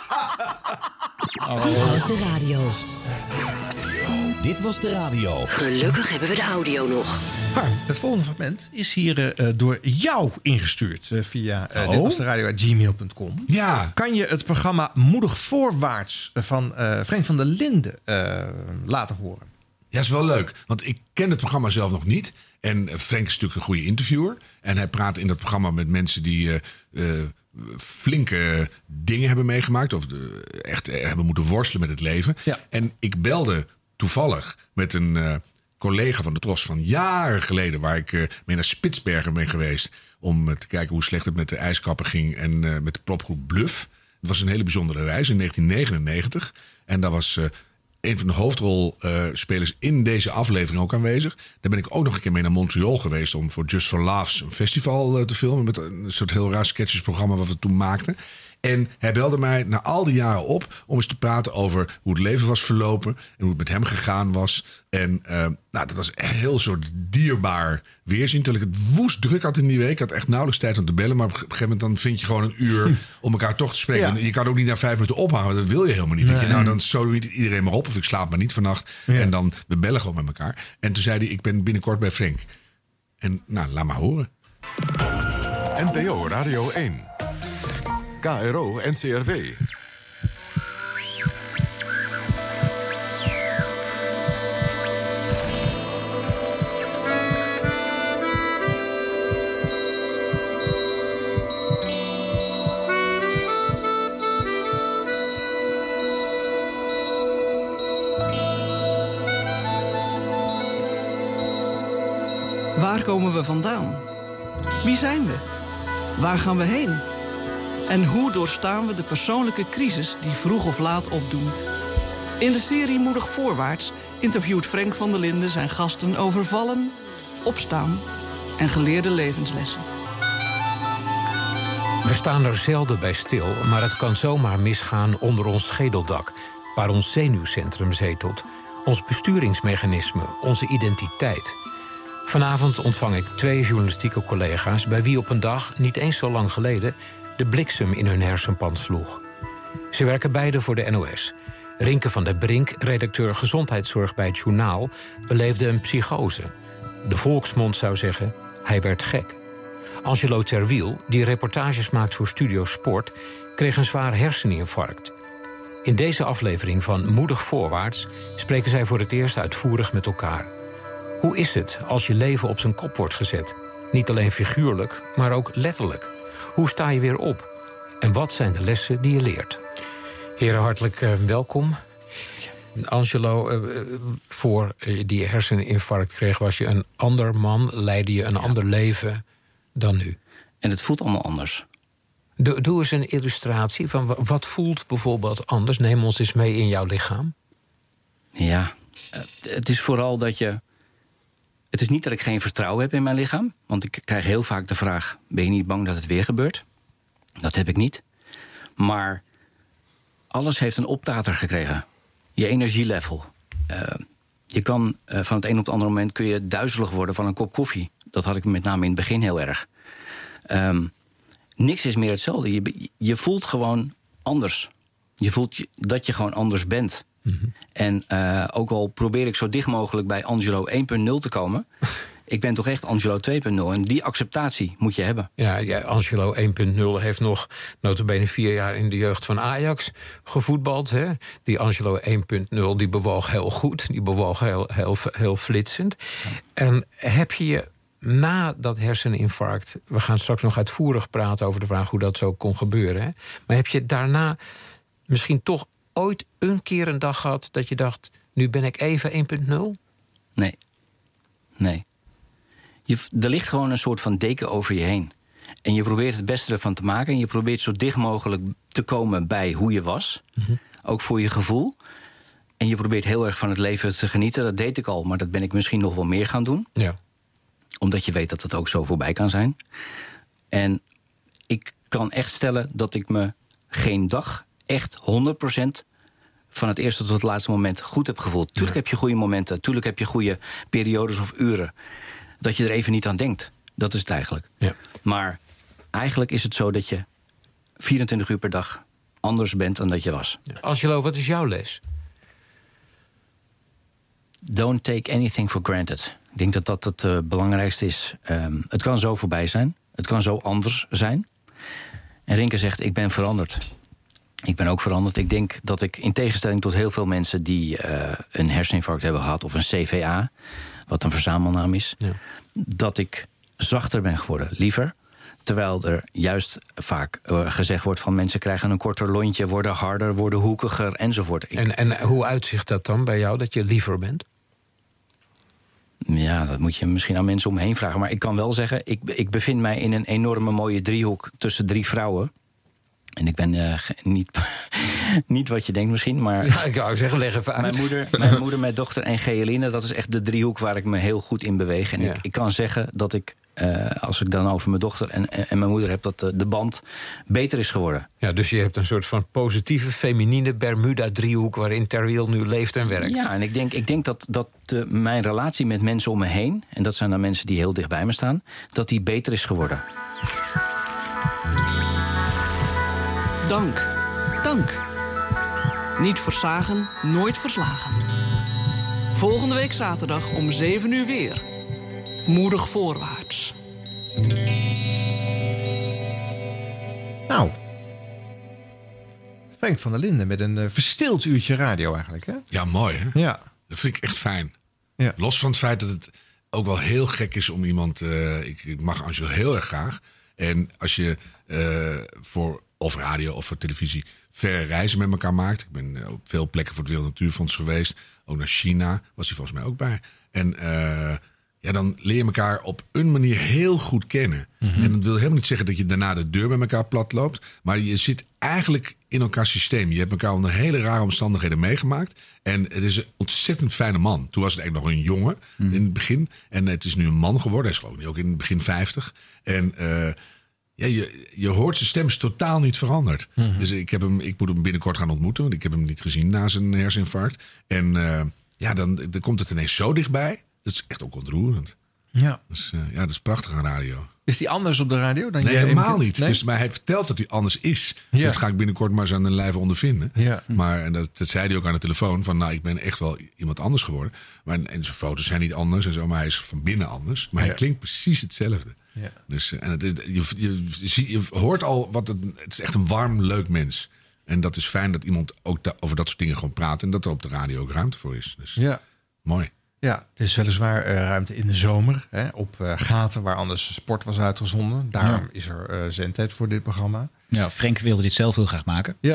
Dit was de radio. Dit was de radio. Gelukkig hebben we de audio nog. Harm, het volgende fragment is hier door jou ingestuurd via ditwasderadio@gmail.com. Ja. Kan je het programma Moedig Voorwaarts van Frank van der Linden laten horen? Ja, is wel leuk. Want ik ken het programma zelf nog niet. En Frank is natuurlijk een goede interviewer. En hij praat in dat programma met mensen die flinke dingen hebben meegemaakt. Of echt hebben moeten worstelen met het leven. Ja. En ik belde toevallig met een collega van de Tros van jaren geleden, waar ik mee naar Spitsbergen ben geweest om te kijken hoe slecht het met de ijskappen ging en met de popgroep Bluff. Het was een hele bijzondere reis in 1999. En daar was een van de hoofdrolspelers in deze aflevering ook aanwezig. Daar ben ik ook nog een keer mee naar Montreal geweest om voor Just for Laughs een festival te filmen met een soort heel raar sketchesprogramma wat we toen maakten. En hij belde mij na al die jaren op om eens te praten over hoe het leven was verlopen en hoe het met hem gegaan was. En dat was echt heel soort dierbaar weerzien. Terwijl ik het woest druk had in die week. Ik had echt nauwelijks tijd om te bellen. Maar op een gegeven moment dan vind je gewoon een uur om elkaar toch te spreken. Ja. Je kan ook niet na 5 minuten ophangen. Dat wil je helemaal niet. Nee. Nou, dan sodemiet iedereen maar op. Of ik slaap maar niet vannacht. Ja. En dan we bellen gewoon met elkaar. En toen zei hij, ik ben binnenkort bij Frank. En nou, laat maar horen. NPO Radio 1. KRO NCRW. Waar komen we vandaan? Wie zijn we? Waar gaan we heen? En hoe doorstaan we de persoonlijke crisis die vroeg of laat opdoemt? In de serie Moedig Voorwaarts interviewt Frank van der Linden zijn gasten over vallen, opstaan en geleerde levenslessen. We staan er zelden bij stil, maar het kan zomaar misgaan onder ons schedeldak, waar ons zenuwcentrum zetelt, ons besturingsmechanisme, onze identiteit. Vanavond ontvang ik 2 journalistieke collega's bij wie op een dag, niet eens zo lang geleden, de bliksem in hun hersenpan sloeg. Ze werken beide voor de NOS. Rinke van der Brink, redacteur gezondheidszorg bij het Journaal, beleefde een psychose. De volksmond zou zeggen, hij werd gek. Angelo Terwiel, die reportages maakt voor Studio Sport, kreeg een zwaar herseninfarct. In deze aflevering van Moedig Voorwaarts spreken zij voor het eerst uitvoerig met elkaar. Hoe is het als je leven op zijn kop wordt gezet? Niet alleen figuurlijk, maar ook letterlijk. Hoe sta je weer op? En wat zijn de lessen die je leert? Heren, hartelijk welkom. Angelo, voor je die herseninfarct kreeg, was je een ander man, leidde je een ander leven dan nu. En het voelt allemaal anders. Doe eens een illustratie van wat voelt bijvoorbeeld anders. Neem ons eens mee in jouw lichaam. Ja, het is vooral dat je... Het is niet dat ik geen vertrouwen heb in mijn lichaam. Want ik krijg heel vaak de vraag... ben je niet bang dat het weer gebeurt? Dat heb ik niet. Maar alles heeft een optater gekregen. Je energielevel. Je kan van het een op het andere moment... kun je duizelig worden van een kop koffie. Dat had ik met name in het begin heel erg. Niks is meer hetzelfde. Je voelt gewoon anders. Je voelt dat je gewoon anders bent. Mm-hmm. En ook al probeer ik zo dicht mogelijk bij Angelo 1.0 te komen... ik ben toch echt Angelo 2.0. En die acceptatie moet je hebben. Ja, Angelo 1.0 heeft nog nota bene 4 jaar in de jeugd van Ajax gevoetbald. Hè? Die Angelo 1.0 die bewoog heel goed. Die bewoog heel flitsend. Ja. En heb je na dat herseninfarct... we gaan straks nog uitvoerig praten over de vraag hoe dat zo kon gebeuren. Hè? Maar heb je daarna misschien toch ooit een keer een dag gehad dat je dacht... nu ben ik even 1.0? Nee. Er ligt gewoon een soort van deken over je heen. En je probeert het beste ervan te maken. En je probeert zo dicht mogelijk te komen bij hoe je was. Mm-hmm. Ook voor je gevoel. En je probeert heel erg van het leven te genieten. Dat deed ik al, maar dat ben ik misschien nog wel meer gaan doen. Ja. Omdat je weet dat het ook zo voorbij kan zijn. En ik kan echt stellen dat ik me geen dag echt 100% van het eerste tot het laatste moment goed heb gevoeld. Tuurlijk heb je goede momenten, tuurlijk heb je goede periodes of uren. Dat je er even niet aan denkt. Dat is het eigenlijk. Ja. Maar eigenlijk is het zo dat je 24 uur per dag anders bent dan dat je was. Angelo, wat is jouw les? Don't take anything for granted. Ik denk dat dat het belangrijkste is. Het kan zo voorbij zijn. Het kan zo anders zijn. En Rinke zegt, ik ben veranderd. Ik ben ook veranderd. Ik denk dat ik, in tegenstelling tot heel veel mensen die een herseninfarct hebben gehad... of een CVA, wat een verzamelnaam is... Ja. Dat ik zachter ben geworden, liever. Terwijl er juist vaak gezegd wordt van mensen krijgen een korter lontje... worden harder, worden hoekiger enzovoort. En hoe uitzicht dat dan bij jou, dat je liever bent? Ja, dat moet je misschien aan mensen om me heen vragen. Maar ik kan wel zeggen, ik bevind mij in een enorme mooie driehoek... tussen 3 vrouwen. En ik ben niet wat je denkt misschien, maar... Ja, ik wou zeggen, leg even uit. Mijn moeder, mijn dochter en Geeline, dat is echt de driehoek waar ik me heel goed in beweeg. En ik kan zeggen dat ik, als ik dan over mijn dochter en mijn moeder heb... dat de band beter is geworden. Ja, dus je hebt een soort van positieve, feminine Bermuda-driehoek... waarin Terriel nu leeft en werkt. Ja, en ik denk dat mijn relatie met mensen om me heen... en dat zijn dan mensen die heel dicht bij me staan... dat die beter is geworden. Dank. Niet versagen, nooit verslagen. Volgende week zaterdag om 7 uur weer. Moedig voorwaarts. Nou. Frank van der Linden met een verstild uurtje radio eigenlijk, hè? Ja, mooi, hè? Ja. Dat vind ik echt fijn. Ja. Los van het feit dat het ook wel heel gek is om iemand... ik mag Angelo heel erg graag. En als je voor of radio of voor televisie verre reizen met elkaar maakt. Ik ben op veel plekken voor het Wereld Natuurfonds geweest. Ook naar China was hij volgens mij ook bij. En dan leer je elkaar op een manier heel goed kennen. Mm-hmm. En dat wil helemaal niet zeggen dat je daarna de deur bij elkaar plat loopt. Maar je zit eigenlijk in elkaars systeem. Je hebt elkaar onder hele rare omstandigheden meegemaakt. En het is een ontzettend fijne man. Toen was het eigenlijk nog een jongen in het begin. En het is nu een man geworden. Hij is geloof ik ook in het begin 50. En... je hoort zijn stem is totaal niet veranderd. Mm-hmm. Dus ik moet hem binnenkort gaan ontmoeten. Want ik heb hem niet gezien na zijn herseninfarct. En dan komt het ineens zo dichtbij. Dat is echt ook ontroerend. Ja. Dus dat is prachtig aan radio. Is hij anders op de radio dan Nee, jij? helemaal niet. Nee? Dus, maar hij vertelt dat hij anders is. Ja. Dat ga ik binnenkort maar eens aan de lijve ondervinden. Ja. Maar en dat zei hij ook aan de telefoon. Van ik ben echt wel iemand anders geworden. Maar, en zijn foto's zijn niet anders. En zo, maar hij is van binnen anders. Maar hij klinkt precies hetzelfde. Ja. Dus, en je hoort al, het is echt een warm, leuk mens. En dat is fijn dat iemand ook over dat soort dingen gewoon praat. En dat er op de radio ook ruimte voor is. Dus mooi. Ja, het is weliswaar ruimte in de zomer. Hè, op gaten waar anders sport was uitgezonden. Daarom is er zendtijd voor dit programma. Ja, Frank wilde dit zelf heel graag maken. Ja.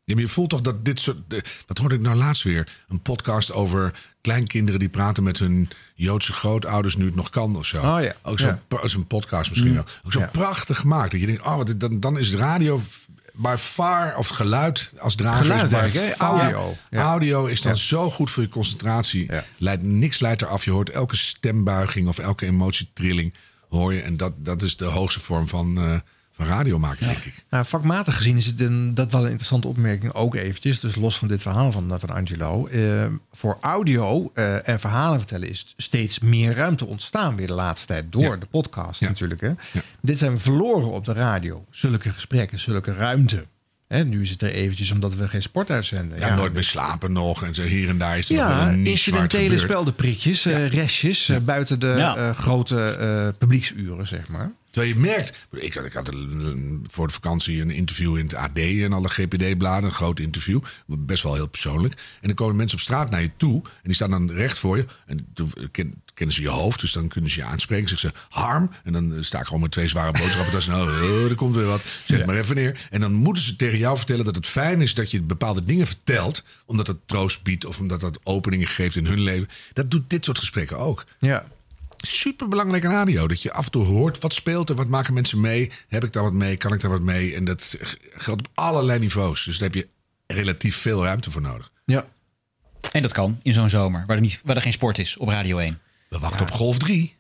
Ja, maar je voelt toch dat dit soort... Wat hoorde ik nou laatst weer? Een podcast over kleinkinderen die praten met hun Joodse grootouders nu het nog kan of zo. Oh ja. Ook zo'n podcast misschien wel. Ook zo prachtig gemaakt. Dat je denkt, dan is het radio by far, of geluid als drager. Audio. Ja. Audio is dan zo goed voor je concentratie. Ja. Niks leidt eraf. Je hoort elke stembuiging of elke emotietrilling hoor je. En dat is de hoogste vorm van radio maken, denk ik. Nou, vakmatig gezien is het dat wel een interessante opmerking ook eventjes. Dus los van dit verhaal van Angelo. Voor audio en verhalen vertellen is steeds meer ruimte ontstaan weer de laatste tijd. Door de podcast natuurlijk. Hè. Ja. Dit zijn we verloren op de radio. Zulke gesprekken, zulke ruimte. Hè, nu is het er eventjes omdat we geen sport uitzenden. Ja, nooit meer slapen nog. En zo hier en daar is er nog wel een niche incidentele speldenprikjes, restjes. Buiten de grote publieksuren, zeg maar. Terwijl je merkt, ik had voor de vakantie een interview in het AD en alle GPD-bladen, een groot interview, best wel heel persoonlijk. En dan komen mensen op straat naar je toe en die staan dan recht voor je. En toen kennen ze je hoofd, dus dan kunnen ze je aanspreken. Zeggen ze, Harm. En dan sta ik gewoon met 2 zware boodschappen. Dan nou, er komt weer wat. Zet maar even neer. En dan moeten ze tegen jou vertellen dat het fijn is dat je bepaalde dingen vertelt, omdat het troost biedt of omdat dat openingen geeft in hun leven. Dat doet dit soort gesprekken ook. Ja. Superbelangrijk aan radio. Dat je af en toe hoort wat speelt er, wat maken mensen mee. Heb ik daar wat mee? Kan ik daar wat mee? En dat geldt op allerlei niveaus. Dus daar heb je relatief veel ruimte voor nodig. Ja. En dat kan in zo'n zomer, waar er geen sport is op Radio 1. We wachten op Golf 3.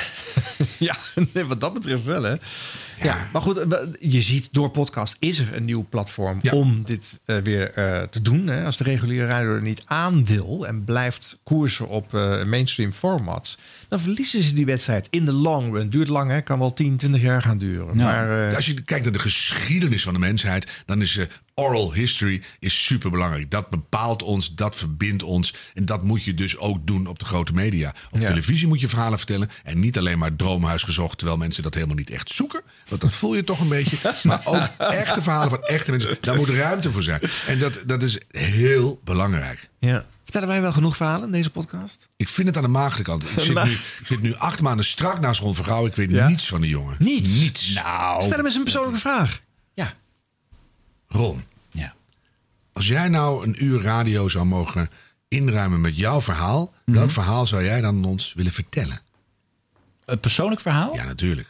Ja, wat dat betreft wel, hè. Ja, maar goed, je ziet door podcast is er een nieuw platform om dit weer te doen. Hè. Als de reguliere radio er niet aan wil en blijft koersen op mainstream formats, dan verliezen ze die wedstrijd in de long run. Duurt lang, hè? Kan wel 10, 20 jaar gaan duren. Ja. Maar, als je kijkt naar de geschiedenis van de mensheid, dan is oral history is superbelangrijk. Dat bepaalt ons, dat verbindt ons. En dat moet je dus ook doen op de grote media. Op televisie moet je verhalen vertellen. En niet alleen maar Droomhuis gezocht, terwijl mensen dat helemaal niet echt zoeken. Want dat voel je toch een beetje. Maar ook echte verhalen van echte mensen. Daar moet ruimte voor zijn. En dat is heel belangrijk. Ja. Vertellen wij wel genoeg verhalen in deze podcast? Ik vind het aan de maagde kant. Ik zit nu 8 maanden strak naast Ron Vergouwen. Ik weet niets van die jongen. Niets? Nou. Stel hem eens een persoonlijke vraag. Ja. Ron. Ja. Als jij nou een uur radio zou mogen inruimen met jouw verhaal. Welk verhaal zou jij dan ons willen vertellen? Een persoonlijk verhaal? Ja, natuurlijk.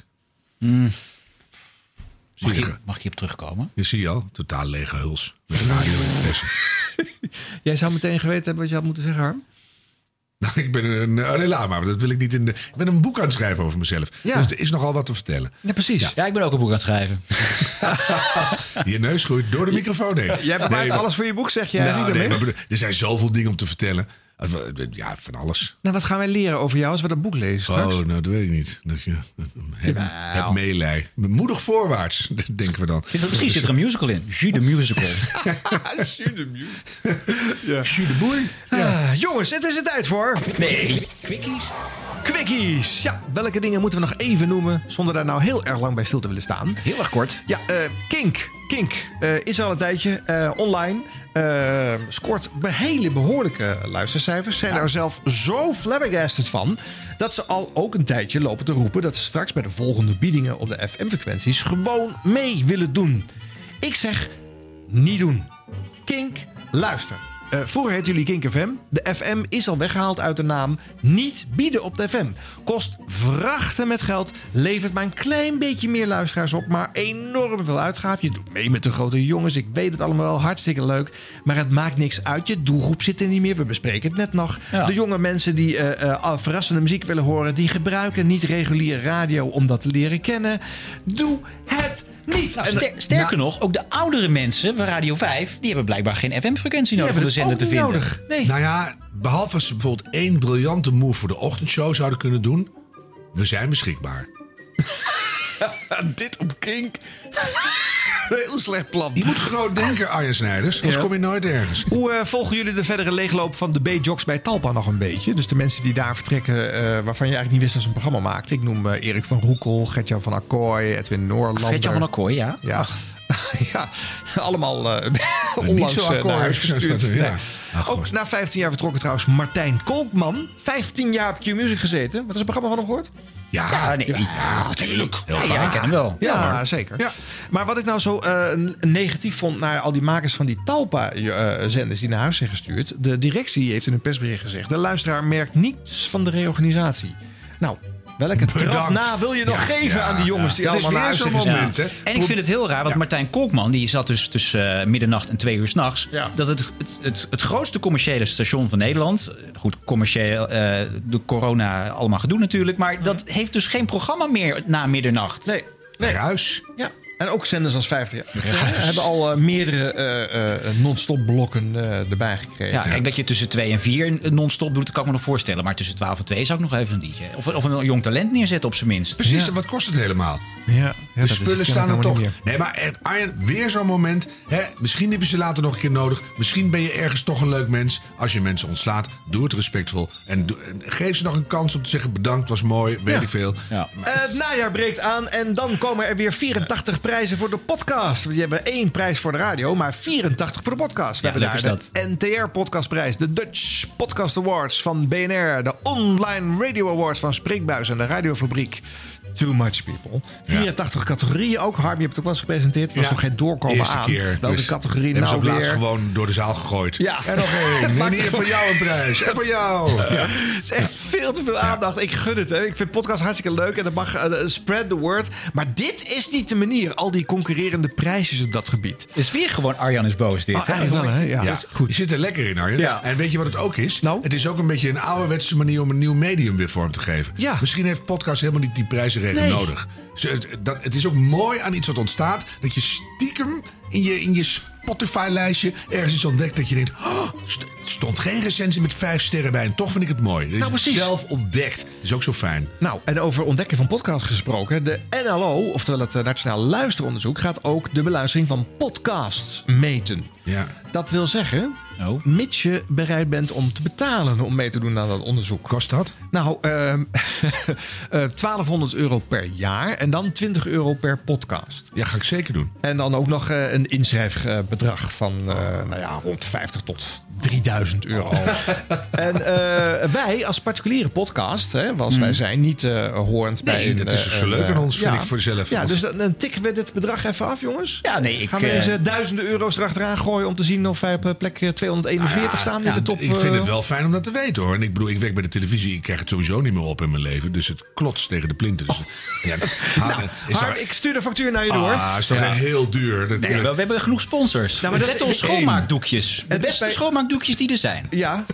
Mag ik hierop terugkomen? Je zie je al, totaal lege huls. Met radio-interesse. Jij zou meteen geweten hebben wat je had moeten zeggen, Harm? Nou, ik ben maar dat wil ik niet ik ben een boek aan het schrijven over mezelf. Ja. Dus er is nogal wat te vertellen. Ja, precies. Ja, ik ben ook een boek aan het schrijven. Je neus groeit door de microfoon heen. Jij bewaart alles voor je boek, zeg je? Maar er zijn zoveel dingen om te vertellen. Ja, van alles. Nou, wat gaan wij leren over jou als we dat boek lezen straks? Oh, nou, dat weet ik niet. Heb meelij. Moedig voorwaarts, denken we dan. Misschien zit er een musical in. Jus de Musical. Jus de Musical. Jus de Boer. Jongens, het is er tijd voor. Nee. Quickies. Ja, welke dingen moeten we nog even noemen zonder daar nou heel erg lang bij stil te willen staan? Heel erg kort. Ja, Kink is al een tijdje online. Scoort hele behoorlijke luistercijfers. Zijn er zelf zo flabbergasted van dat ze al ook een tijdje lopen te roepen dat ze straks bij de volgende biedingen op de FM-frequenties gewoon mee willen doen. Ik zeg, niet doen. Kink, luister. Vroeger heette jullie Kink FM. De FM is al weggehaald uit de naam. Niet bieden op de FM. Kost vrachten met geld. Levert maar een klein beetje meer luisteraars op. Maar enorm veel uitgaven. Je doet mee met de grote jongens. Ik weet het allemaal wel. Hartstikke leuk. Maar het maakt niks uit. Je doelgroep zit er niet meer. We bespreken het net nog. Ja. De jonge mensen die verrassende muziek willen horen. Die gebruiken niet reguliere radio om dat te leren kennen. Doe het niet. Nou, sterker nog, ook de oudere mensen van Radio 5... die hebben blijkbaar geen FM-frequentie nodig om de zender te vinden. Nee. Nou ja, behalve als ze bijvoorbeeld 1 briljante move voor de ochtendshow zouden kunnen doen. We zijn beschikbaar. Dit op Kink. Heel slecht plan. Je moet groot denken, Arjen Snijders. Anders kom je nooit ergens. Hoe volgen jullie de verdere leegloop van de B-Jocks bij Talpa nog een beetje? Dus de mensen die daar vertrekken, waarvan je eigenlijk niet wist dat ze een programma maakten. Ik noem Erik van Roekel, Gertjan van Akkooi, Edwin Noorlander. Gertjan van Akkooi, ja. Ja. Ja, allemaal onlangs naar huis gestuurd. Ja. Ook na 15 jaar vertrokken trouwens Martijn Kolkman. 15 jaar op Q-Music gezeten. Wat is het programma van hem gehoord? Ja, natuurlijk. Ja, ik ken hem wel. Ja, zeker. Ja. Maar wat ik nou zo negatief vond naar al die makers van die Talpa-zenders die naar huis zijn gestuurd. De directie heeft in een persbericht gezegd: de luisteraar merkt niets van de reorganisatie. Nou, welke trap na wil je nog geven aan die jongens die allemaal naar huis zijn gestuurd? Ja. En ik vind het heel raar, want Martijn Kolkman die zat dus tussen middernacht en 2 uur 's nachts. Ja. Dat het grootste commerciële station van Nederland, goed, commerciële de corona allemaal gedoe natuurlijk, maar dat heeft dus geen programma meer na middernacht. Nee. Ruis. Ja. En ook zenders als 50 jaar. Hebben al meerdere non-stop blokken erbij gekregen. Ja, kijk, dat je tussen 2 en 4 non-stop doet, dat kan ik me nog voorstellen. Maar tussen 12 en 2 zou ik nog even een DJ. Of een jong talent neerzetten op zijn minst. Precies, wat kost het helemaal? Ja, de spullen staan er toch. Nee, maar Arjen, weer zo'n moment. Hè, misschien heb je ze later nog een keer nodig. Misschien ben je ergens toch een leuk mens. Als je mensen ontslaat, doe het respectvol. En geef ze nog een kans om te zeggen bedankt, was mooi, weet ik veel. Ja. Het najaar breekt aan en dan komen er weer 84 prijzen voor de podcast. We hebben 1 prijs voor de radio, maar 84 voor de podcast. We hebben dus de NTR Podcastprijs, de Dutch Podcast Awards van BNR, de Online Radio Awards van Spreekbuis en de Radiofabriek. Too much people. 84 categorieën ook. Harm, je hebt het ook wel eens gepresenteerd. Het was nog geen doorkomen eerste aan. Keer. Welke dus categorie nou weer? Hebben ze weer? gewoon door de zaal gegooid. Ja. En nog één. En hier voor jou een prijs. En voor jou. Ja. Het is echt veel te veel aandacht. Ik gun het. Hè. Ik vind podcast hartstikke leuk. En dat mag spread the word. Maar dit is niet de manier. Al die concurrerende prijsjes op dat gebied. Het is weer gewoon Arjan is boos dit. Eigenlijk wel, hè? Ja. Goed. Je zit er lekker in, Arjen. Ja. En weet je wat het ook is? Nou? Het is ook een beetje een ouderwetse manier om een nieuw medium weer vorm te geven. Ja. Misschien heeft podcast helemaal niet die prijzenregel nodig. Het is ook mooi aan iets wat ontstaat, dat je stiekem in je Spotify-lijstje ergens iets ontdekt dat je denkt, stond geen recensie met 5 sterren bij en toch vind ik het mooi. Dat is het zelf ontdekt. Dat is ook zo fijn. Nou, en over ontdekken van podcasts gesproken. De NLO, oftewel het Nationaal Luisteronderzoek, gaat ook de beluistering van podcasts meten. Ja. Dat wil zeggen, mits je bereid bent om te betalen om mee te doen aan dat onderzoek. Kost dat? Nou, €1200 per jaar en dan €20 per podcast. Ja, ga ik zeker doen. En dan ook nog een inschrijfbedrag van rond 50 tot €3000. En wij als particuliere podcast, zoals wij zijn, niet horend bij... dat is zo leuk aan ons, vind ik voor zelf. Ja, dus dan tikken we dit bedrag even af, jongens. Ja, nee, gaan we deze duizenden euro's erachteraan gooien om te zien of wij op plek 241 staan in de top. Ik vind het wel fijn om dat te weten, hoor. En ik bedoel, ik werk bij de televisie, ik krijg het sowieso niet meer op in mijn leven. Dus het klotst tegen de plinten. Dus, ik stuur de factuur naar je door. Is toch heel duur. We hebben genoeg sponsors. Ja, maar let op schoonmaakdoekjes. De beste schoonmaakdoekjes die er zijn. Ja,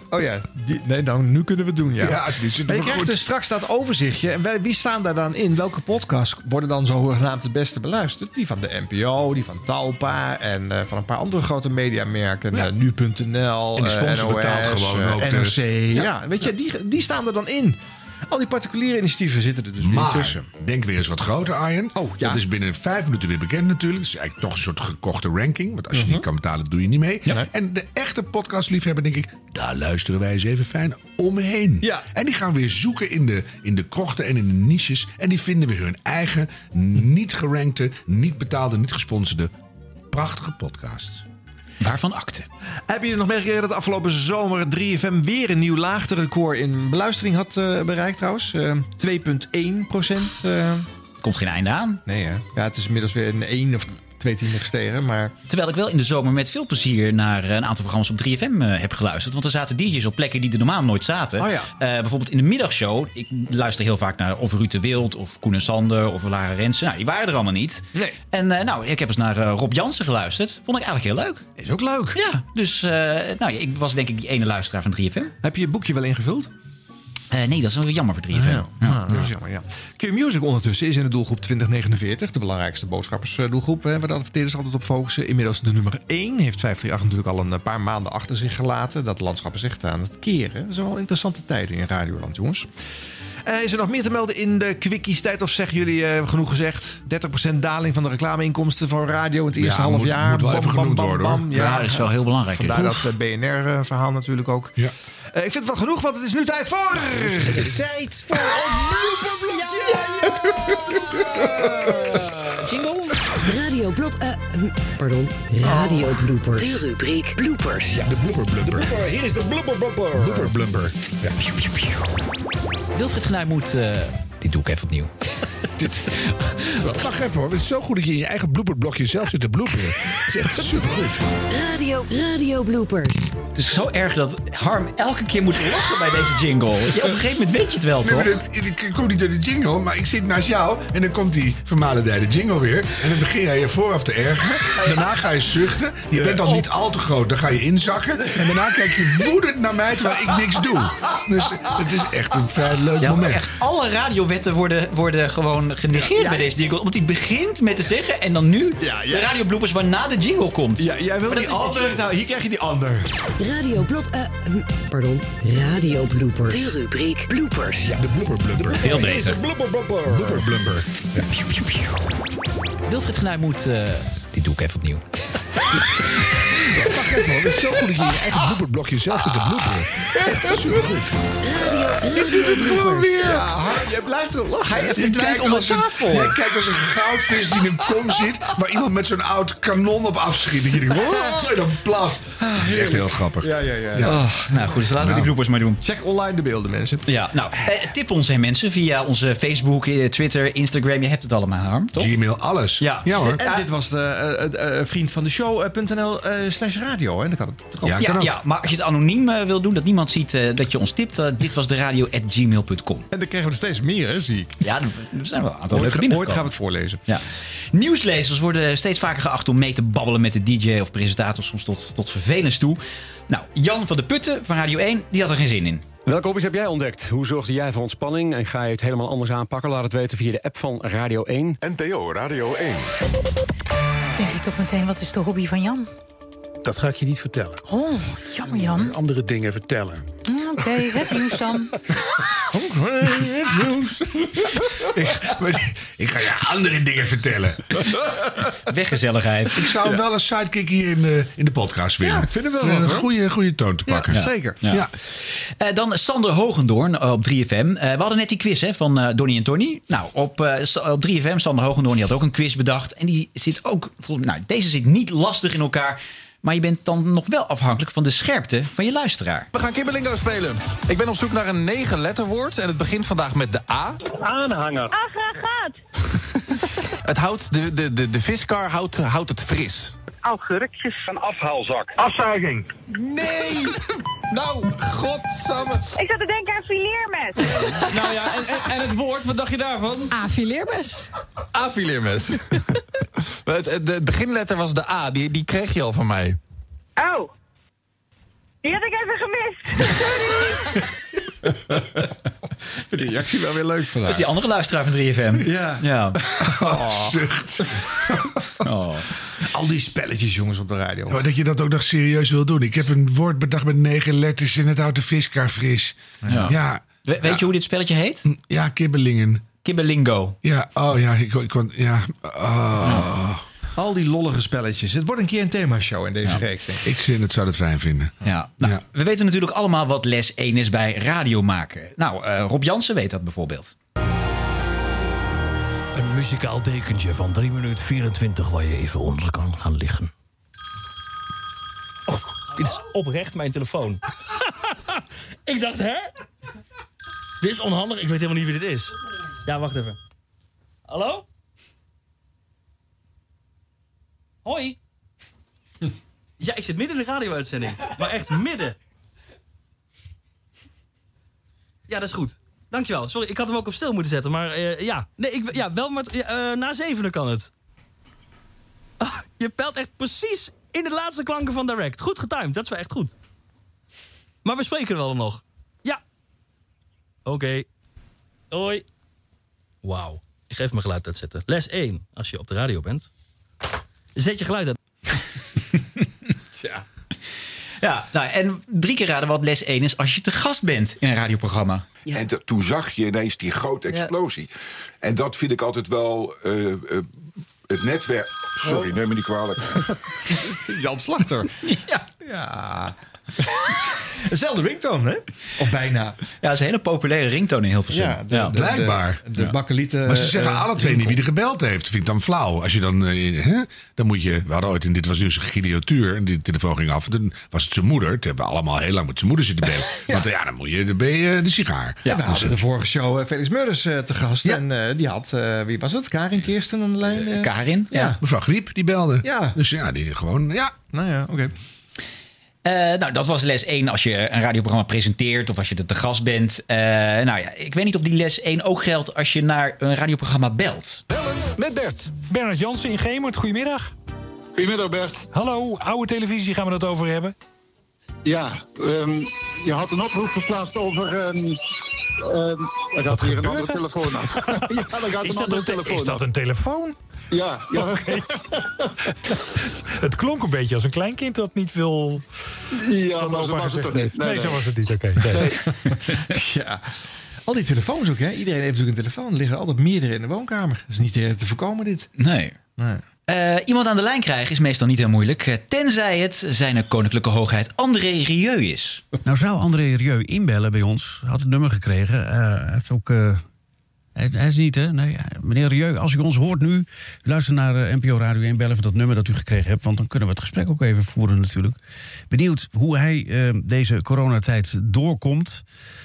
nu kunnen we het doen. Ja. Maar je krijgt dus straks dat overzichtje. En wie staan daar dan in? Welke podcasts worden dan zogenaamd het beste beluisterd? Die van de NPO, die van Talpa en van een paar andere grote mediamerken. Nu.nl, en de sponsor NOS, betaalt gewoon ook. NRC. Weet je, die staan er dan in. Al die particuliere initiatieven zitten er dus weer tussen. Denk weer eens wat groter, Arjen. Dat is binnen 5 minuten weer bekend natuurlijk. Het is eigenlijk toch een soort gekochte ranking. Want als je niet kan betalen, doe je niet mee. Ja. En de echte podcastliefhebber, denk ik, daar luisteren wij eens even fijn omheen. Ja. En die gaan weer zoeken in de krochten en in de niches. En die vinden weer hun eigen, niet gerankte, niet betaalde, niet gesponsorde, prachtige podcasts. Waarvan akte. Heb je nog meegekregen dat afgelopen zomer 3FM weer een nieuw laagterecord in beluistering had bereikt trouwens? 2,1%. Komt geen einde aan. Nee, hè? Ja, het is inmiddels weer een 1 of 2 tienden gestegen. Maar... Terwijl ik wel in de zomer met veel plezier naar een aantal programma's op 3FM heb geluisterd. Want er zaten DJ's op plekken die er normaal nooit zaten. Bijvoorbeeld in de middagshow. Ik luister heel vaak naar of Ruud de Wild of Koen en Sander of Lara Rensen. Nou, die waren er allemaal niet. Nee. En ik heb eens naar Rob Jansen geluisterd. Vond ik eigenlijk heel leuk. Is ook leuk. Ja, dus ik was denk ik die ene luisteraar van 3FM. Heb je je boekje wel ingevuld? Nee, dat is wel jammer voor 3FM. Dat is jammer, ja. Q-Music ondertussen is in de doelgroep 2049. De belangrijkste boodschappersdoelgroep. Waar de adverteerders altijd op focussen. Inmiddels de nummer 1. Heeft 538 natuurlijk al een paar maanden achter zich gelaten. Dat landschap is echt aan het keren. Dat is wel een interessante tijd in Radioland, jongens. Is er nog meer te melden in de quickies tijd? Of zeggen jullie genoeg gezegd? 30% daling van de reclameinkomsten van radio in het eerste half jaar. Moet wel even genoemd worden, hoor. Ja, dat is wel heel belangrijk. Vandaar dat BNR-verhaal natuurlijk ook. Ja. Ik vind het wel genoeg, want het is nu tijd voor... Tijd voor ons blooperblokje! Jingle! Radio Radio bloopers. De rubriek bloopers. Ja, de blooper. Hier is de blooper. Blooper. Ja. Wilfried Genuij moet... dit doe ik even opnieuw. Wacht even hoor, het is zo goed dat je in je eigen blooperblokje zelf zit te blooperen. Het is echt supergoed. Radio bloopers. Het is zo erg dat Harm elke keer moet lachen bij deze jingle. Ja, op een gegeven moment weet je het wel, toch? Ik kom niet door de jingle, maar ik zit naast jou en dan komt die vermalendijde jingle weer. En dan begin jij je vooraf te ergeren. Daarna ga je zuchten. Je bent al niet al te groot, dan ga je inzakken. En daarna kijk je woedend naar mij terwijl ik niks doe. Dus het is echt een vrij leuk moment. Echt alle radiowetten worden gewoon genegeerd bij deze jingle. Want die begint met te zeggen en dan nu de radiobloopers waarna de jingle komt. Ja, jij wil die ander. Nou, hier krijg je die ander. Radio bloopers. De rubriek bloopers. Ja, de blooper. Veel beter. Blooper. Ja. Wilfried Genuij moet... dit doe ik even opnieuw. Wacht even hoor, het is zo goed dat je in je eigen blooperblokje zelf zit te blooperen. Het is echt supergoed. Je doet het gewoon weer. Ja, jij blijft erop lachen. Hij verdwijnt onder tafel. Jij kijkt als een goudvis die in een kom zit, waar iemand met zo'n oud kanon op afschiet. Dat je denkt, en dan plaf. Het is echt heel grappig. Ja. Nou goed, dus laten we die bloopers maar doen. Check online de beelden, mensen. Ja, nou, tip ons, hè, mensen, via onze Facebook, Twitter, Instagram. Je hebt het allemaal, Harm, toch? Gmail, alles. Ja hoor. En dit was de vriend van de show.nl/radio. Hè? Ja, maar als je het anoniem wil doen, dat niemand ziet dat je ons tipt, dit was de radio@gmail.com. En dan krijgen we er steeds meer, hè, zie ik. Ja, er zijn wel een aantal leuke binnengekomen. Ooit gaan we het voorlezen. Ja. Nieuwslezers worden steeds vaker geacht om mee te babbelen met de DJ of presentator, soms tot vervelens toe. Nou, Jan van de Putten van Radio 1, die had er geen zin in. Welke hobby's heb jij ontdekt? Hoe zorgde jij voor ontspanning? En ga je het helemaal anders aanpakken? Laat het weten via de app van Radio 1. NPO Radio 1. Denk je toch meteen, wat is de hobby van Jan? Dat ga ik je niet vertellen. Oh, jammer Jan. Andere dingen vertellen. Oké, het nieuws dan. Het nieuws. Ik ga je andere dingen vertellen. Weggezelligheid. Ik zou wel een sidekick hier in de podcast willen. Ja, vinden we wel wat, hoor. Een goede toon te pakken. Ja, zeker. Ja. Dan Sander Hogendoorn op 3FM. We hadden net die quiz van Donnie en Tony. Nou, op 3FM, Sander Hogendoorn die had ook een quiz bedacht. En die zit ook... deze zit niet lastig in elkaar. Maar je bent dan nog wel afhankelijk van de scherpte van je luisteraar. We gaan Kibbelingo spelen. Ik ben op zoek naar een 9-letterwoord en het begint vandaag met de A. Aanhanger. Aggregaat. Het houdt de viskar houdt het fris. Augurkjes. Een afhaalzak. Afzuiging. Nee! Nou, godsamme. Ik zat te denken aan fileermes. Nou ja, en het woord, wat dacht je daarvan? Fileermes. Fileermes. Het beginletter was de A, die kreeg je al van mij. Oh. Die had ik even gemist. Sorry. De reactie wel weer leuk van haar. Dat is die andere luisteraar van 3FM. Ja. Zucht. Al die spelletjes, jongens, op de radio. Oh, dat je dat ook nog serieus wil doen. Ik heb een woord bedacht met 9 letters en het houdt de viskar fris. Ja. Weet je hoe dit spelletje heet? Ja, kibbelingen. Kibbelingo. Ja, ik kon... Ja. Al die lollige spelletjes. Het wordt een keer een themashow in deze reeks, denk ik. Ik vind het zou het fijn vinden. Ja. Nou, we weten natuurlijk allemaal wat les 1 is bij radio maken. Nou, Rob Jansen weet dat bijvoorbeeld. Een muzikaal dekentje van 3 minuten 24 waar je even onder kan gaan liggen. Oh, dit is oprecht mijn telefoon. Ik dacht, hè? Dit is onhandig. Ik weet helemaal niet wie dit is. Ja, wacht even. Hallo? Hoi. Ja, ik zit midden in de radio-uitzending. Maar echt midden. Ja, dat is goed. Dankjewel. Sorry, ik had hem ook op stil moeten zetten. Maar ja. Nee, wel, maar na 7 kan het. Je pelt echt precies in de laatste klanken van Direct. Goed getimed, dat is wel echt goed. Maar we spreken er wel nog. Ja. Oké. Hoi. Wauw. Ik ga even mijn geluid uitzetten. Les 1. Als je op de radio bent, zet je geluid uit. Ja, nou, en 3 keer raden wat les 1 is als je te gast bent in een radioprogramma. Ja. En toen zag je ineens die grote explosie. Ja. En dat vind ik altijd wel het netwerk... Sorry, neem me niet kwalijk. Jan Slachter. Ja. Dezelfde ringtone, hè? Of bijna. Ja, dat is een hele populaire ringtone in Hilversum. Ja, blijkbaar. De bakkelieten. Maar ze zeggen alle twee niet wie er gebeld heeft. Vind ik dan flauw. Als je dan moet je... We hadden ooit, en dit was dus een Gideotuur. En die telefoon ging af. En toen was het zijn moeder. Toen hebben we allemaal heel lang met zijn moeder zitten bellen. Want dan ben je de sigaar. Ja, we hadden de vorige show Felix Meurders te gast. Ja. En die had, wie was het? Karin Kirsten aan de lijn? Karin? Ja. Mevrouw Griep, die belde. Ja. Dus die gewoon, Nou ja, oké. Dat was les 1 als je een radioprogramma presenteert of als je er te gast bent. Ik weet niet of die les 1 ook geldt als je naar een radioprogramma belt. Bellen met Bert. Bernard Jansen in Gemert, goedemiddag. Goedemiddag Bert. Hallo, oude televisie gaan we het over hebben. Ja, je had een oproep geplaatst over... er gaat weer een andere telefoon af. Ja, dan gaat een andere telefoon af. Is dat een telefoon? Ja. Okay. Het klonk een beetje als een kleinkind dat niet wil... Ja, maar zo was het toch niet? Nee, zo was het niet, oké. Ja. Al die telefoons ook, hè? Iedereen heeft natuurlijk een telefoon. Er liggen altijd meerdere in de woonkamer. Dat is niet te voorkomen, dit. Nee. Iemand aan de lijn krijgen is meestal niet heel moeilijk. Tenzij het zijn koninklijke hoogheid André Rieu is. Nou zou André Rieu inbellen bij ons. Had het nummer gekregen. Hij heeft ook... Hij is niet, hè? Nee, meneer Rieu, als u ons hoort nu... luister naar NPO Radio 1, bellen voor dat nummer dat u gekregen hebt... want dan kunnen we het gesprek ook even voeren natuurlijk. Benieuwd hoe hij deze coronatijd doorkomt.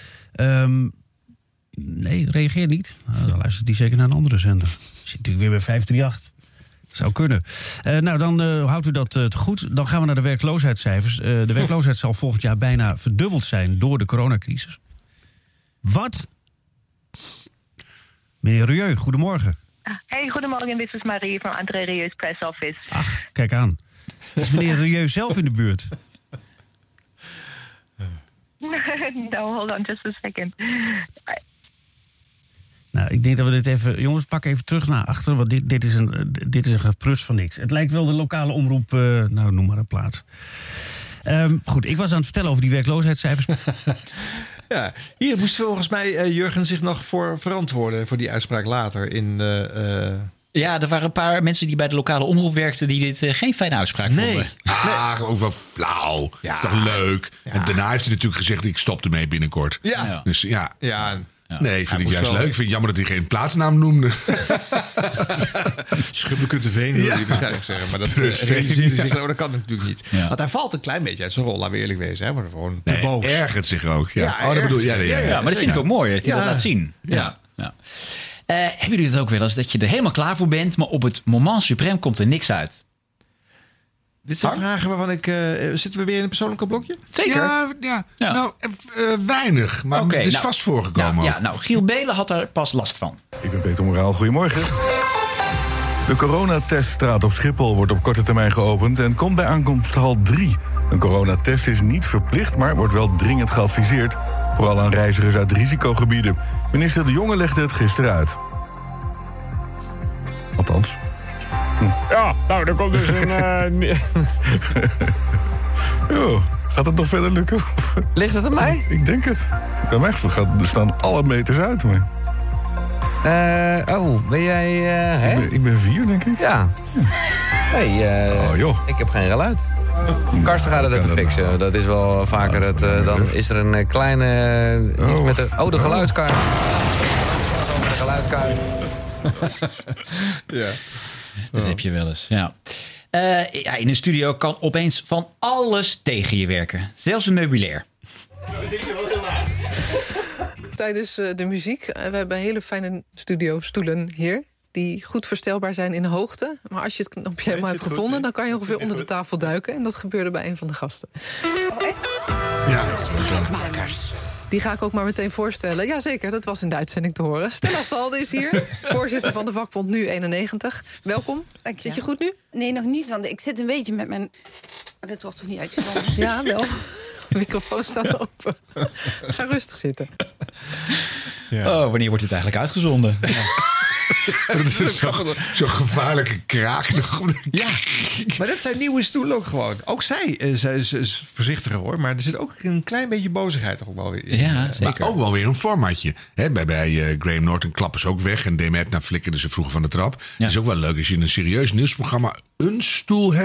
Nee, reageer niet. Dan luistert hij zeker naar een andere zender. Zit natuurlijk weer bij 538. Zou kunnen. Dan houdt u dat te goed. Dan gaan we naar de werkloosheidscijfers. De werkloosheid zal volgend jaar bijna verdubbeld zijn... door de coronacrisis. Wat? Meneer Rieu, goedemorgen. Hey, goedemorgen. Dit is Marie van André Rieu's press office. Ach, kijk aan. Is meneer Rieu zelf in de buurt? No, hold on just a second. Nou, ik denk dat we dit even... Jongens, pak even terug naar achter, want dit is een geprus van niks. Het lijkt wel de lokale omroep, noem maar een plaats. Goed, ik was aan het vertellen over die werkloosheidscijfers. Ja, hier moest volgens mij Jurgen zich nog voor verantwoorden... voor die uitspraak later in... Ja, er waren een paar mensen die bij de lokale omroep werkten... die dit geen fijne uitspraak vonden. ook wel flauw. Ja. Is toch leuk? Ja. En daarna heeft hij natuurlijk gezegd... ik stop ermee binnenkort. Ja. Dus ja. Ja. Nee, vind ik juist leuk. Ik vind het jammer dat hij geen plaatsnaam noemde. Schubbekunteveen wil hij waarschijnlijk zeggen. Maar dat realiseerde zich, dat kan natuurlijk niet. Ja. Want hij valt een klein beetje uit zijn rol, laten we eerlijk wezen. Hè? Maar gewoon boos. Ergert zich ook. Ja, dat bedoel je. Ja, maar dat vind ik ook mooi, dat hij dat laat zien. Ja. Hebben jullie het ook wel eens dat je er helemaal klaar voor bent... maar op het moment suprême komt er niks uit? Dit zijn vragen waarvan ik... zitten we weer in een persoonlijke blokje? Zeker. Ja. Nou, weinig. Maar het is vast voorgekomen. Giel Belen had er pas last van. Ik ben Peter Moraal. Goedemorgen. De coronateststraat op Schiphol wordt op korte termijn geopend... en komt bij aankomst hal 3. Een coronatest is niet verplicht, maar wordt wel dringend geadviseerd... vooral aan reizigers uit risicogebieden. Minister De Jonge legde het gisteren uit. Althans... Ja, nou, er komt dus een... Jo, gaat het nog verder lukken? Ligt het aan mij? Ik denk het. Bij mij staan alle meters uit. Maar... ben jij... Ik ben 4, denk ik. Ja. Hey, joh. Ik heb geen geluid. Karsten gaat het even fixen. Dat is wel vaker het... dan is er een kleine... iets met de geluidskaart. De geluidskaart. Ja. Dat heb je wel eens, ja. In een studio kan opeens van alles tegen je werken. Zelfs een meubilair. Tijdens de muziek, we hebben hele fijne studiostoelen hier... die goed verstelbaar zijn in de hoogte. Maar als je het knopje helemaal hebt gevonden... dan kan je ongeveer onder de tafel duiken. En dat gebeurde bij een van de gasten. Oh, echt? Ja, Spraakmakers. Die ga ik ook maar meteen voorstellen. Jazeker, dat was in de uitzending te horen. Stella Salde is hier, voorzitter van de vakbond Nu 91. Welkom. Dank je. Zit je goed nu? Nee, nog niet, want ik zit een beetje met mijn... Dit wordt toch niet uitgezonden? Ja, wel. De microfoon staat open. Ga rustig zitten. Ja. Wanneer wordt dit eigenlijk uitgezonden? Ja. Dat is zo'n gevaarlijke kraak. Ja, maar dat zijn nieuwe stoelen ook gewoon. Ook zij is voorzichtiger hoor. Maar er zit ook een klein beetje bozigheid toch ook wel weer in. Ja, zeker. Maar ook wel weer een formatje. Bij Graham Norton klappen ze ook weg. En Demetna flikkerde ze vroeger van de trap. Ja. Het is ook wel leuk als je in een serieus nieuwsprogramma een stoel hebt...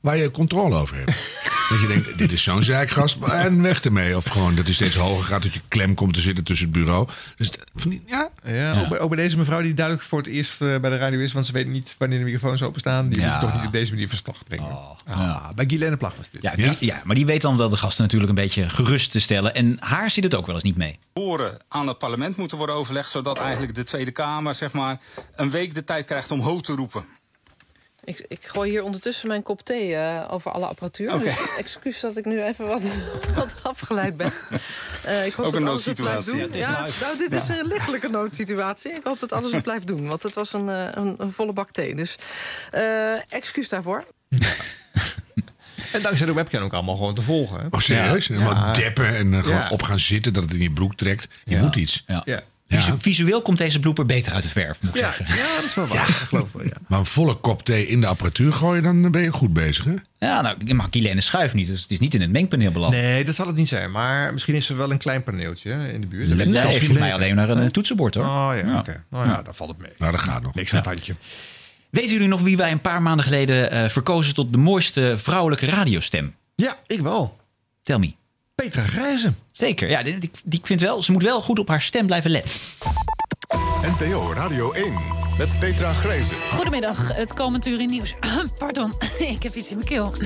waar je controle over hebt. Dat je denkt, dit is zo'n zeikgast en weg ermee. Of gewoon dat het steeds hoger gaat, dat je klem komt te zitten tussen het bureau. Dus ook bij deze mevrouw die duidelijk voor het eerst bij de radio is, want ze weet niet wanneer de microfoons openstaan. Die moet toch niet op deze manier verslag brengen. Bij Guilaine Plag was dit. Ja, maar die weet dan wel de gasten natuurlijk een beetje gerust te stellen. En haar zit het ook wel eens niet mee. Aan het parlement moeten worden overlegd, zodat eigenlijk de Tweede Kamer zeg maar een week de tijd krijgt om ho te roepen. Ik gooi hier ondertussen mijn kop thee over alle apparatuur. Okay. Dus excuus dat ik nu even wat afgeleid ben. Ik hoop ook dat een alles het blijft doen. Dit is een lichtelijke noodsituatie. Ik hoop dat alles het blijft doen. Want het was een volle bak thee. Dus excuus daarvoor. En dankzij de webcam ook allemaal gewoon te volgen. Hè? Oh, serieus? En helemaal deppen en gewoon op gaan zitten, dat het in je broek trekt. Je moet iets. Visueel komt deze blooper beter uit de verf, moet ik zeggen. Ja, dat is wel waar. Ik geloof wel, Maar een volle kop thee in de apparatuur gooien, dan ben je goed bezig, hè? Ja, nou, maar Guilaine schuift niet, dus het is niet in het mengpaneel beland. Nee, dat zal het niet zijn. Maar misschien is er wel een klein paneeltje in de buurt. Nee, volgens mij alleen naar een toetsenbord, hoor. Oh ja, oké. Nou ja, dan valt het mee. Nou, dat gaat nog. Niks aan het handje. Weten jullie nog wie wij een paar maanden geleden verkozen tot de mooiste vrouwelijke radiostem? Ja, ik wel. Tell me. Petra Grijzen. Zeker, ja, die vindt wel, ze moet wel goed op haar stem blijven letten. NPO Radio 1 met Petra Grijzen. Goedemiddag, het komend uur in nieuws. Pardon, ik heb iets in mijn keel.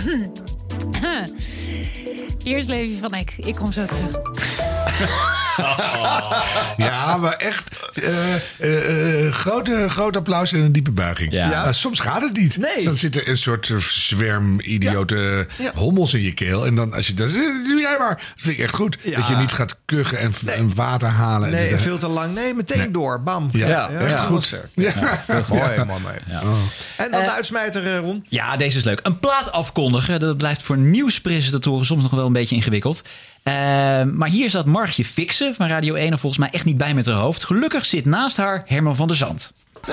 Hier is Levi van Eck. Ik kom zo terug. Ja, maar echt groot applaus en een diepe buiging. Ja. Maar soms gaat het niet. Nee. Dan zit er een soort zwerm idiote hommels in je keel. En dan als je dat doe jij maar. Dat vind ik echt goed. Ja. Dat je niet gaat kuchen en water halen. Nee, veel te lang. Nee, meteen door. Bam. Ja, echt goed. Mooi, man. Ja. En dan de uitsmijter, Ron. Ja, deze is leuk. Een plaat afkondigen, dat blijft voor nieuwspresentatoren soms nog wel een beetje ingewikkeld. Maar hier staat Margje Fixen van Radio 1 er volgens mij echt niet bij met haar hoofd. Gelukkig zit naast haar Herman van der Zand.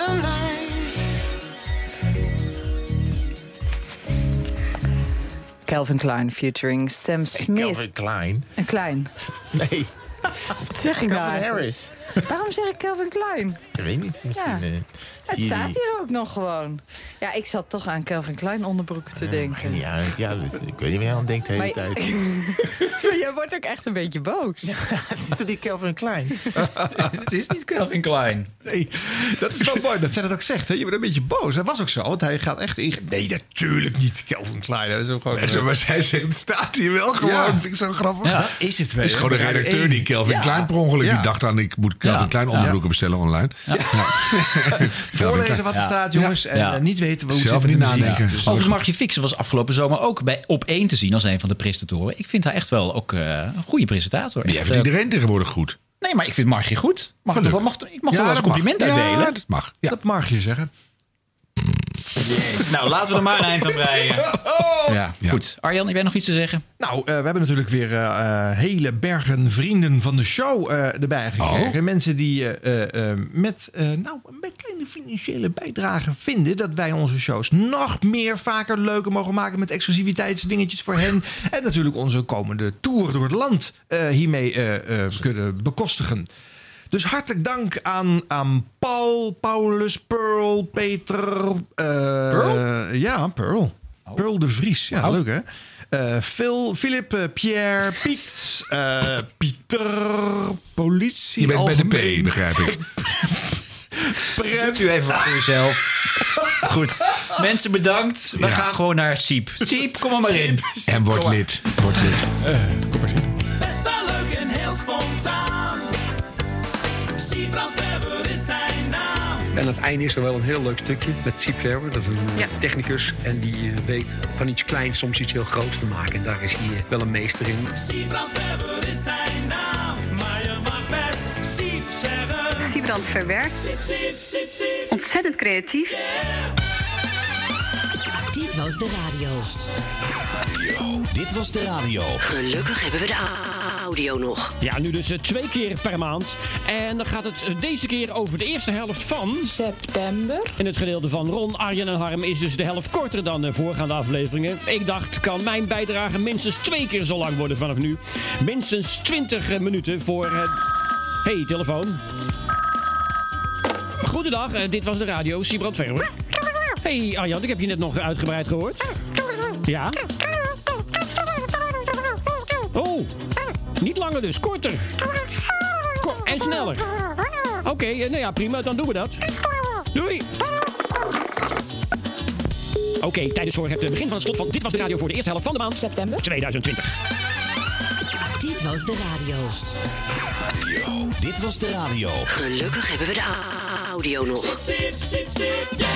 Calvin Klein featuring Sam Smith. Calvin Klein? Een klein. Nee. Wat zeg ik nou Calvin eigenlijk? Harris. Waarom zeg ik Calvin Klein? Ik weet niet, misschien... Ja. Het staat hier ook nog gewoon. Ja, ik zat toch aan Calvin Klein onderbroeken te denken. Ja, ik weet niet waar je aan denkt de hele tijd. Maar jij wordt ook echt een beetje boos. Ja, het is toch niet Calvin Klein? Het is niet Calvin Klein. Nee, dat is wel mooi dat zij dat ook zegt. Hè? Je wordt een beetje boos. Dat was ook zo, want hij gaat echt in... Nee, natuurlijk niet Calvin Klein. Dat is ook gewoon... Maar zij zegt, het staat hier wel gewoon. Ja. Vind ik zo grappig. Ja, dat is het wel. Het is gewoon de redacteur die Calvin Klein per ongeluk. Die dacht aan, ik moet Calvin Klein onderbroeken bestellen online. Voorlezen wat er staat, jongens. En niet weten hoe het zelf zit niet met de muziek. nadenken. Overigens Margje Fixen was afgelopen zomer ook bij Op 1 te zien als een van de presentatoren. Ik vind haar echt wel ook een goede presentator. Die heeft iedereen tegenwoordig goed. Nee, maar ik vind Margje goed. Ik mag er wel eens compliment uitdelen. Ja, dat mag. Ja. Dat mag je zeggen. Nou, laten we er maar een eind aan breien. Ja, goed. Arjan, heb jij nog iets te zeggen? Nou, we hebben natuurlijk weer hele bergen vrienden van de show erbij gekregen. Mensen die met kleine financiële bijdrage vinden dat wij onze shows nog meer vaker leuker mogen maken met exclusiviteitsdingetjes voor hen. En natuurlijk onze komende tour door het land hiermee kunnen bekostigen. Dus hartelijk dank aan Paul, Paulus, Pearl, Peter... Pearl? Ja, Pearl. Pearl de Vries. Ja, leuk hè? Phil, Philip, Pierre, Piet, Pieter, politie... Je bent bij de P, begrijp ik. Doet u even wat voor uzelf. Goed. Mensen bedankt. We gaan gewoon naar Siep. Siep, kom er maar in. En word lid. Word lid. Kom maar Siep. Best wel leuk en heel spontaan. Siep Brandverwer is zijn naam. En aan het einde is er wel een heel leuk stukje met Siep Verwer. Dat is een technicus en die weet van iets kleins soms iets heel groots te maken. En daar is hij wel een meester in. Siep Brandverwer is zijn naam. Maar je mag best Siep zeggen. Siebrand verwerkt. Siep. Ontzettend creatief. Dit was de radio. Dit was de radio. Gelukkig hebben we de audio nog. Ja, nu dus 2 keer per maand. En dan gaat het deze keer over de eerste helft van... september. En het gedeelte van Ron, Arjen en Harm is dus de helft korter dan de voorgaande afleveringen. Ik dacht, kan mijn bijdrage minstens 2 keer zo lang worden vanaf nu. Minstens 20 minuten voor... Hey, telefoon. Goedendag, dit was de radio, Siebrand Verwer. Hey Arjan, ik heb je net nog uitgebreid gehoord. Ja? Oh, niet langer dus, korter. En sneller. Oké, nou ja, prima, dan doen we dat. Doei. Oké, tijd is voor het begin van het slot van Dit Was De Radio voor de eerste helft van de maand september 2020. Dit was de radio. Dit was de radio. Gelukkig hebben we de audio nog. Zip, zip, zip, zip, yeah.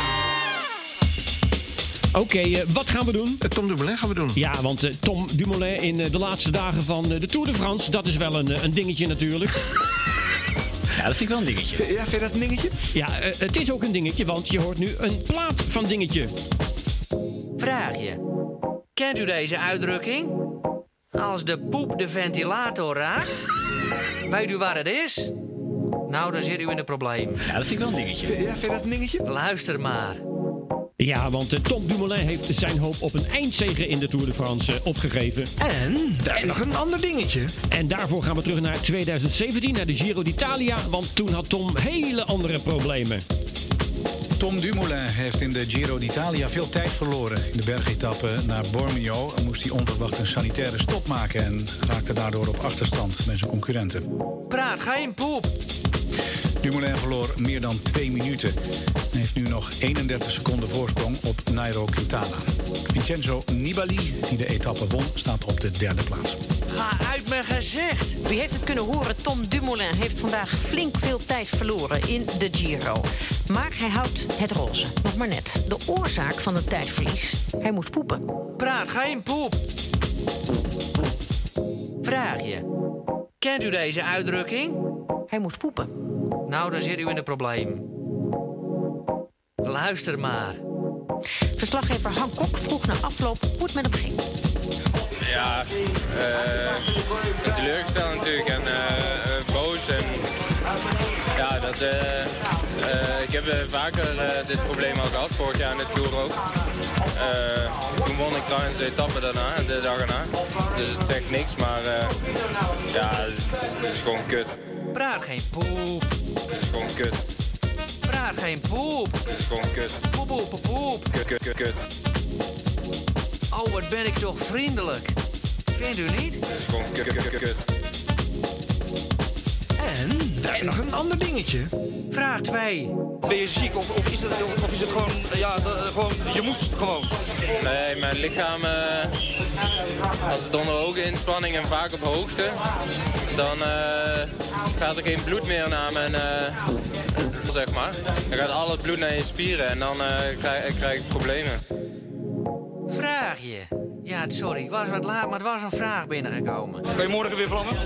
Oké, wat gaan we doen? Tom Dumoulin gaan we doen. Ja, want Tom Dumoulin in de laatste dagen van de Tour de France, dat is wel een dingetje natuurlijk. Ja, dat vind ik wel een dingetje. Ja, vind je dat een dingetje? Ja, het is ook een dingetje, want je hoort nu een plaat van dingetje. Vraagje. Kent u deze uitdrukking? Als de poep de ventilator raakt, weet u waar het is? Nou, dan zit u in een probleem. Ja, dat vind ik wel een dingetje. Ja, vind je dat een dingetje? Luister maar. Ja, want Tom Dumoulin heeft zijn hoop op een eindzege in de Tour de France opgegeven. En daar nog een ander dingetje. En daarvoor gaan we terug naar 2017, naar de Giro d'Italia. Want toen had Tom hele andere problemen. Tom Dumoulin heeft in de Giro d'Italia veel tijd verloren. In de bergetappe naar Bormio moest hij onverwacht een sanitaire stop maken... en raakte daardoor op achterstand met zijn concurrenten. Praat geen poep. Dumoulin verloor meer dan 2 minuten. Hij heeft nu nog 31 seconden voorsprong op Nairo Quintana. Vincenzo Nibali, die de etappe won, staat op de 3e plaats. Ga uit mijn gezicht. U heeft het kunnen horen, Tom Dumoulin heeft vandaag flink veel tijd verloren in de Giro. Maar hij houdt het roze, nog maar net. De oorzaak van het tijdverlies, hij moest poepen. Praat geen poep. Vraagje. Kent u deze uitdrukking? Hij moest poepen. Nou, dan zit u in een probleem. Luister maar. Verslaggever Han Kok vroeg na afloop hoe het met hem ging. Ja, teleurgesteld natuurlijk en boos. En ja, ik heb vaker dit probleem al gehad, vorig jaar in de Tour ook. Toen won ik trouwens de etappe daarna, de dag erna. Dus het zegt niks, maar ja, het is gewoon kut. Praat geen poep. Het is gewoon kut. Praat geen poep. Het is gewoon kut. Poep, poep, poep, poep. Kut. Oh, wat ben ik toch vriendelijk. Vindt u niet? Het is gewoon kut. En daar nog een ander dingetje. Vraag 2. Ben je ziek of is het gewoon, gewoon, je moet het gewoon? Nee, mijn lichaam, als het onder hoge inspanning en vaak op hoogte, dan gaat er geen bloed meer naar mijn, zeg maar. Dan gaat al het bloed naar je spieren en dan krijg ik problemen. Vraagje. Ja, sorry, ik was wat laat, maar het was een vraag binnengekomen. Kan je morgen weer vlammen?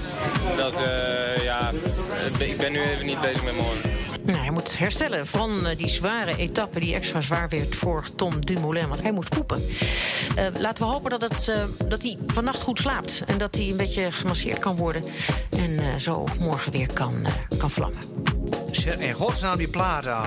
Ik ben nu even niet bezig met morgen. Nou, hij moet herstellen van die zware etappe die extra zwaar werd voor Tom Dumoulin. Want hij moest poepen. Laten we hopen dat hij vannacht goed slaapt. En dat hij een beetje gemasseerd kan worden. En zo morgen weer kan vlammen. Zet in godsnaam die plaat aan.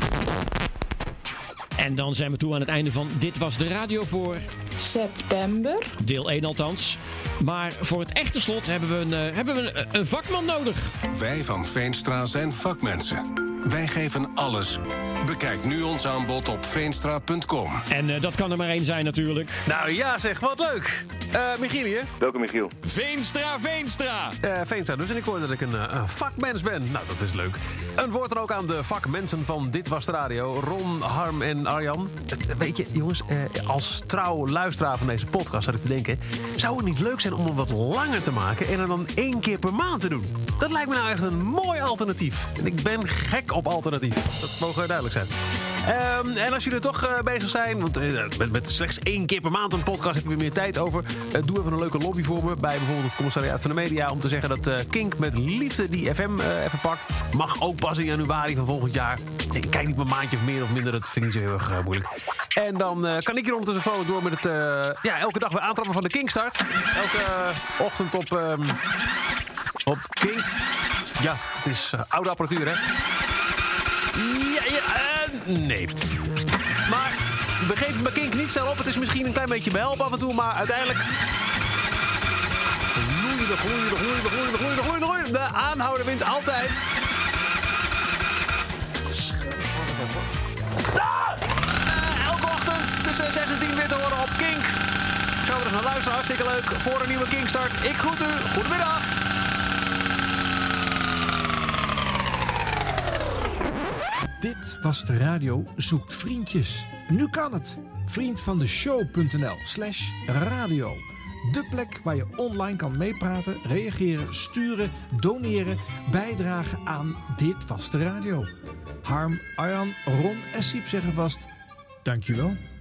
En dan zijn we toe aan het einde van Dit Was De Radio voor... september. Deel 1 althans. Maar voor het echte slot hebben we een vakman nodig. Wij van Veenstra zijn vakmensen. Wij geven alles. Bekijk nu ons aanbod op veenstra.com. En dat kan er maar één zijn natuurlijk. Nou ja zeg, wat leuk. Michiel hier. Welkom Michiel. Veenstra. Veenstra dus en ik hoor dat ik een vakmens ben. Nou, dat is leuk. Een woord dan ook aan de vakmensen van Dit Was De Radio. Ron, Harm en Arjan. Weet je, jongens, als trouw luisteraar van deze podcast had ik te denken... zou het niet leuk zijn om hem wat langer te maken en er dan 1 keer per maand te doen? Dat lijkt me nou echt een mooi alternatief. En ik ben gek op alternatief. Dat mogen duidelijk zijn. En als jullie toch bezig zijn, want met slechts 1 keer per maand een podcast heb je weer meer tijd over. Doe even een leuke lobby voor me bij bijvoorbeeld het Commissariaat van de Media om te zeggen dat Kink met liefde die FM even pakt. Mag ook pas in januari van volgend jaar. Kijk niet maar een maandje of meer of minder, dat vind ik niet zo heel erg moeilijk. En dan kan ik hier ondertussen vrolijk door met het elke dag weer aantrappen van de Kinkstart. Elke ochtend op Kink. Ja, het is oude apparatuur, hè? Nee. Maar we geven bij Kink niet snel op. Het is misschien een klein beetje behelp af en toe, maar uiteindelijk... Gloeien. De aanhouder wint altijd. aan het luisteren. Hartstikke leuk voor een nieuwe Kingstart. Ik groet u. Goedemiddag. Dit was de radio Zoekt Vriendjes. Nu kan het. Vriendvandeshow.nl/radio. De plek waar je online kan meepraten, reageren, sturen, doneren, bijdragen aan Dit Was De Radio. Harm, Arjan, Ron en Siep zeggen vast: dankjewel.